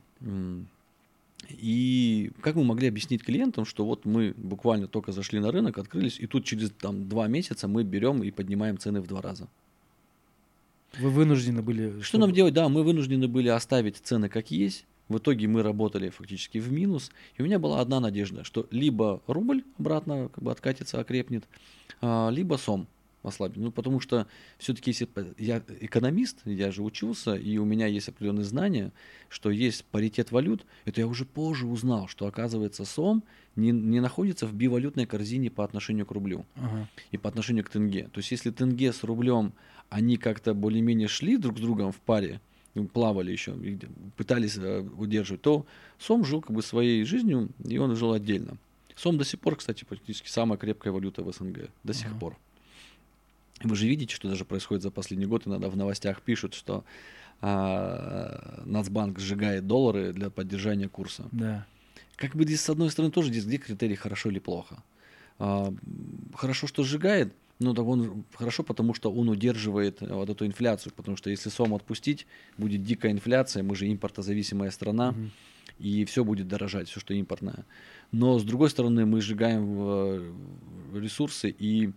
И как мы могли объяснить клиентам, что вот мы буквально только зашли на рынок, открылись, и тут через там, 2 месяца мы берем и поднимаем цены в 2 раза. Вы вынуждены были... Что нам делать? Да, мы вынуждены были оставить цены как есть. В итоге мы работали фактически в минус. И у меня была одна надежда, что либо рубль обратно как бы откатится, окрепнет, либо сом ослабит. Ну, потому что все-таки, если я экономист, я же учился, и у меня есть определенные знания, что есть паритет валют. Это я уже позже узнал, что, оказывается, сом не находится в бивалютной корзине по отношению к рублю и по отношению к тенге. То есть, если тенге с рублем, они как-то более-менее шли друг с другом в паре, плавали еще, пытались удерживать, то сом жил как бы своей жизнью, и он жил отдельно. Сом до сих пор, кстати, практически самая крепкая валюта в СНГ. До сих пор. Вы же видите, что даже происходит за последний год. Иногда в новостях пишут, что Нацбанк сжигает доллары для поддержания курса. Да. Как бы здесь, с одной стороны, тоже здесь где критерий хорошо или плохо. Хорошо, что сжигает, ну, так он хорошо, потому что он удерживает вот эту инфляцию, потому что если сом отпустить, будет дикая инфляция, мы же импортозависимая страна, и все будет дорожать, все, что импортное. Но, с другой стороны, мы сжигаем ресурсы, и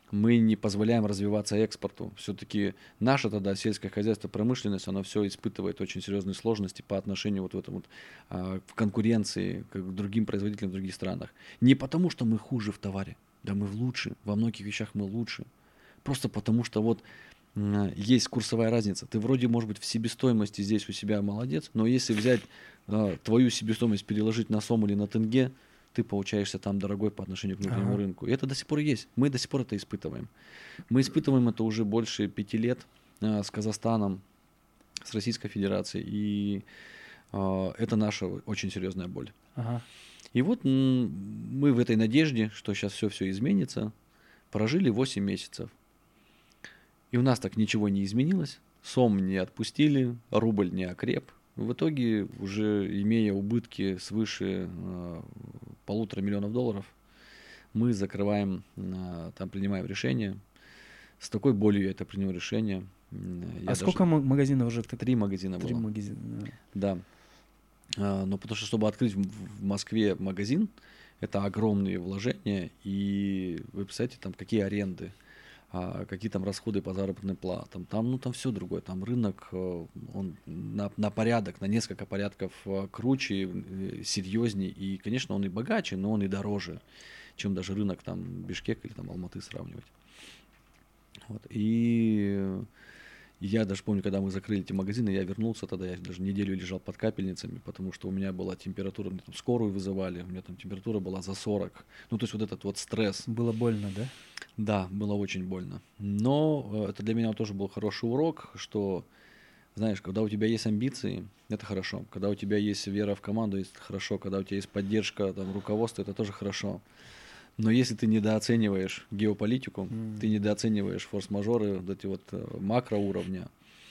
мы не позволяем развиваться экспорту. Все-таки наше тогда сельское хозяйство, промышленность, оно все испытывает очень серьезные сложности по отношению вот в этом вот в конкуренции к другим производителям в других странах. Не потому, что мы хуже в товаре, да мы лучше, во многих вещах мы лучше. Просто потому, что вот есть курсовая разница. Ты вроде, может быть, в себестоимости здесь у себя молодец, но если взять твою себестоимость, переложить на сом или на тенге, ты получаешься там дорогой по отношению к внутреннему рынку. И это до сих пор есть. Мы до сих пор это испытываем. Мы испытываем это уже больше 5 лет с Казахстаном, с Российской Федерацией. И это наша очень серьезная боль. И вот мы в этой надежде, что сейчас все изменится, прожили 8 месяцев. И у нас так ничего не изменилось. Сом не отпустили, рубль не окреп. В итоге, уже имея убытки свыше $1,5 миллиона, мы закрываем, там принимаем решение. С такой болью я это принял решение. Сколько магазинов уже? 3 магазина было. 3 магазина, да. Но потому что, чтобы открыть в Москве магазин, это огромные вложения. И вы представляете, там какие аренды, какие там расходы по заработным платам. Там все другое. Там рынок, он на порядок, на несколько порядков круче, серьезнее. И, конечно, он и богаче, но он и дороже, чем даже рынок там Бишкек или там Алматы сравнивать. Вот. И я даже помню, когда мы закрыли эти магазины, я вернулся тогда, я даже неделю лежал под капельницами, потому что у меня была температура, мне там скорую вызывали, у меня там температура была за 40. Ну, то есть вот этот вот стресс. Было больно, да? Да, было очень больно. Но это для меня тоже был хороший урок, что, знаешь, когда у тебя есть амбиции, это хорошо. Когда у тебя есть вера в команду, это хорошо. Когда у тебя есть поддержка там, руководства, это тоже хорошо. Но если ты недооцениваешь геополитику, ты недооцениваешь форс-мажоры, вот эти вот макроуровня,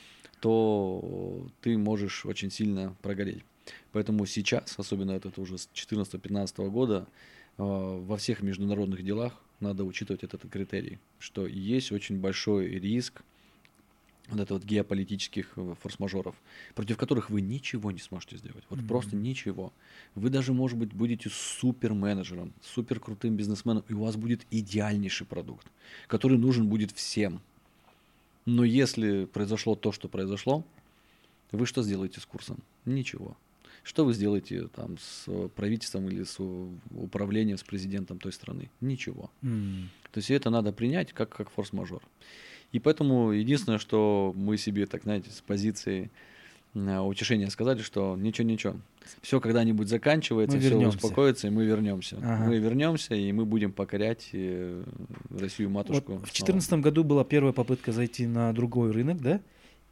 то ты можешь очень сильно прогореть. Поэтому сейчас, особенно это уже с 2014-2015 года, во всех международных делах надо учитывать этот критерий, что есть очень большой риск вот это вот геополитических форс-мажоров, против которых вы ничего не сможете сделать. Вот просто ничего. Вы даже, может быть, будете супер-менеджером, супер-крутым бизнесменом, и у вас будет идеальнейший продукт, который нужен будет всем. Но если произошло то, что произошло, вы что сделаете с курсом? Ничего. Что вы сделаете там с правительством или с управлением, с президентом той страны? Ничего. То есть это надо принять как форс-мажор. И поэтому единственное, что мы себе, так знаете, с позиции утешения сказали, что ничего, все когда-нибудь заканчивается, все успокоится, и мы вернемся. Мы вернемся, и мы будем покорять Россию-матушку. Вот в 2014 году была первая попытка зайти на другой рынок, да?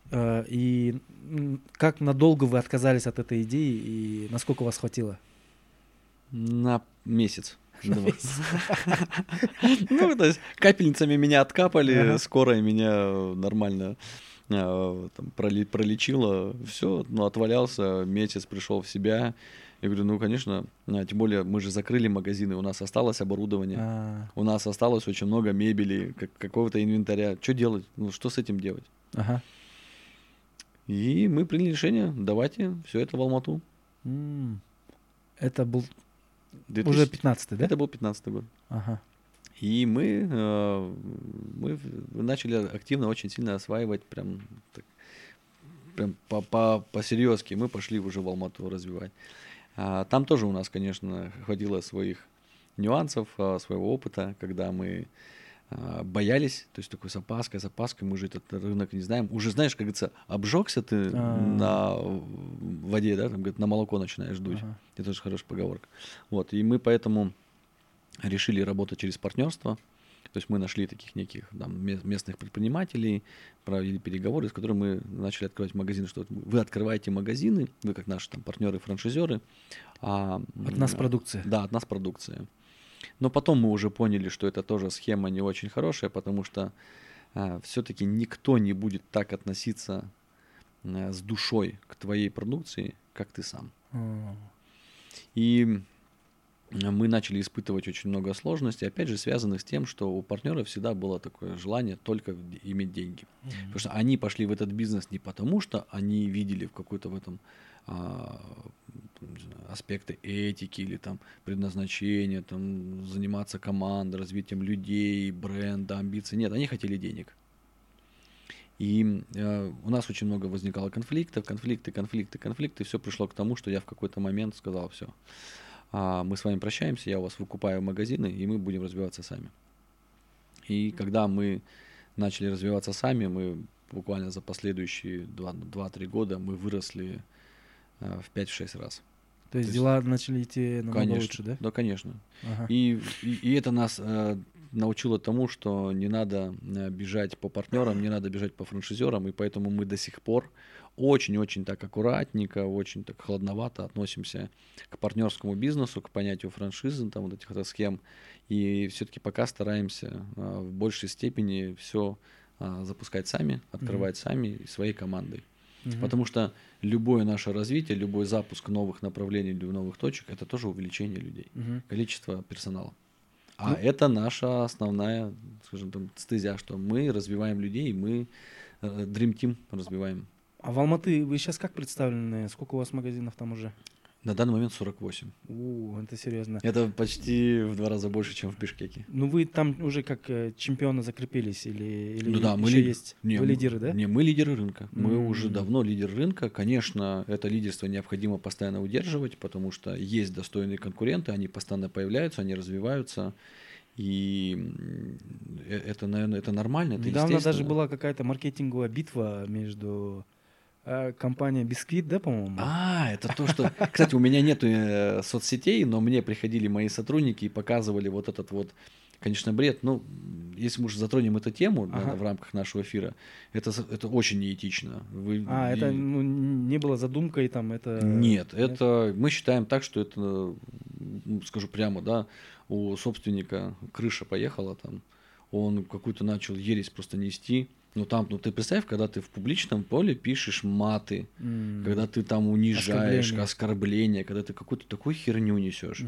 И как надолго вы отказались от этой идеи, и насколько вас хватило? На месяц. Ну, то есть капельницами меня откапали, скорая меня нормально пролечила, все, отвалялся, месяц пришел в себя. Я говорю, ну, конечно, тем более мы же закрыли магазины, у нас осталось оборудование, у нас осталось очень много мебели, какого-то инвентаря. Что делать? Ну, что с этим делать? И мы приняли решение, давайте все это в Алмату. Это был уже 15-й, да? Это был 15-й год. И мы начали активно, очень сильно осваивать, прям по-серьезки. Мы пошли уже в Алмату развивать. Там тоже у нас, конечно, хватило своих нюансов, своего опыта, когда мы боялись, то есть такой с опаской, мы же этот рынок не знаем. Уже знаешь, как говорится, обжегся ты на воде, да, там, говорит, на молоко начинаешь дуть. Это тоже хорошая поговорка. Вот, и мы поэтому решили работать через партнерство. То есть мы нашли таких неких там, местных предпринимателей, провели переговоры, с которыми мы начали открывать магазины, что вы открываете магазины, вы как наши там партнеры-франшизеры. От нас продукция. Да, от нас продукция. Но потом мы уже поняли, что это тоже схема не очень хорошая, потому что все-таки никто не будет так относиться с душой к твоей продукции, как ты сам. И мы начали испытывать очень много сложностей, опять же, связанных с тем, что у партнеров всегда было такое желание только иметь деньги. Потому что они пошли в этот бизнес не потому, что они видели в какой-то в этом аспекты этики или там предназначения, там, заниматься командой, развитием людей, бренда, амбиций. Нет, они хотели денег. И у нас очень много возникало конфликтов, конфликты. Все пришло к тому, что я в какой-то момент сказал: все, мы с вами прощаемся, я у вас выкупаю магазины, и мы будем развиваться сами. И когда мы начали развиваться сами, мы буквально за последующие 2-3 года мы выросли в 5-6 раз. То есть дела начали идти намного конечно, лучше, да? Да, конечно. Ага. И это нас научило тому, что не надо бежать по партнерам, не надо бежать по франшизерам, и поэтому мы до сих пор очень-очень так аккуратненько, очень так холодновато относимся к партнерскому бизнесу, к понятию франшизы, там вот этих вот схем, и все-таки пока стараемся в большей степени все запускать сами, открывать сами своей командой. Потому что любое наше развитие, любой запуск новых направлений, новых точек, это тоже увеличение людей, количество персонала. А это наша основная, скажем там, стезя, что мы развиваем людей, мы Dream Team развиваем. А в Алматы вы сейчас как представлены? Сколько у вас магазинов там уже? На данный момент 48. Это серьезно. Это почти в 2 раза больше, чем в Бишкеке. Ну вы там уже как чемпионы закрепились или Ну да, мы есть? Вы лидеры, да? Не, мы лидеры рынка. Мы уже давно лидер рынка. Конечно, это лидерство необходимо постоянно удерживать, потому что есть достойные конкуренты, они постоянно появляются, они развиваются. И это, наверное, это нормально, это недавно даже была какая-то маркетинговая битва между компанией Бисквит, да, по-моему? Это то, что... Кстати, у меня нету соцсетей, но мне приходили мои сотрудники и показывали вот этот вот, конечно, бред. Ну, если мы уже затронем эту тему в рамках нашего эфира, это очень неэтично. Это не было задумкой там, это... Нет, это мы считаем так, что это, скажу прямо, да, у собственника крыша поехала там, он какую-то начал ересь просто нести. Ну ты представь, когда ты в публичном поле пишешь маты, когда ты там унижаешь, оскорбления, когда ты какую-то такую херню несешь.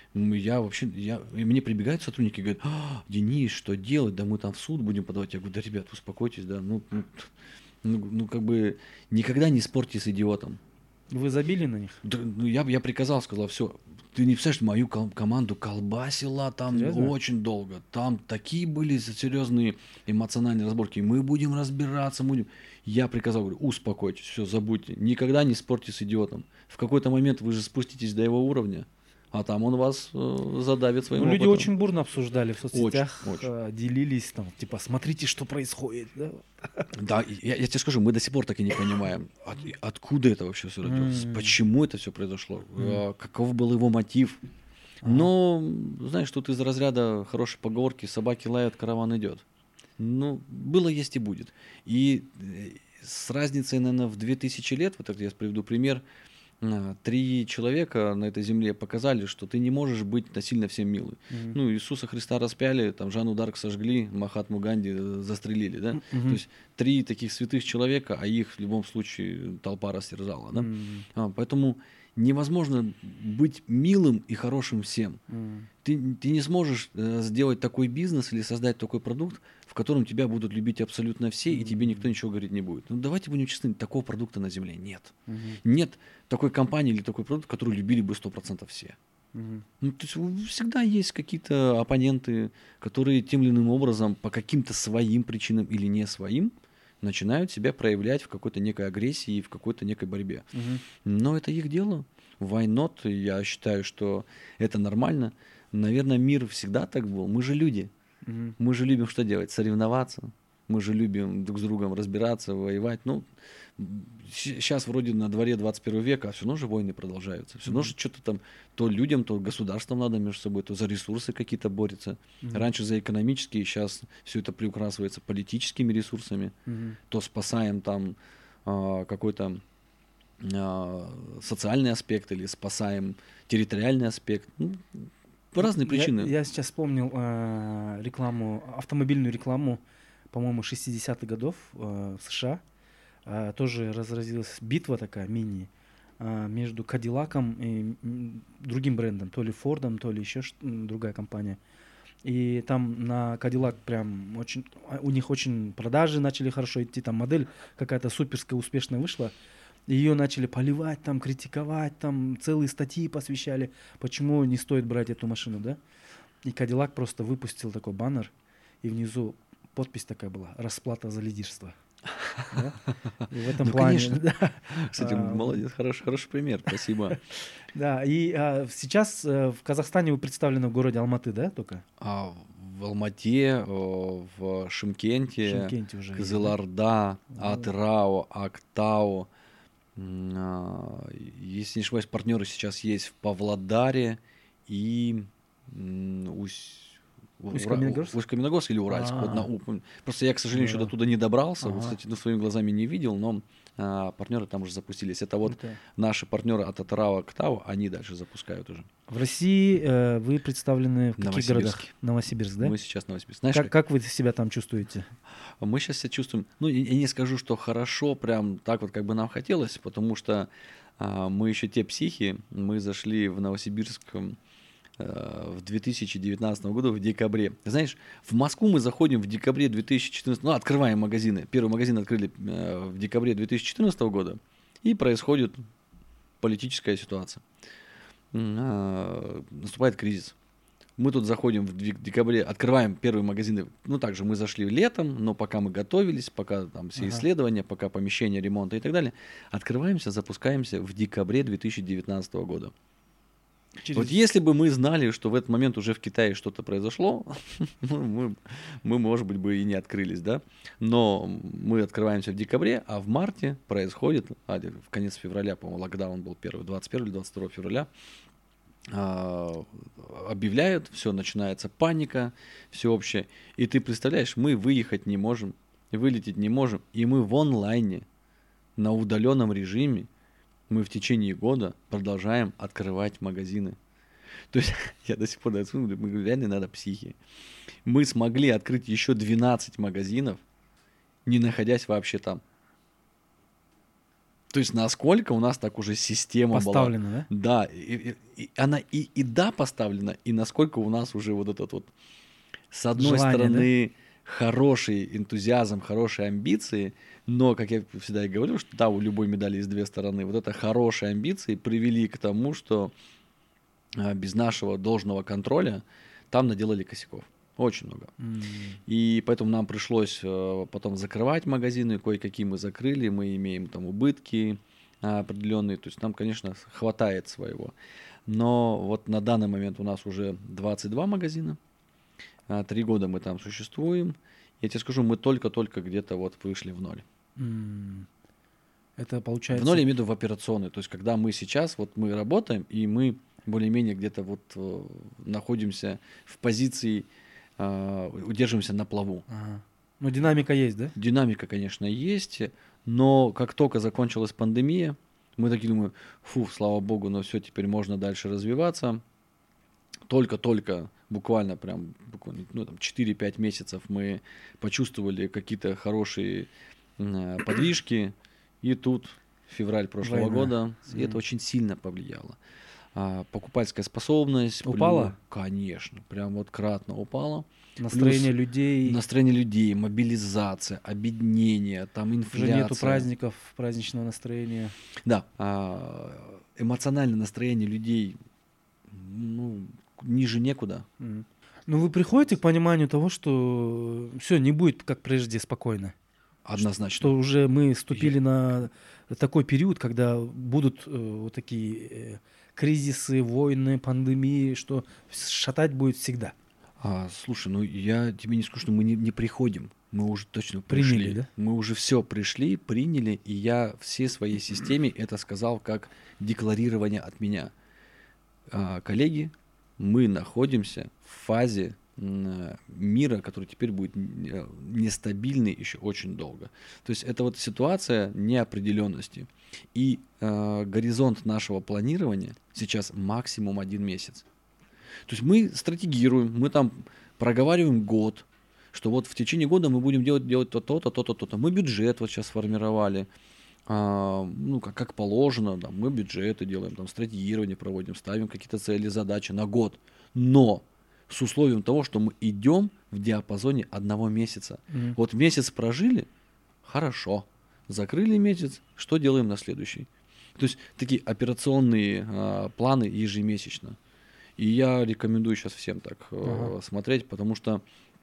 И мне прибегают сотрудники и говорят: Денис, что делать? Да мы там в суд будем подавать. Я говорю: да, ребят, успокойтесь, да, как бы никогда не спорьте с идиотом. Вы забили на них? Да, я приказал, сказал: все, ты не представляешь, мою команду колбасила там очень долго. Там такие были серьезные эмоциональные разборки. Мы будем разбираться, будем. Я приказал, говорю: успокойтесь, все, забудьте. Никогда не спорьте с идиотом. В какой-то момент вы же спуститесь до его уровня, а там он вас задавит своим опытом. Люди очень бурно обсуждали в соцсетях, очень. делились там, типа, смотрите, что происходит. Да, да, я тебе скажу, мы до сих пор так и не понимаем, откуда это вообще все родилось, почему это все произошло, каков был его мотив. Но, знаешь, тут из разряда хорошей поговорки: собаки лают, караван идет. Ну, было, есть и будет. И с разницей, наверное, в 2000 лет, вот так я приведу пример, 3 человека на этой земле показали, что ты не можешь быть насильно всем милый. Ну, Иисуса Христа распяли, там Жанну Дарк сожгли, Махатму Ганди застрелили, да? То есть 3 таких святых человека, а их в любом случае толпа растерзала, да? Поэтому невозможно быть милым и хорошим всем. Ты не сможешь сделать такой бизнес или создать такой продукт, в котором тебя будут любить абсолютно все, и тебе никто ничего говорить не будет. Ну, давайте будем честны, такого продукта на земле нет. Нет такой компании или такой продукт, который любили бы 100% все. Ну, то есть всегда есть какие-то оппоненты, которые тем или иным образом, по каким-то своим причинам или не своим, начинают себя проявлять в какой-то некой агрессии, в какой-то некой борьбе. Но это их дело. Why not? Я считаю, что это нормально. Наверное, мир всегда так был. Мы же люди. Мы же любим что делать? Соревноваться. Мы же любим друг с другом разбираться, воевать. Ну, сейчас вроде на дворе 21 века, а все равно же войны продолжаются. Все равно же что-то там то людям, то государствам надо между собой, то за ресурсы какие-то борются. Раньше за экономические, сейчас все это приукрашивается политическими ресурсами. То спасаем там какой-то социальный аспект или спасаем территориальный аспект. Ну, по разные причины. Я сейчас вспомнил рекламу, автомобильную рекламу, по-моему, 60-х годов в США. Тоже разразилась битва такая, мини, между Кадиллаком и другим брендом, то ли Фордом, то ли еще другая компания. И там на Cadillac прям очень, у них очень продажи начали хорошо идти, там модель какая-то суперская, успешная вышла. Ее начали поливать, там, критиковать, там целые статьи посвящали, почему не стоит брать эту машину, да. И Cadillac просто выпустил такой баннер, и внизу подпись такая была: расплата за лидерство. Да? И в этом плане... Конечно. Да. Кстати, молодец, хороший пример, спасибо. Да, и сейчас в Казахстане вы представлены в городе Алматы, да, только? В Алмате, в Шымкенте, уже Кызылорда, Атырау, Актау. Если не ошибаюсь, партнеры сейчас есть в Павлодаре и Усть-Каменогорск или Уральск. Просто я, к сожалению, еще до туда не добрался. Вот, кстати, своими глазами не видел, но партнеры там уже запустились. Это вот наши партнеры от Атырау, Актау, они дальше запускают уже. В России вы представлены в каких городах? Новосибирск, да? Мы сейчас в Новосибирске. Знаешь, как вы себя там чувствуете? Мы сейчас себя чувствуем, ну, я не скажу, что хорошо, прям так вот, как бы нам хотелось, потому что мы еще те психи, мы зашли в Новосибирск в 2019 году в декабре. Знаешь, в Москву мы заходим в декабре 2014, ну, открываем магазины. Первый магазин открыли в декабре 2014 года, и происходит политическая ситуация. Наступает кризис. Мы тут заходим в декабре, открываем первые магазины. Ну, также мы зашли летом, но пока мы готовились, пока там все исследования, пока помещения, ремонта и так далее, открываемся, запускаемся в декабре 2019 года. Вот если бы мы знали, что в этот момент уже в Китае что-то произошло, мы, может быть, бы и не открылись, да. Но мы открываемся в декабре, а в марте происходит, в конец февраля, по-моему, локдаун был первый, 21 или 22 февраля, объявляют, все, начинается паника всеобщая. И ты представляешь, мы выехать не можем, вылететь не можем, и мы в онлайне, на удаленном режиме, мы в течение года продолжаем открывать магазины. То есть я до сих пор мы говорим, реально надо психи. Мы смогли открыть еще 12 магазинов, не находясь вообще там. То есть насколько у нас так уже система поставлена, была. Да? Да, и она и да поставлена, и насколько у нас уже вот этот вот, с одной стороны, да? Хороший энтузиазм, хорошие амбиции, но, как я всегда и говорю, что да, у любой медали есть две стороны. Вот это хорошие амбиции привели к тому, что без нашего должного контроля там наделали косяков. Очень много. И поэтому нам пришлось потом закрывать магазины, кое-какие мы закрыли, мы имеем там убытки определенные, то есть нам, конечно, хватает своего. Но вот на данный момент у нас уже 22 магазина, 3 года мы там существуем. Я тебе скажу, мы только-только где-то вот вышли в ноль. Это получается... В ноль я имею в виду в операционной, то есть когда мы сейчас, вот мы работаем, и мы более-менее где-то вот находимся в позиции, удерживаемся на плаву. Но динамика есть, да? Динамика, конечно, есть, но как только закончилась пандемия, мы такие думаем, слава богу, но все, теперь можно дальше развиваться. Только-только, буквально 4-5 месяцев мы почувствовали какие-то хорошие подвижки, и тут февраль прошлого года, и это очень сильно повлияло. Покупательская способность упала? Конечно, прям вот кратно упала. Настроение людей, мобилизация, обеднение, там инфляция. Уже нету праздников, праздничного настроения. Да, эмоциональное настроение людей, ниже некуда. Ну, вы приходите к пониманию того, что все не будет как прежде спокойно? Однозначно. Что уже мы вступили на такой период, когда будут вот такие кризисы, войны, пандемии, что шатать будет всегда. Слушай, я тебе не скажу, что мы не приходим. Мы уже точно пришли. Приняли, да? Мы уже все пришли, приняли, и я всей своей системе это сказал как декларирование от меня. Коллеги, мы находимся в фазе мира, который теперь будет нестабильный еще очень долго. То есть это вот ситуация неопределенности. И горизонт нашего планирования сейчас максимум 1 месяц. То есть мы стратегируем, мы там проговариваем год, что вот в течение года мы будем делать то-то, то-то, то-то. Мы бюджет вот сейчас сформировали. ну, как положено, да, мы бюджеты делаем, там, стратегирование проводим, ставим какие-то цели, задачи на год. Но с условием того, что мы идем в диапазоне 1 месяца. Вот месяц прожили, хорошо. Закрыли месяц, что делаем на следующий? То есть такие операционные планы ежемесячно. И я рекомендую сейчас всем так смотреть, потому что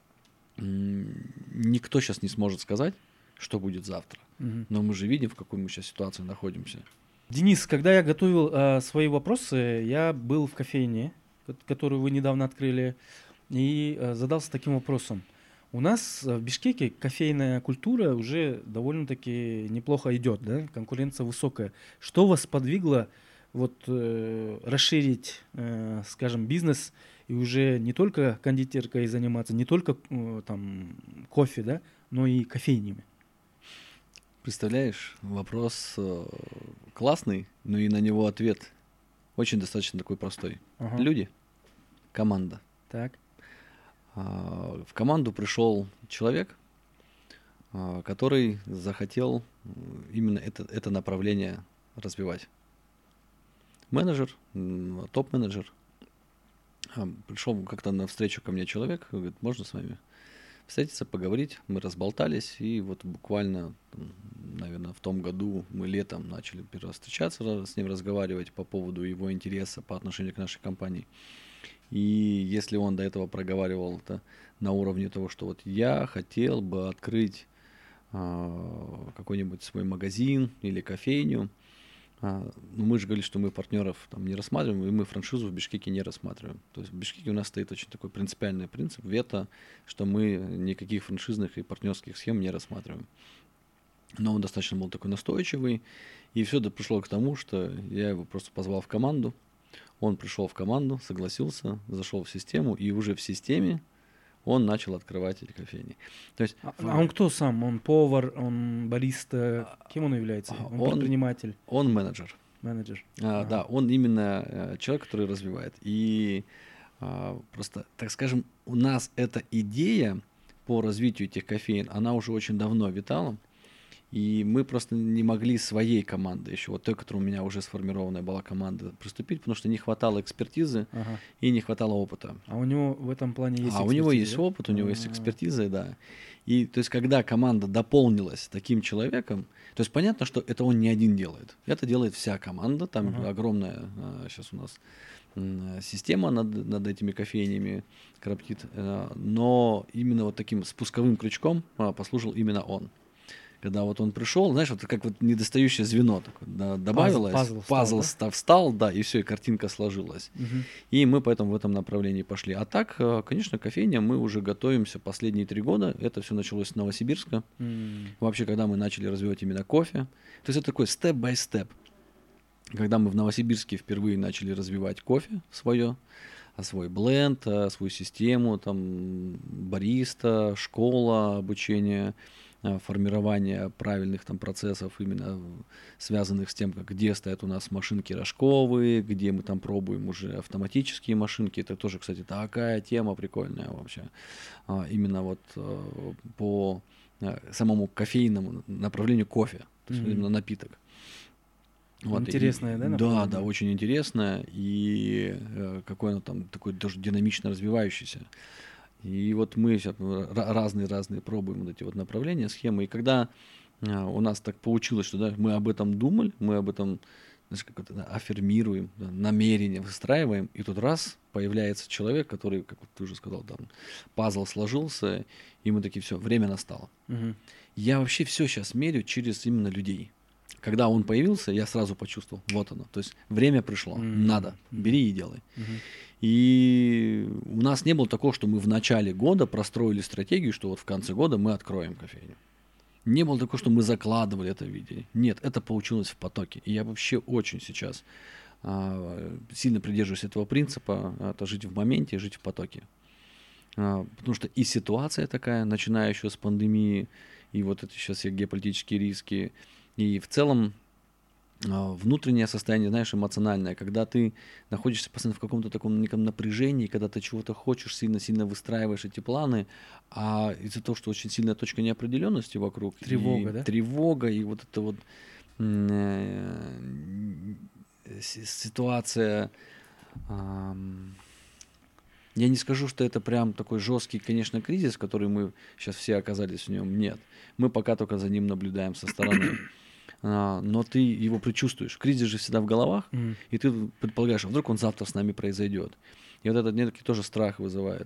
никто сейчас не сможет сказать, что будет завтра. Но мы же видим, в какой мы сейчас ситуации находимся. Денис, когда я готовил свои вопросы, я был в кофейне, которую вы недавно открыли, и задался таким вопросом. У нас в Бишкеке кофейная культура уже довольно-таки неплохо идет, да? Конкуренция высокая. Что вас подвигло вот, расширить, скажем, бизнес и уже не только кондитеркой заниматься, не только там кофе, да, но и кофейнями? Представляешь, вопрос классный, но и на него ответ очень достаточно такой простой. Люди, команда. Так. В команду пришел человек, который захотел именно это направление развивать. Менеджер, топ-менеджер. Пришел как-то на встречу ко мне человек, говорит, можно с вами встретиться, поговорить. Мы разболтались, и вот буквально, наверное, в том году мы летом начали первый раз встречаться, с ним разговаривать по поводу его интереса по отношению к нашей компании. И если он до этого проговаривал это на уровне того, что вот я хотел бы открыть какой-нибудь свой магазин или кофейню, но мы же говорили, что мы партнеров там не рассматриваем, и мы франшизу в Бишкеке не рассматриваем. То есть в Бишкеке у нас стоит очень такой принципиальный принцип, вето, что мы никаких франшизных и партнерских схем не рассматриваем. Но он достаточно был такой настойчивый, и все это пришло к тому, что я его просто позвал в команду. Он пришел в команду, согласился, зашел в систему, и уже в системе он начал открывать эти кофейни. То есть, он кто сам? Он повар, он бариста? Кем он является? Он предприниматель? Он менеджер. Менеджер. Да, он именно человек, который развивает. И просто, так скажем, у нас эта идея по развитию этих кофеин, она уже очень давно витала. И мы просто не могли своей команды еще, вот той, которая у меня уже сформированная была команда, приступить, потому что не хватало экспертизы и не хватало опыта. А у него в этом плане есть экспертиза? У него есть опыт, у него есть экспертиза, да. И то есть, когда команда дополнилась таким человеком, то есть понятно, что это он не один делает. Это делает вся команда, там огромная сейчас у нас система над этими кофейнями кроптит, но именно вот таким спусковым крючком послужил именно он. Когда вот он пришел, знаешь, вот как вот недостающее звено такое, добавилось, пазл встал, да, и все, и картинка сложилась. И мы поэтому в этом направлении пошли. А так, конечно, кофейня, мы уже готовимся последние 3 года. Это все началось с Новосибирска. Вообще, когда мы начали развивать именно кофе. То есть это такой степ-бай-степ. Когда мы в Новосибирске впервые начали развивать кофе свой бленд, свою систему, там, бариста, школа обучения, формирование правильных там процессов, именно связанных с тем, где стоят у нас машинки рожковые, где мы там пробуем уже автоматические машинки. Это тоже, кстати, такая тема прикольная вообще. Именно вот по самому кофейному направлению кофе, то есть именно напиток. Вот, интересное, да? Да, очень интересное, и какое оно там такое даже динамично развивающееся. И вот мы сейчас разные пробуем вот эти вот направления, схемы. И когда у нас так получилось, что да, мы об этом думали, мы об этом, знаешь, как это, аффирмируем, да, намерение выстраиваем, и тут раз появляется человек, который, как вот ты уже сказал, там пазл сложился, и мы такие, все, время настало. Я вообще все сейчас мерю через именно людей. Когда он появился, я сразу почувствовал, вот оно. То есть время пришло, надо, бери и делай. И у нас не было такого, что мы в начале года простроили стратегию, что вот в конце года мы откроем кофейню. Не было такого, что мы закладывали это видение. Нет, это получилось в потоке. И я вообще очень сейчас сильно придерживаюсь этого принципа, это жить в моменте, жить в потоке. Потому что и ситуация такая, начиная еще с пандемии, и вот это сейчас все геополитические риски, и в целом внутреннее состояние, знаешь, эмоциональное, когда ты находишься постоянно в каком-то таком неком напряжении, когда ты чего-то хочешь, сильно-сильно выстраиваешь эти планы, а из-за того, что очень сильная точка неопределенности вокруг, тревога, да? Тревога, и вот это вот ситуация, я не скажу, что это прям такой жесткий, конечно, кризис, который мы сейчас все оказались в нем. Нет. Мы пока только за ним наблюдаем со стороны. Но ты его предчувствуешь. Кризис же всегда в головах, и ты предполагаешь, а вдруг он завтра с нами произойдет. И вот этот некий тоже страх вызывает.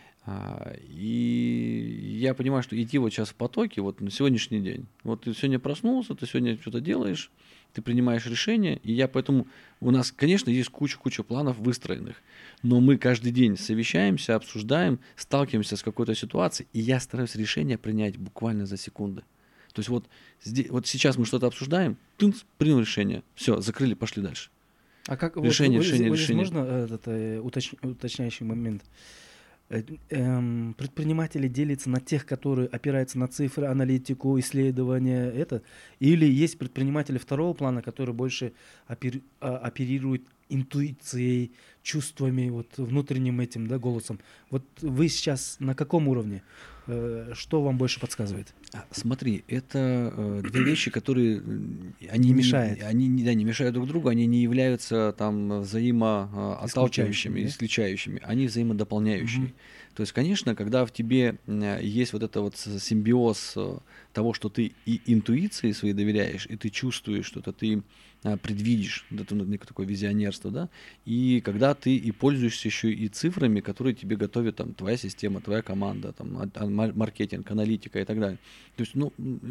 И я понимаю, что идти вот сейчас в потоке, вот на сегодняшний день. Вот ты сегодня проснулся, ты сегодня что-то делаешь, ты принимаешь решение, и я поэтому... У нас, конечно, есть куча планов выстроенных, но мы каждый день совещаемся, обсуждаем, сталкиваемся с какой-то ситуацией, и я стараюсь решение принять буквально за секунды. То есть вот сейчас мы что-то обсуждаем, принял решение, все, закрыли, пошли дальше. А как решение. Можно этот уточняющий момент? Предприниматели делятся на тех, которые опираются на цифры, аналитику, исследования, или есть предприниматели второго плана, которые больше оперируют интуицией, чувствами, вот внутренним этим, да, голосом. Вот вы сейчас на каком уровне? Что вам больше подсказывает? Смотри, это две вещи, которые не мешают. Они не мешают друг другу, они не являются там взаимоотталкивающими, исключающими, они взаимодополняющие. То есть, конечно, когда в тебе есть вот это вот симбиоз того, что ты и интуиции своей доверяешь, и ты чувствуешь что-то, ты предвидишь, это некое такое визионерство, да, и когда ты и пользуешься еще и цифрами, которые тебе готовит там твоя система, твоя команда, там маркетинг, аналитика и так далее. То есть,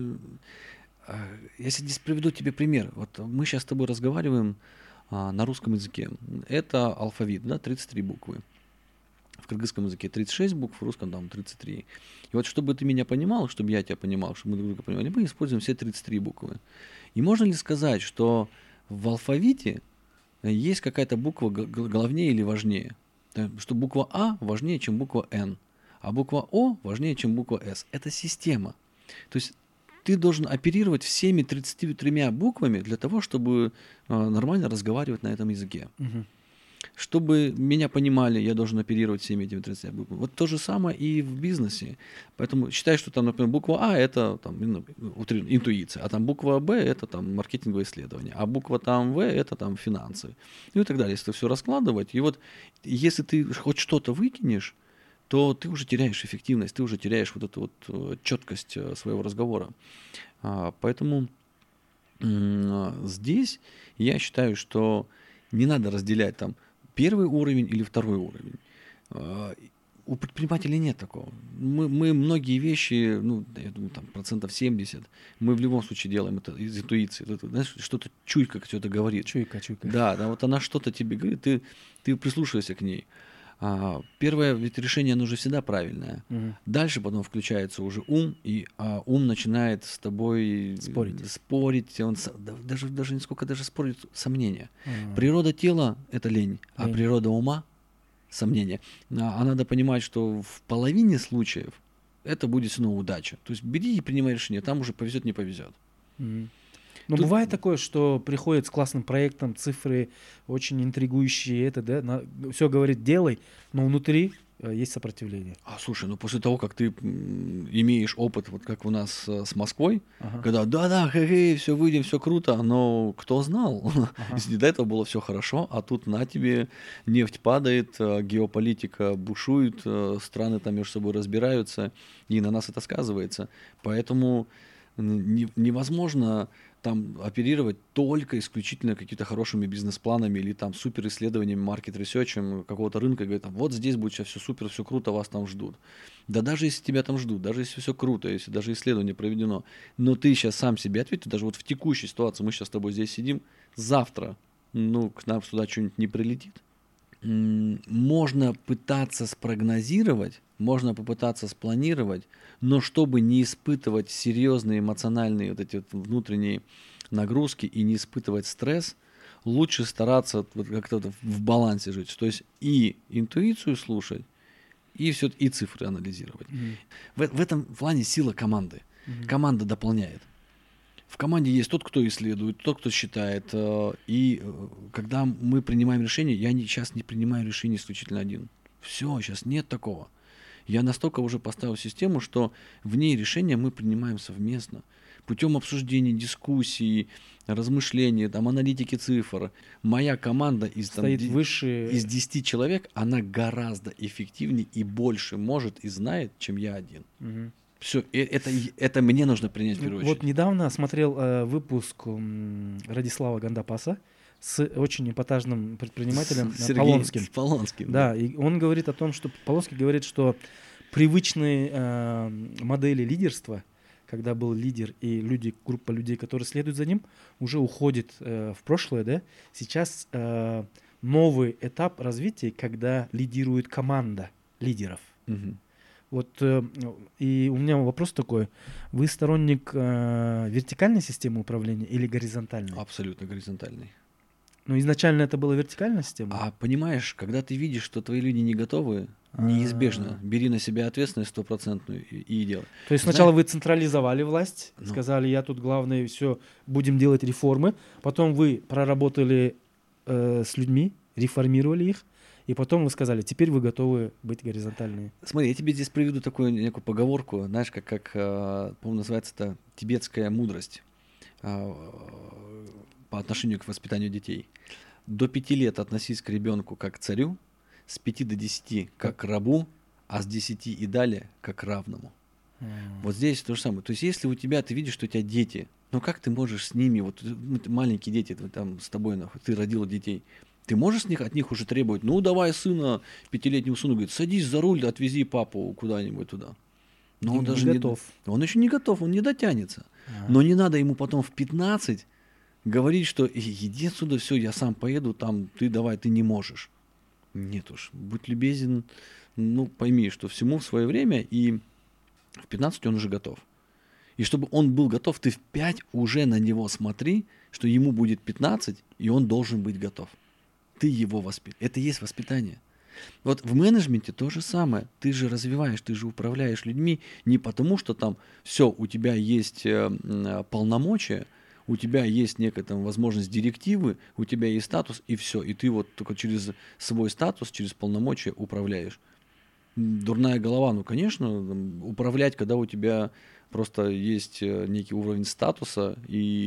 я здесь приведу тебе пример. Вот мы сейчас с тобой разговариваем на русском языке. Это алфавит, да, 33 буквы. В кыргызском языке 36 букв, в русском там 33. И вот чтобы ты меня понимал, чтобы я тебя понимал, чтобы мы друг друга понимали, мы используем все 33 буквы. И можно ли сказать, что в алфавите есть какая-то буква главнее или важнее? Что буква А важнее, чем буква Н, а буква О важнее, чем буква С. Это система. То есть ты должен оперировать всеми 33 буквами для того, чтобы нормально разговаривать на этом языке. Чтобы меня понимали, я должен оперировать всеми этими 30 буквами. Вот то же самое и в бизнесе. Поэтому считай, что там, например, буква А – это там, интуиция, а там буква Б – это там маркетинговое исследование, а буква там В – это там финансы. И так далее. Если все раскладывать, и вот если ты хоть что-то выкинешь, то ты уже теряешь эффективность, ты уже теряешь вот эту вот четкость своего разговора. Поэтому здесь я считаю, что не надо разделять там первый уровень или второй уровень. У предпринимателей нет такого. Мы многие вещи, я думаю, там 70%, мы в любом случае делаем это из интуиции. Это, знаешь, что-то чуйка что-то говорит. Чуйка. Да, вот она что-то тебе говорит, ты прислушивайся к ней. Первое ведь решение, оно же всегда правильное. Дальше потом включается уже ум, и ум начинает с тобой спорить. Он даже не сколько даже спорит, сомнения. Природа тела — это лень, а природа ума — сомнения. А надо понимать, что в половине случаев это будет все равно удача. То есть бери и принимай решение, там уже повезет, не повезет. Но бывает такое, что приходит с классным проектом, цифры очень интригующие, все говорит делай, но внутри есть сопротивление. Слушай, после того, как ты имеешь опыт, вот как у нас с Москвой, когда все выйдем, все круто, но кто знал, если до этого было все хорошо, а тут на тебе нефть падает, геополитика бушует, страны там между собой разбираются, и на нас это сказывается. Поэтому невозможно там оперировать только исключительно какими-то хорошими бизнес-планами или там супер исследованиями, маркет-ресерчем какого-то рынка, и говорит, вот здесь будет сейчас все супер, все круто, вас там ждут. Да даже если тебя там ждут, даже если все круто, если даже исследование проведено, но ты сейчас сам себе ответь, даже вот в текущей ситуации, мы сейчас с тобой здесь сидим, завтра, к нам сюда что-нибудь не прилетит. Можно пытаться спрогнозировать, можно попытаться спланировать, но чтобы не испытывать серьезные эмоциональные вот эти вот внутренние нагрузки и не испытывать стресс, лучше стараться вот как-то в балансе жить. То есть и интуицию слушать, и цифры анализировать. В этом плане сила команды. Команда дополняет. В команде есть тот, кто исследует, тот, кто считает. И когда мы принимаем решение, я сейчас не принимаю решение исключительно один. Все, сейчас нет такого. Я настолько уже поставил систему, что в ней решения мы принимаем совместно. путем обсуждений, дискуссий, размышлений, там, аналитики цифр, моя команда из 10 человек, она гораздо эффективнее и больше может и знает, чем я один. Угу. Все, это мне нужно принять в первую очередь. Вот недавно смотрел выпуск Радислава Гандапаса с очень эпатажным предпринимателем Полонским. С Полонским. Да, и он говорит о том, что Полонский говорит, что привычные модели лидерства, когда был лидер и группа людей, которые следуют за ним, уже уходит в прошлое, да? Сейчас новый этап развития, когда лидирует команда лидеров. Угу. Вот и у меня вопрос такой: вы сторонник вертикальной системы управления или горизонтальной? Абсолютно горизонтальной. Но изначально это была вертикальная система. А понимаешь, когда ты видишь, что твои люди не готовы, неизбежно бери на себя ответственность 100% и делай. То есть сначала вы централизовали власть, сказали, я тут главный, все, будем делать реформы. Потом вы проработали с людьми, реформировали их. И потом вы сказали, теперь вы готовы быть горизонтальными. Смотри, я тебе здесь приведу такую некую поговорку, знаешь, как по-моему, называется это тибетская мудрость по отношению к воспитанию детей. До 5 лет относись к ребенку как к царю, с 5 до 10 как к рабу, а с 10 и далее как к равному. Вот здесь то же самое. То есть если у тебя, ты видишь, что у тебя дети, ну как ты можешь с ними, вот маленькие дети, там с тобой, ты родила детей, ты можешь от них уже требовать, ну давай сына, 5-летнего сына, говорит, садись за руль, отвези папу куда-нибудь туда. Но он даже не готов. Он еще не готов, он не дотянется. Но не надо ему потом в 15 говорить, что иди отсюда, все, я сам поеду, там ты давай, ты не можешь. Нет уж, будь любезен, ну пойми, что всему в свое время, и в 15 он уже готов. И чтобы он был готов, ты в 5 уже на него смотри, что ему будет 15, и он должен быть готов. Ты его воспитываешь. Это и есть воспитание. Вот в менеджменте то же самое. Ты же развиваешь, ты же управляешь людьми не потому, что там все, у тебя есть полномочия, у тебя есть некая там возможность директивы, у тебя есть статус, и все. И ты вот только через свой статус, через полномочия управляешь. Дурная голова, ну, конечно, управлять, когда у тебя просто есть некий уровень статуса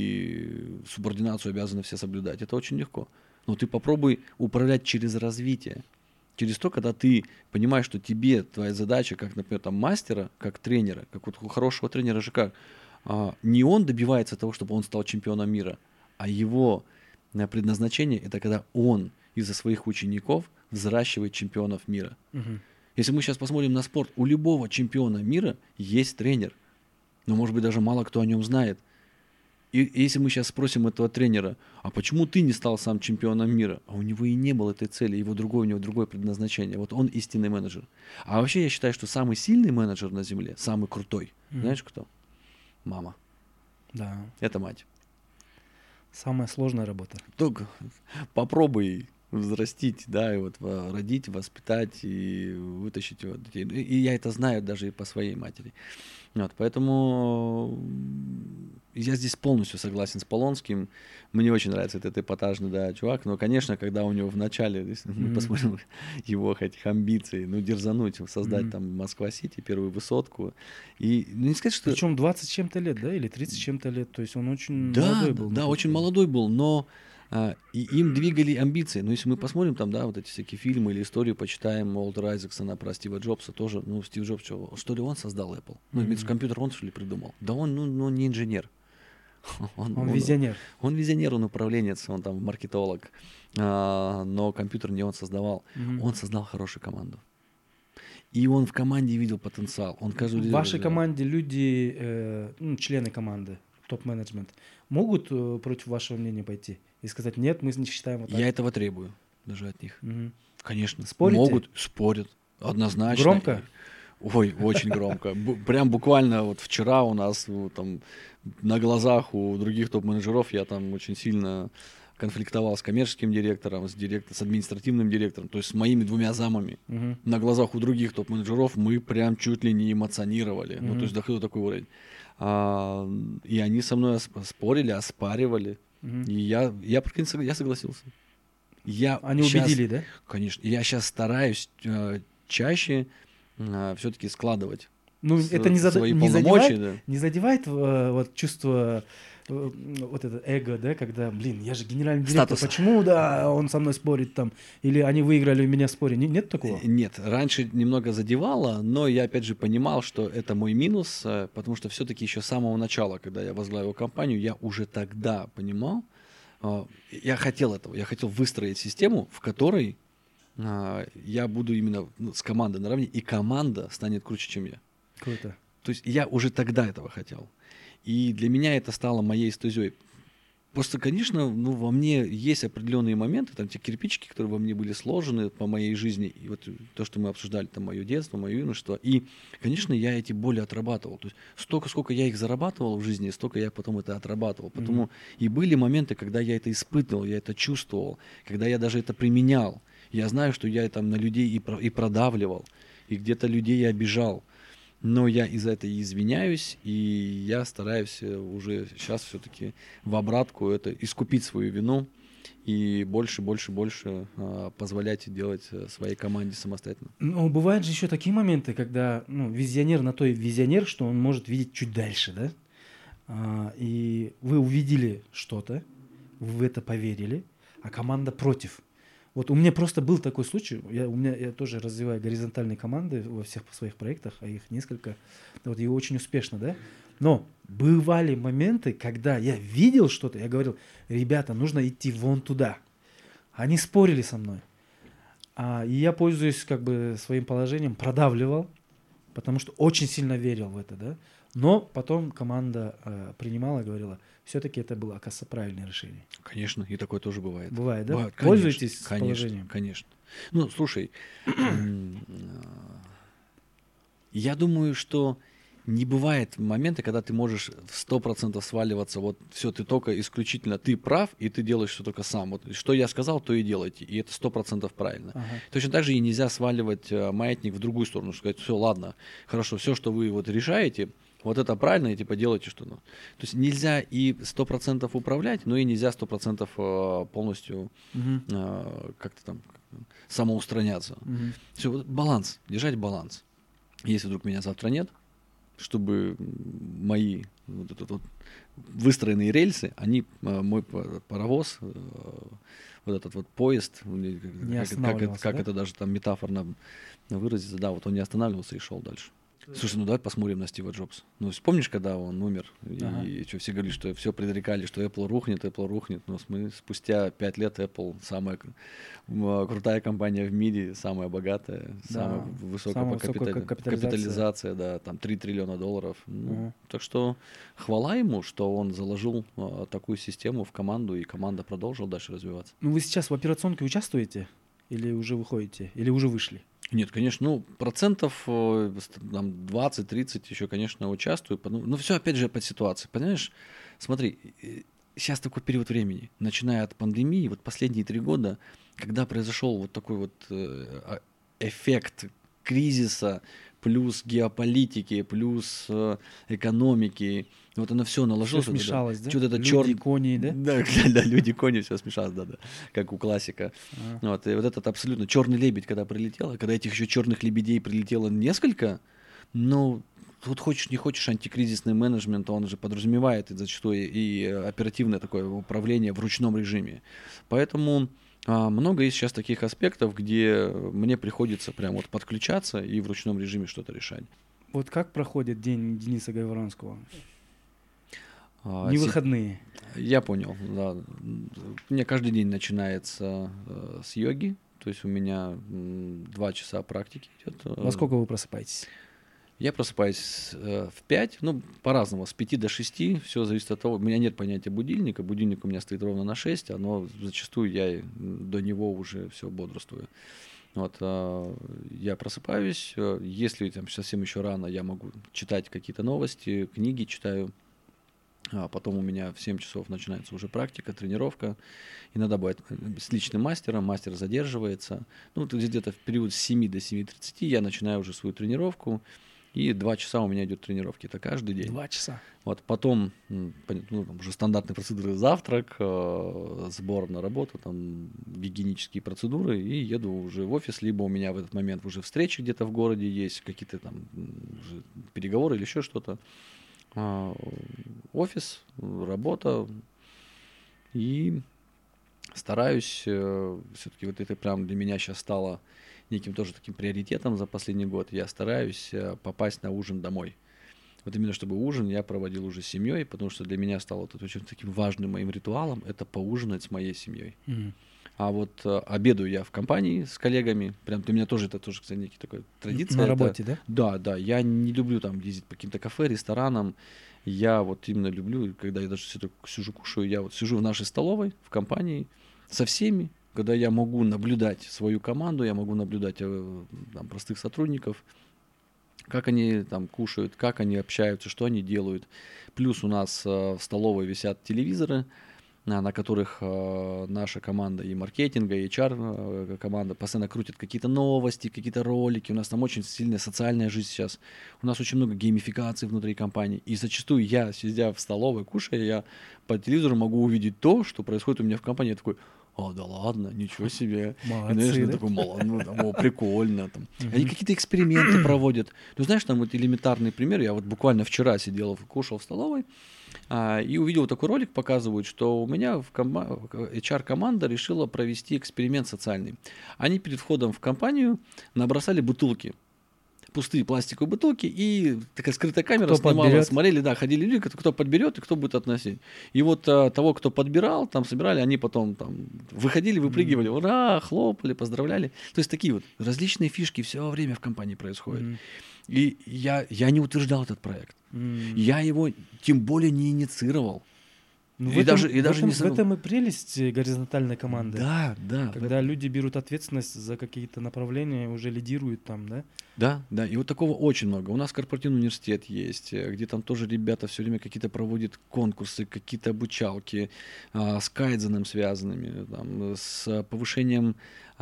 и субординацию обязаны все соблюдать. Это очень легко. Но ты попробуй управлять через развитие. Через то, когда ты понимаешь, что тебе твоя задача, как, например, там, мастера, как тренера, как вот у хорошего тренера же как, не он добивается того, чтобы он стал чемпионом мира, а его предназначение – это когда он из-за своих учеников взращивает чемпионов мира. Угу. Если мы сейчас посмотрим на спорт, у любого чемпиона мира есть тренер. Но, может быть, даже мало кто о нем знает. И если мы сейчас спросим этого тренера, а почему ты не стал сам чемпионом мира? А у него и не было этой цели, у него другое предназначение. Вот он истинный менеджер. А вообще я считаю, что самый сильный менеджер на Земле, самый крутой, знаешь кто? Мама. Да. Это мать. Самая сложная работа. Только попробуй взрастить, да, и вот родить, воспитать и вытащить вот детей. И я это знаю даже и по своей матери. Вот, поэтому я здесь полностью согласен с Полонским. Мне очень нравится этот эпатажный, да, чувак. Но, конечно, когда у него в начале, если мы посмотрим его этих амбиций, ну, дерзануть, создать там Москва-Сити, первую высотку. И не сказать, что... Причем 20 с чем-то лет, да, или 30 с чем-то лет. То есть он очень молодой был. Да, очень молодой был, но и им двигали амбиции. Но если мы посмотрим там, да, вот эти всякие фильмы или истории, почитаем Уолтера Айзексона про Стива Джобса, тоже, ну, Стив Джобс, что ли он создал Apple? Ну, компьютер он, что ли, придумал? Да он, ну не инженер. Он визионер. Он визионер, он управленец, он там маркетолог. Но компьютер не он создавал. Он создал хорошую команду. И он в команде видел потенциал. Он каждый в вашей команде люди, члены команды, топ-менеджмент, могут против вашего мнения пойти и сказать, нет, мы не считаем вот так? Я этого требую даже от них. Конечно. Спорите? Могут, спорят. Однозначно. Громко? Ой, очень громко. Прям буквально вот вчера у нас там на глазах у других топ-менеджеров я там очень сильно конфликтовал с коммерческим директором, с административным директором, то есть с моими 2 замами. На глазах у других топ-менеджеров мы прям чуть ли не эмоционировали. Ну, то есть доходил такой уровень. И они со мной спорили, оспаривали. И я согласился. Они убедили, да? Конечно. Я сейчас стараюсь чаще все-таки складывать Ну, это свои полномочия. Да. не задевает вот чувство вот это эго, да, когда, блин, я же генеральный директор, Статуса. почему, да, он со мной спорит там, или они выиграли у меня в споре, нет такого? Нет, раньше немного задевало, но я опять же понимал, что это мой минус, потому что все-таки еще с самого начала, когда я возглавил компанию, я уже тогда понимал, я хотел этого, я хотел выстроить систему, в которой я буду именно с командой наравне, и команда станет круче, чем я. Круто. То есть я уже тогда этого хотел. И для меня это стало моей стезей. Просто, конечно, ну, во мне есть определенные моменты, там те кирпичики, которые во мне были сложены по моей жизни, и вот то, что мы обсуждали, там, мое детство, мое юношество, и, конечно, я эти боли отрабатывал. То есть столько, сколько я их зарабатывал в жизни, столько я потом это отрабатывал. Потому и были моменты, когда я это испытывал, я это чувствовал, когда я даже это применял. Я знаю, что я там на людей и продавливал, и где-то людей я обижал. Но я из-за этого и извиняюсь, и я стараюсь уже сейчас все-таки в обратку это искупить свою вину и больше позволять делать своей команде самостоятельно. Ну, бывают же еще такие моменты, когда визионер на то и визионер, что он может видеть чуть дальше, да? И вы увидели что-то, вы в это поверили, а команда против. Вот у меня просто был такой случай, я тоже развиваю горизонтальные команды во всех своих проектах, а их несколько, вот, и очень успешно, да. Но бывали моменты, когда я видел что-то, я говорил, ребята, нужно идти вон туда. Они спорили со мной. И я, пользуясь как бы своим положением, продавливал, потому что очень сильно верил в это, да. Но потом команда принимала и говорила, все-таки это было, оказывается, правильное решение. Конечно, и такое тоже бывает. Бывает, да? Бывает, Пользуетесь положением? Конечно. Ну, слушай, я думаю, что не бывает момента, когда ты можешь в 100% сваливаться, вот все, ты только исключительно, ты прав, и ты делаешь все только сам. Вот что я сказал, то и делайте, и это 100% правильно. Ага. Точно так же и нельзя сваливать маятник в другую сторону, сказать, все, ладно, хорошо, все, что вы вот решаете, вот это правильно, и типа делайте что. То есть нельзя и 100% управлять, но и нельзя 100% полностью как-то там самоустраняться. Все, вот баланс, держать баланс. Если вдруг меня завтра нет, чтобы мои вот этот вот выстроенные рельсы, они, мой паровоз, вот этот вот поезд, как это даже там метафорно выразиться, да, вот он не останавливался и шел дальше. Слушай, ну давай посмотрим на Стива Джобса. Ну, вспомнишь, когда он умер, и что все говорили, что все предрекали, что Apple рухнет, но мы спустя 5 лет Apple самая крутая компания в мире, самая богатая, самая высокая капитализация, да, там $3 триллиона. Так что хвала ему, что он заложил такую систему в команду, и команда продолжила дальше развиваться. Ну, вы сейчас в операционке участвуете? Или уже выходите? Или уже вышли? Нет, конечно, ну, процентов 20-30 еще, конечно, участвую. Но все, опять же, под ситуацией. Понимаешь, смотри, сейчас такой период времени, начиная от пандемии, вот последние 3 года, когда произошел вот такой вот эффект кризиса, плюс геополитики, плюс экономики, вот оно все наложилось. Все смешалось, да? Что-то люди, кони, да? Да, люди, кони, все смешалось, да, как у классика. Вот, и вот этот абсолютно черный лебедь, когда прилетел, когда этих еще черных лебедей прилетело несколько, ну, вот хочешь, не хочешь, антикризисный менеджмент, он же подразумевает зачастую и оперативное такое управление в ручном режиме. Поэтому много есть сейчас таких аспектов, где мне приходится прям вот подключаться и в ручном режиме что-то решать. Вот как проходит день Дениса Гайворонского? Не выходные. Я понял, да. У меня каждый день начинается с йоги, то есть у меня 2 часа практики идет. Во сколько вы просыпаетесь? Я просыпаюсь в 5, ну, по-разному, с 5 до 6, все зависит от того, у меня нет понятия будильника, будильник у меня стоит ровно на 6, но зачастую я до него уже все бодрствую. Вот, я просыпаюсь, если там совсем еще рано, я могу читать какие-то новости, книги читаю. Потом у меня в 7 часов начинается уже практика, тренировка. Иногда бывает с личным мастером, мастер задерживается. Ну, где-то в период с 7 до 7:30 я начинаю уже свою тренировку. И 2 часа у меня идет тренировки. Это каждый день. 2 часа. Вот потом там уже стандартные процедуры: завтрак, сбор на работу, там гигиенические процедуры, и еду уже в офис, либо у меня в этот момент уже встречи где-то в городе есть, какие-то там уже переговоры или еще что-то. Офис, работа, и стараюсь, все-таки вот это прям для меня сейчас стало неким тоже таким приоритетом за последний год. Я стараюсь попасть на ужин домой. Вот именно чтобы ужин я проводил уже с семьей, потому что для меня стало это очень таким важным моим ритуалом — это поужинать с моей семьей. А вот обедаю я в компании с коллегами. Прям для меня тоже это тоже, кстати, некий такой традиция. На работе, да? Да, да. Я не люблю там ездить по каким-то кафе, ресторанам. Я вот именно люблю, когда я даже сижу, кушаю, я вот сижу в нашей столовой, в компании со всеми, когда я могу наблюдать свою команду, я могу наблюдать там простых сотрудников, как они там кушают, как они общаются, что они делают. Плюс у нас в столовой висят телевизоры, на которых наша команда и маркетинга, и HR команда постоянно крутят какие-то новости, какие-то ролики. У нас там очень сильная социальная жизнь сейчас. У нас очень много геймификации внутри компании. И зачастую я, сидя в столовой, кушая, я по телевизору могу увидеть то, что происходит у меня в компании. Я такой: да ладно, ничего себе. Молодцы, и, знаешь, да? Такой, прикольно. Там. Они какие-то эксперименты проводят. Ну, знаешь, там вот элементарный пример. Я вот буквально вчера сидел, кушал в столовой, и увидел такой ролик, показывают, что у меня HR-команда решила провести эксперимент социальный. Они перед входом в компанию набросали бутылки. Пустые пластиковые бутылки, и такая скрытая камера Кто снимала, подберет? смотрели, да, ходили люди, кто подберет и кто будет относить. И вот того, кто подбирал, там собирали, они потом там выходили, выпрыгивали, ура, хлопали, поздравляли. То есть такие вот различные фишки все время в компании происходят. И я не утверждал этот проект. Я его тем более не инициировал. Ну, И даже не в этом и прелесть горизонтальной команды. Да, да. Когда люди берут ответственность за какие-то направления, уже лидируют там, да? Да, да. И вот такого очень много. У нас корпоративный университет есть, где там тоже ребята все время какие-то проводят конкурсы, какие-то обучалки с кайдзеном связанными, там, с повышением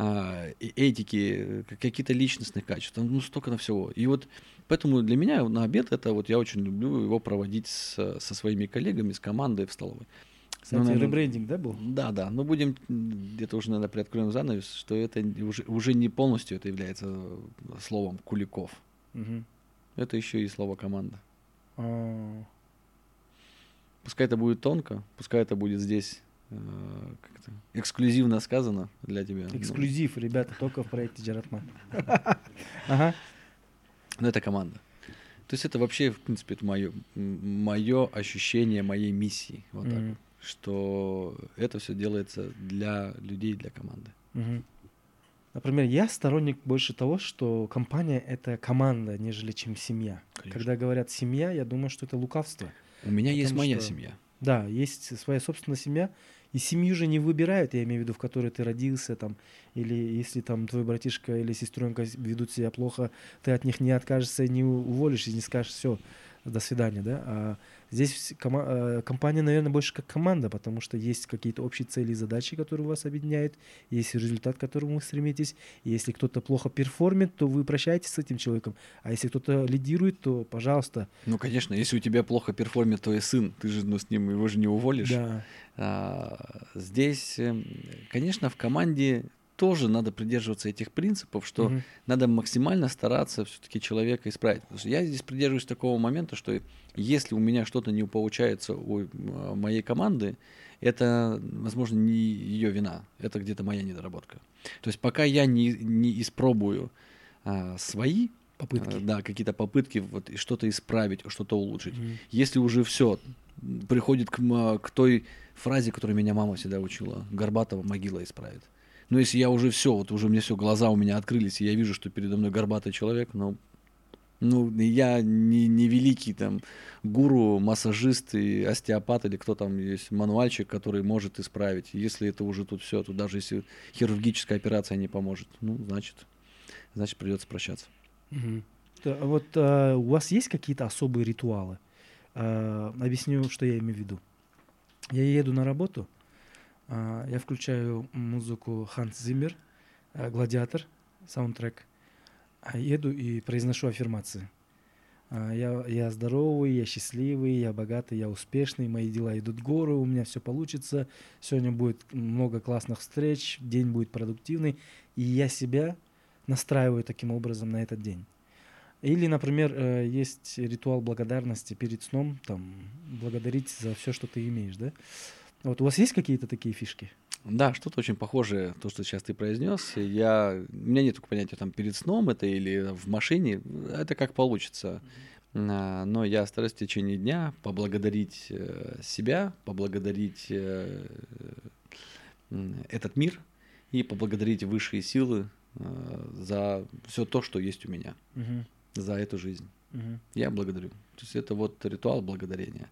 этики, какие-то личностных качеств. Там, ну, столько на всего. И вот поэтому для меня на обед это вот я очень люблю его проводить со своими коллегами, с командой в столовой. Кстати, ребрендинг, да, был? Да, да. Но будем где-то уже, наверное, приоткроем занавес, что это уже не полностью это является словом Куликов. Это еще и слово команда. Пускай это будет тонко, пускай это будет здесь как-то эксклюзивно сказано для тебя. Эксклюзив, ребята, только в проекте Джаратман. Ага. Но это команда. То есть это вообще, в принципе, это мое ощущение моей миссии. Вот так вот. Что это все делается для людей, для команды. Например, я сторонник больше того, что компания — это команда, нежели чем семья. Конечно. Когда говорят «семья», я думаю, что это лукавство. У меня есть моя семья. Да, есть своя собственная семья. И семью же не выбирают, я имею в виду, в которой ты родился, там, или если там твой братишка или сестренка ведут себя плохо, ты от них не откажешься, не уволишь и не скажешь: все, до свидания, да. А здесь компания, наверное, больше как команда, потому что есть какие-то общие цели и задачи, которые вас объединяют, есть результат, к которому вы стремитесь. И если кто-то плохо перформит, то вы прощаетесь с этим человеком. А если кто-то лидирует, то, пожалуйста. Ну, конечно, если у тебя плохо перформит твой сын, ты же с ним его же не уволишь. Да. Здесь, конечно, в команде тоже надо придерживаться этих принципов, что надо максимально стараться все-таки человека исправить. Потому что я здесь придерживаюсь такого момента, что если у меня что-то не получается у моей команды, это, возможно, не ее вина, это где-то моя недоработка. То есть пока я не испробую свои попытки, да, какие-то попытки вот, что-то исправить, что-то улучшить, если уже все приходит к той фразе, которую меня мама всегда учила: Горбатова могила исправит. Но если я уже все, вот уже мне все, глаза у меня открылись, и я вижу, что передо мной горбатый человек, ну я не великий там гуру, массажист и остеопат, или кто там есть, мануальщик, который может исправить. Если это уже тут все, то даже если хирургическая операция не поможет, ну, значит придется прощаться. Вот у вас есть какие-то особые ритуалы? Объясню, что я имею в виду. Я еду на работу, я включаю музыку Ханс Зиммер, «Гладиатор», саундтрек, еду и произношу аффирмации. Я здоровый, я счастливый, я богатый, я успешный, мои дела идут в гору, у меня все получится, сегодня будет много классных встреч, день будет продуктивный, и я себя настраиваю таким образом на этот день. Или, например, есть ритуал благодарности перед сном, там, благодарить за все, что ты имеешь, да? Вот у вас есть какие-то такие фишки? Да, что-то очень похожее, то, что сейчас ты произнес. У меня нет такого понятия, там, перед сном это или в машине, это как получится. Но я стараюсь в течение дня поблагодарить себя, поблагодарить этот мир и поблагодарить высшие силы за все то, что есть у меня, за эту жизнь. Я благодарю. То есть это вот ритуал благодарения.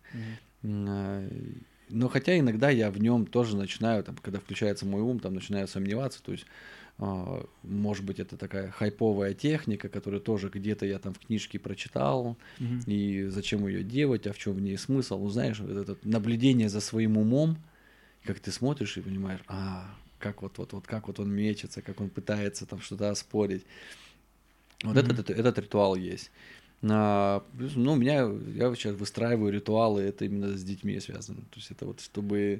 Но хотя иногда я в нем тоже начинаю, там, когда включается мой ум, там начинаю сомневаться, то есть, может быть, это такая хайповая техника, которую тоже где-то я там в книжке прочитал, и зачем ее делать, а в чем в ней смысл. Ну, знаешь, вот это наблюдение за своим умом, как ты смотришь и понимаешь, как как он мечется, как он пытается там что-то оспорить. Вот этот ритуал есть. Я сейчас выстраиваю ритуалы, это именно с детьми связано. То есть это вот чтобы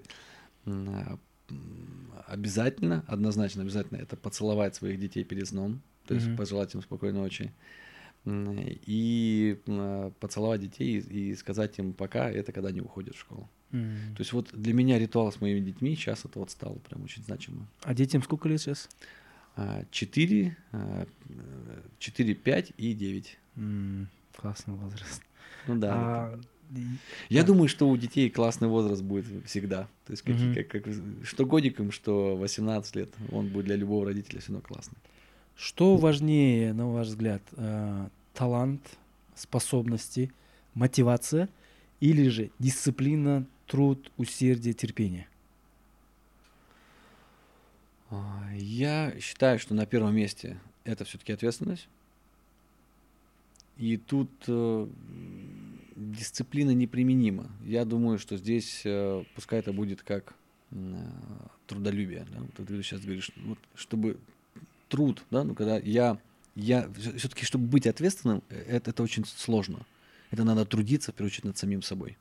однозначно обязательно это поцеловать своих детей перед сном, то есть пожелать им спокойной ночи. И поцеловать детей и сказать им пока, это когда они уходят в школу. То есть вот для меня ритуал с моими детьми сейчас это вот стало прям очень значимо. А детям сколько лет сейчас? 4, 5 и 9. Классный возраст. Ну да. Я думаю, что у детей классный возраст будет всегда. То есть что годик им, что 18 лет, он будет для любого родителя все равно классный. Что важнее, на ваш взгляд, талант, способности, мотивация или же дисциплина, труд, усердие, терпение? Я считаю, что на первом месте это все-таки ответственность. И тут дисциплина неприменима. Я думаю, что здесь пускай это будет как трудолюбие. Да? Вот ты сейчас говоришь, вот, чтобы труд, да, ну когда я все-таки, чтобы быть ответственным, это очень сложно. Это надо трудиться, в первую очередь, над самим собой.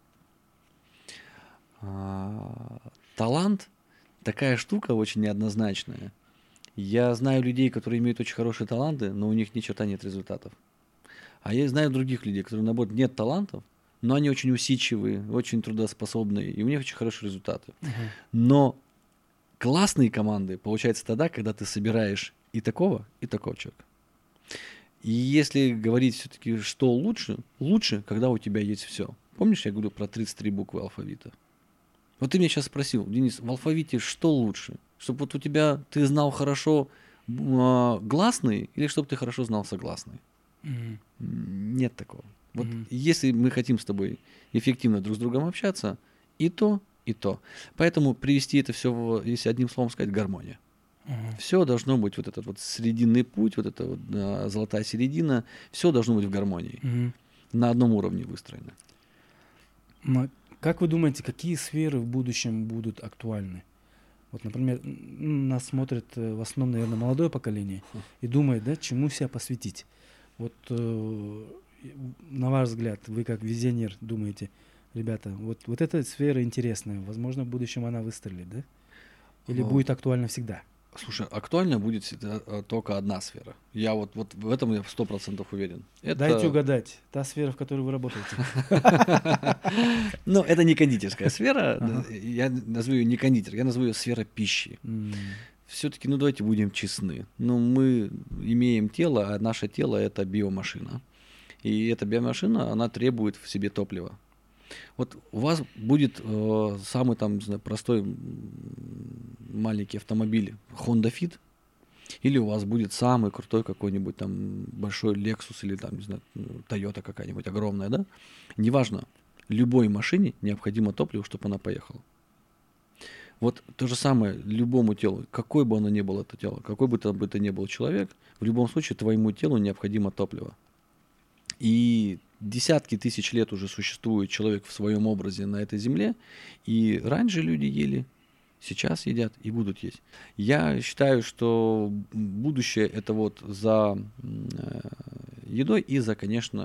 Талант такая штука очень неоднозначная. Я знаю людей, которые имеют очень хорошие таланты, но у них ни черта нет результатов. А я знаю других людей, которые, наоборот, нет талантов, но они очень усидчивые, очень трудоспособные, и у них очень хорошие результаты. Но классные команды получаются тогда, когда ты собираешь и такого человека. И если говорить все-таки, что лучше, когда у тебя есть все. Помнишь, я говорю про 33 буквы алфавита? Вот ты меня сейчас спросил, Денис, в алфавите что лучше? Чтобы вот у тебя ты знал хорошо гласные или чтобы ты хорошо знал согласные? Нет такого. Вот если мы хотим с тобой эффективно друг с другом общаться, и то, и то. Поэтому привести это все, если одним словом сказать, гармония. Все должно быть вот этот вот срединный путь, вот эта вот золотая середина, все должно быть в гармонии. На одном уровне выстроено. Как вы думаете, какие сферы в будущем будут актуальны? Вот, например, нас смотрит в основном, наверное, молодое поколение и думает, да, чему себя посвятить. Вот на ваш взгляд, вы как визионер думаете, ребята, вот эта сфера интересная, возможно, в будущем она выстрелит, да? Или будет актуальна всегда? Слушай, актуальна будет всегда только одна сфера. Я вот в этом я 100% уверен. Дайте угадать, та сфера, в которой вы работаете. Ну, это не кондитерская сфера, я назову ее не кондитер, я назову ее сфера пищи. Все-таки, давайте будем честны. Мы имеем тело, а наше тело – это биомашина. И эта биомашина, она требует в себе топлива. Вот у вас будет самый там, не знаю, простой маленький автомобиль Honda Fit, или у вас будет самый крутой какой-нибудь там большой Lexus или там, не знаю, Toyota какая-нибудь огромная, да? Неважно, любой машине необходимо топливо, чтобы она поехала. Вот то же самое любому телу, какой бы оно ни было это тело, какой бы это ни был человек, в любом случае твоему телу необходимо топливо. И десятки тысяч лет уже существует человек в своем образе на этой земле, и раньше люди ели, сейчас едят и будут есть. Я считаю, что будущее это вот за едой и за, конечно,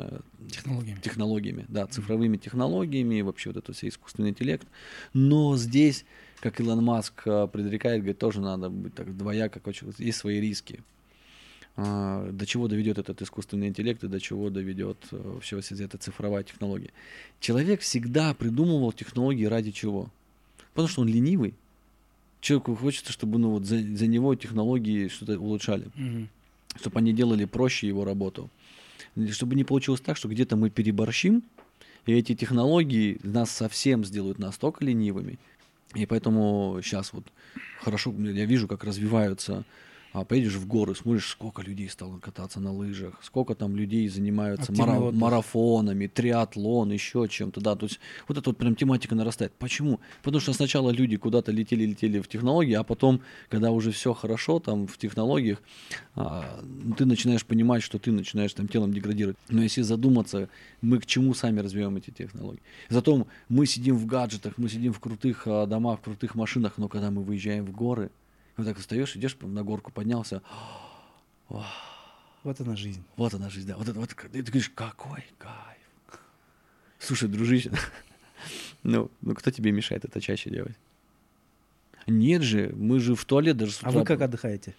технологиями, да, цифровыми технологиями, вообще вот это все искусственный интеллект. Но здесь, как Илон Маск предрекает, говорит, тоже надо быть так двояко, есть свои риски. До чего доведет этот искусственный интеллект и до чего доведет вообще эта цифровая технология. Человек всегда придумывал технологии ради чего? Потому что он ленивый. Человеку хочется, чтобы за него технологии что-то улучшали. Чтобы они делали проще его работу. Чтобы не получилось так, что где-то мы переборщим, и эти технологии нас совсем сделают настолько ленивыми. И поэтому сейчас вот хорошо, я вижу, как развиваются. Поедешь в горы, смотришь, сколько людей стало кататься на лыжах, сколько там людей занимаются марафонами, триатлон, еще чем-то, да, то есть вот эта вот прям тематика нарастает. Почему? Потому что сначала люди куда-то летели в технологии, а потом, когда уже все хорошо там в технологиях, ты начинаешь понимать, что ты начинаешь там телом деградировать. Но если задуматься, мы к чему сами развиваем эти технологии? Зато мы сидим в гаджетах, мы сидим в крутых домах, в крутых машинах, но когда мы выезжаем в горы, вот так встаешь, идешь на горку, поднялся. Вот она жизнь. Вот она жизнь, да. Вот и ты говоришь, какой кайф. Слушай, дружище, ну кто тебе мешает это чаще делать? Нет же, мы же в туалет даже с утра. А вы как отдыхаете?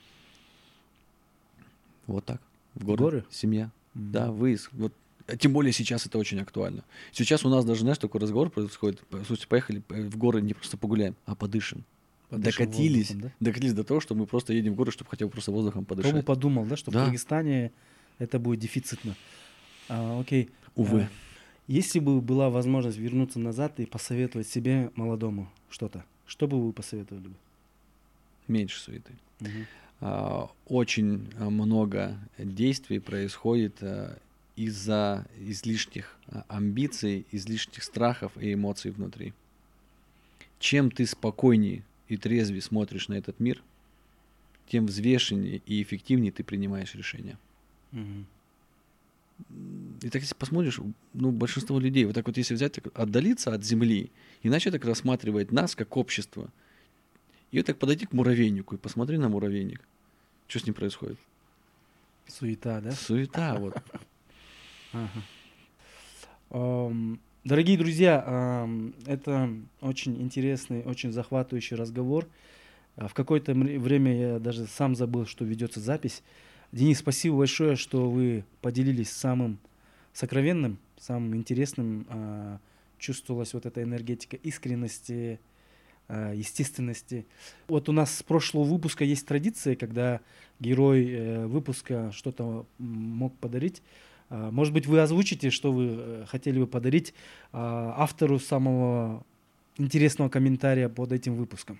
Вот так. В горы? Семья. Да, выезд. Вот. Тем более сейчас это очень актуально. Сейчас у нас даже, знаешь, такой разговор происходит. Слушайте, поехали в горы не просто погуляем, а подышим. Докатились до того, что мы просто едем в горы, чтобы хотя бы просто воздухом подышать. Кто бы подумал, да, что в Кыргызстане это будет дефицитно. Окей. Увы. Если бы была возможность вернуться назад и посоветовать себе молодому что-то, что бы вы посоветовали бы? Меньше суеты. Очень много действий происходит из-за излишних амбиций, излишних страхов и эмоций внутри. Чем ты спокойнее и трезвее смотришь на этот мир, тем взвешеннее и эффективнее ты принимаешь решения. И так если посмотришь, большинство людей, вот так вот если взять, отдалиться от земли и начать так рассматривать нас как общество, и вот так подойти к муравейнику и посмотри на муравейник, что с ним происходит? Суета, да? Суета, вот. Дорогие друзья, это очень интересный, очень захватывающий разговор. В какое-то время я даже сам забыл, что ведется запись. Денис, спасибо большое, что вы поделились самым сокровенным, самым интересным. Чувствовалась вот эта энергетика искренности, естественности. Вот у нас с прошлого выпуска есть традиция, когда герой выпуска что-то мог подарить. Может быть, вы озвучите, что вы хотели бы подарить автору самого интересного комментария под этим выпуском?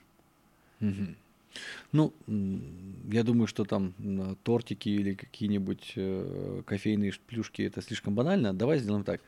Ну, я думаю, что там тортики или какие-нибудь кофейные плюшки — это слишком банально. Давай сделаем так.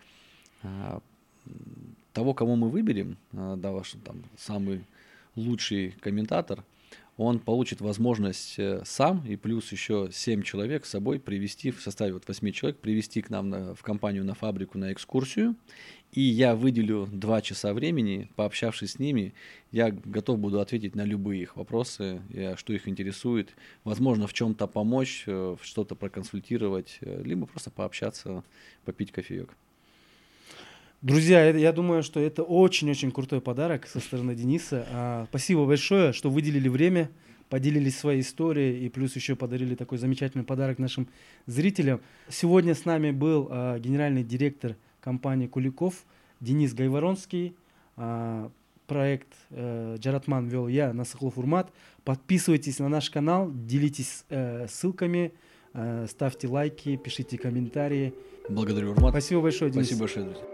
Того, кого мы выберем, да, ваш там самый лучший комментатор, он получит возможность сам и плюс еще 7 человек с собой привести, в составе вот 8 человек, привести к нам в компанию, на фабрику, на экскурсию. И я выделю 2 часа времени, пообщавшись с ними, я готов буду ответить на любые их вопросы, что их интересует. Возможно, в чем-то помочь, что-то проконсультировать, либо просто пообщаться, попить кофеек. Друзья, я думаю, что это очень-очень крутой подарок со стороны Дениса. Спасибо большое, что выделили время, поделились своей историей и плюс еще подарили такой замечательный подарок нашим зрителям. Сегодня с нами был генеральный директор компании «Куликов» Денис Гайворонский. Проект «Джаратман» вел я, Насыхлов Урмат. Подписывайтесь на наш канал, делитесь ссылками, ставьте лайки, пишите комментарии. Благодарю, Урмат. Спасибо большое, Денис. Спасибо большое, друзья.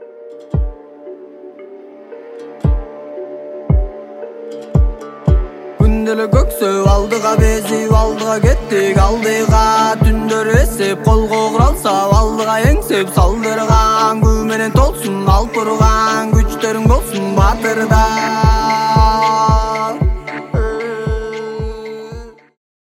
Күндөлө көксөп алдыга безип алдыга кеттик алдыга түндөр эсеп колго курал сап алдыга эңсеп салдырган күн менен толсун алып турган күчтөрүң болсун батырда.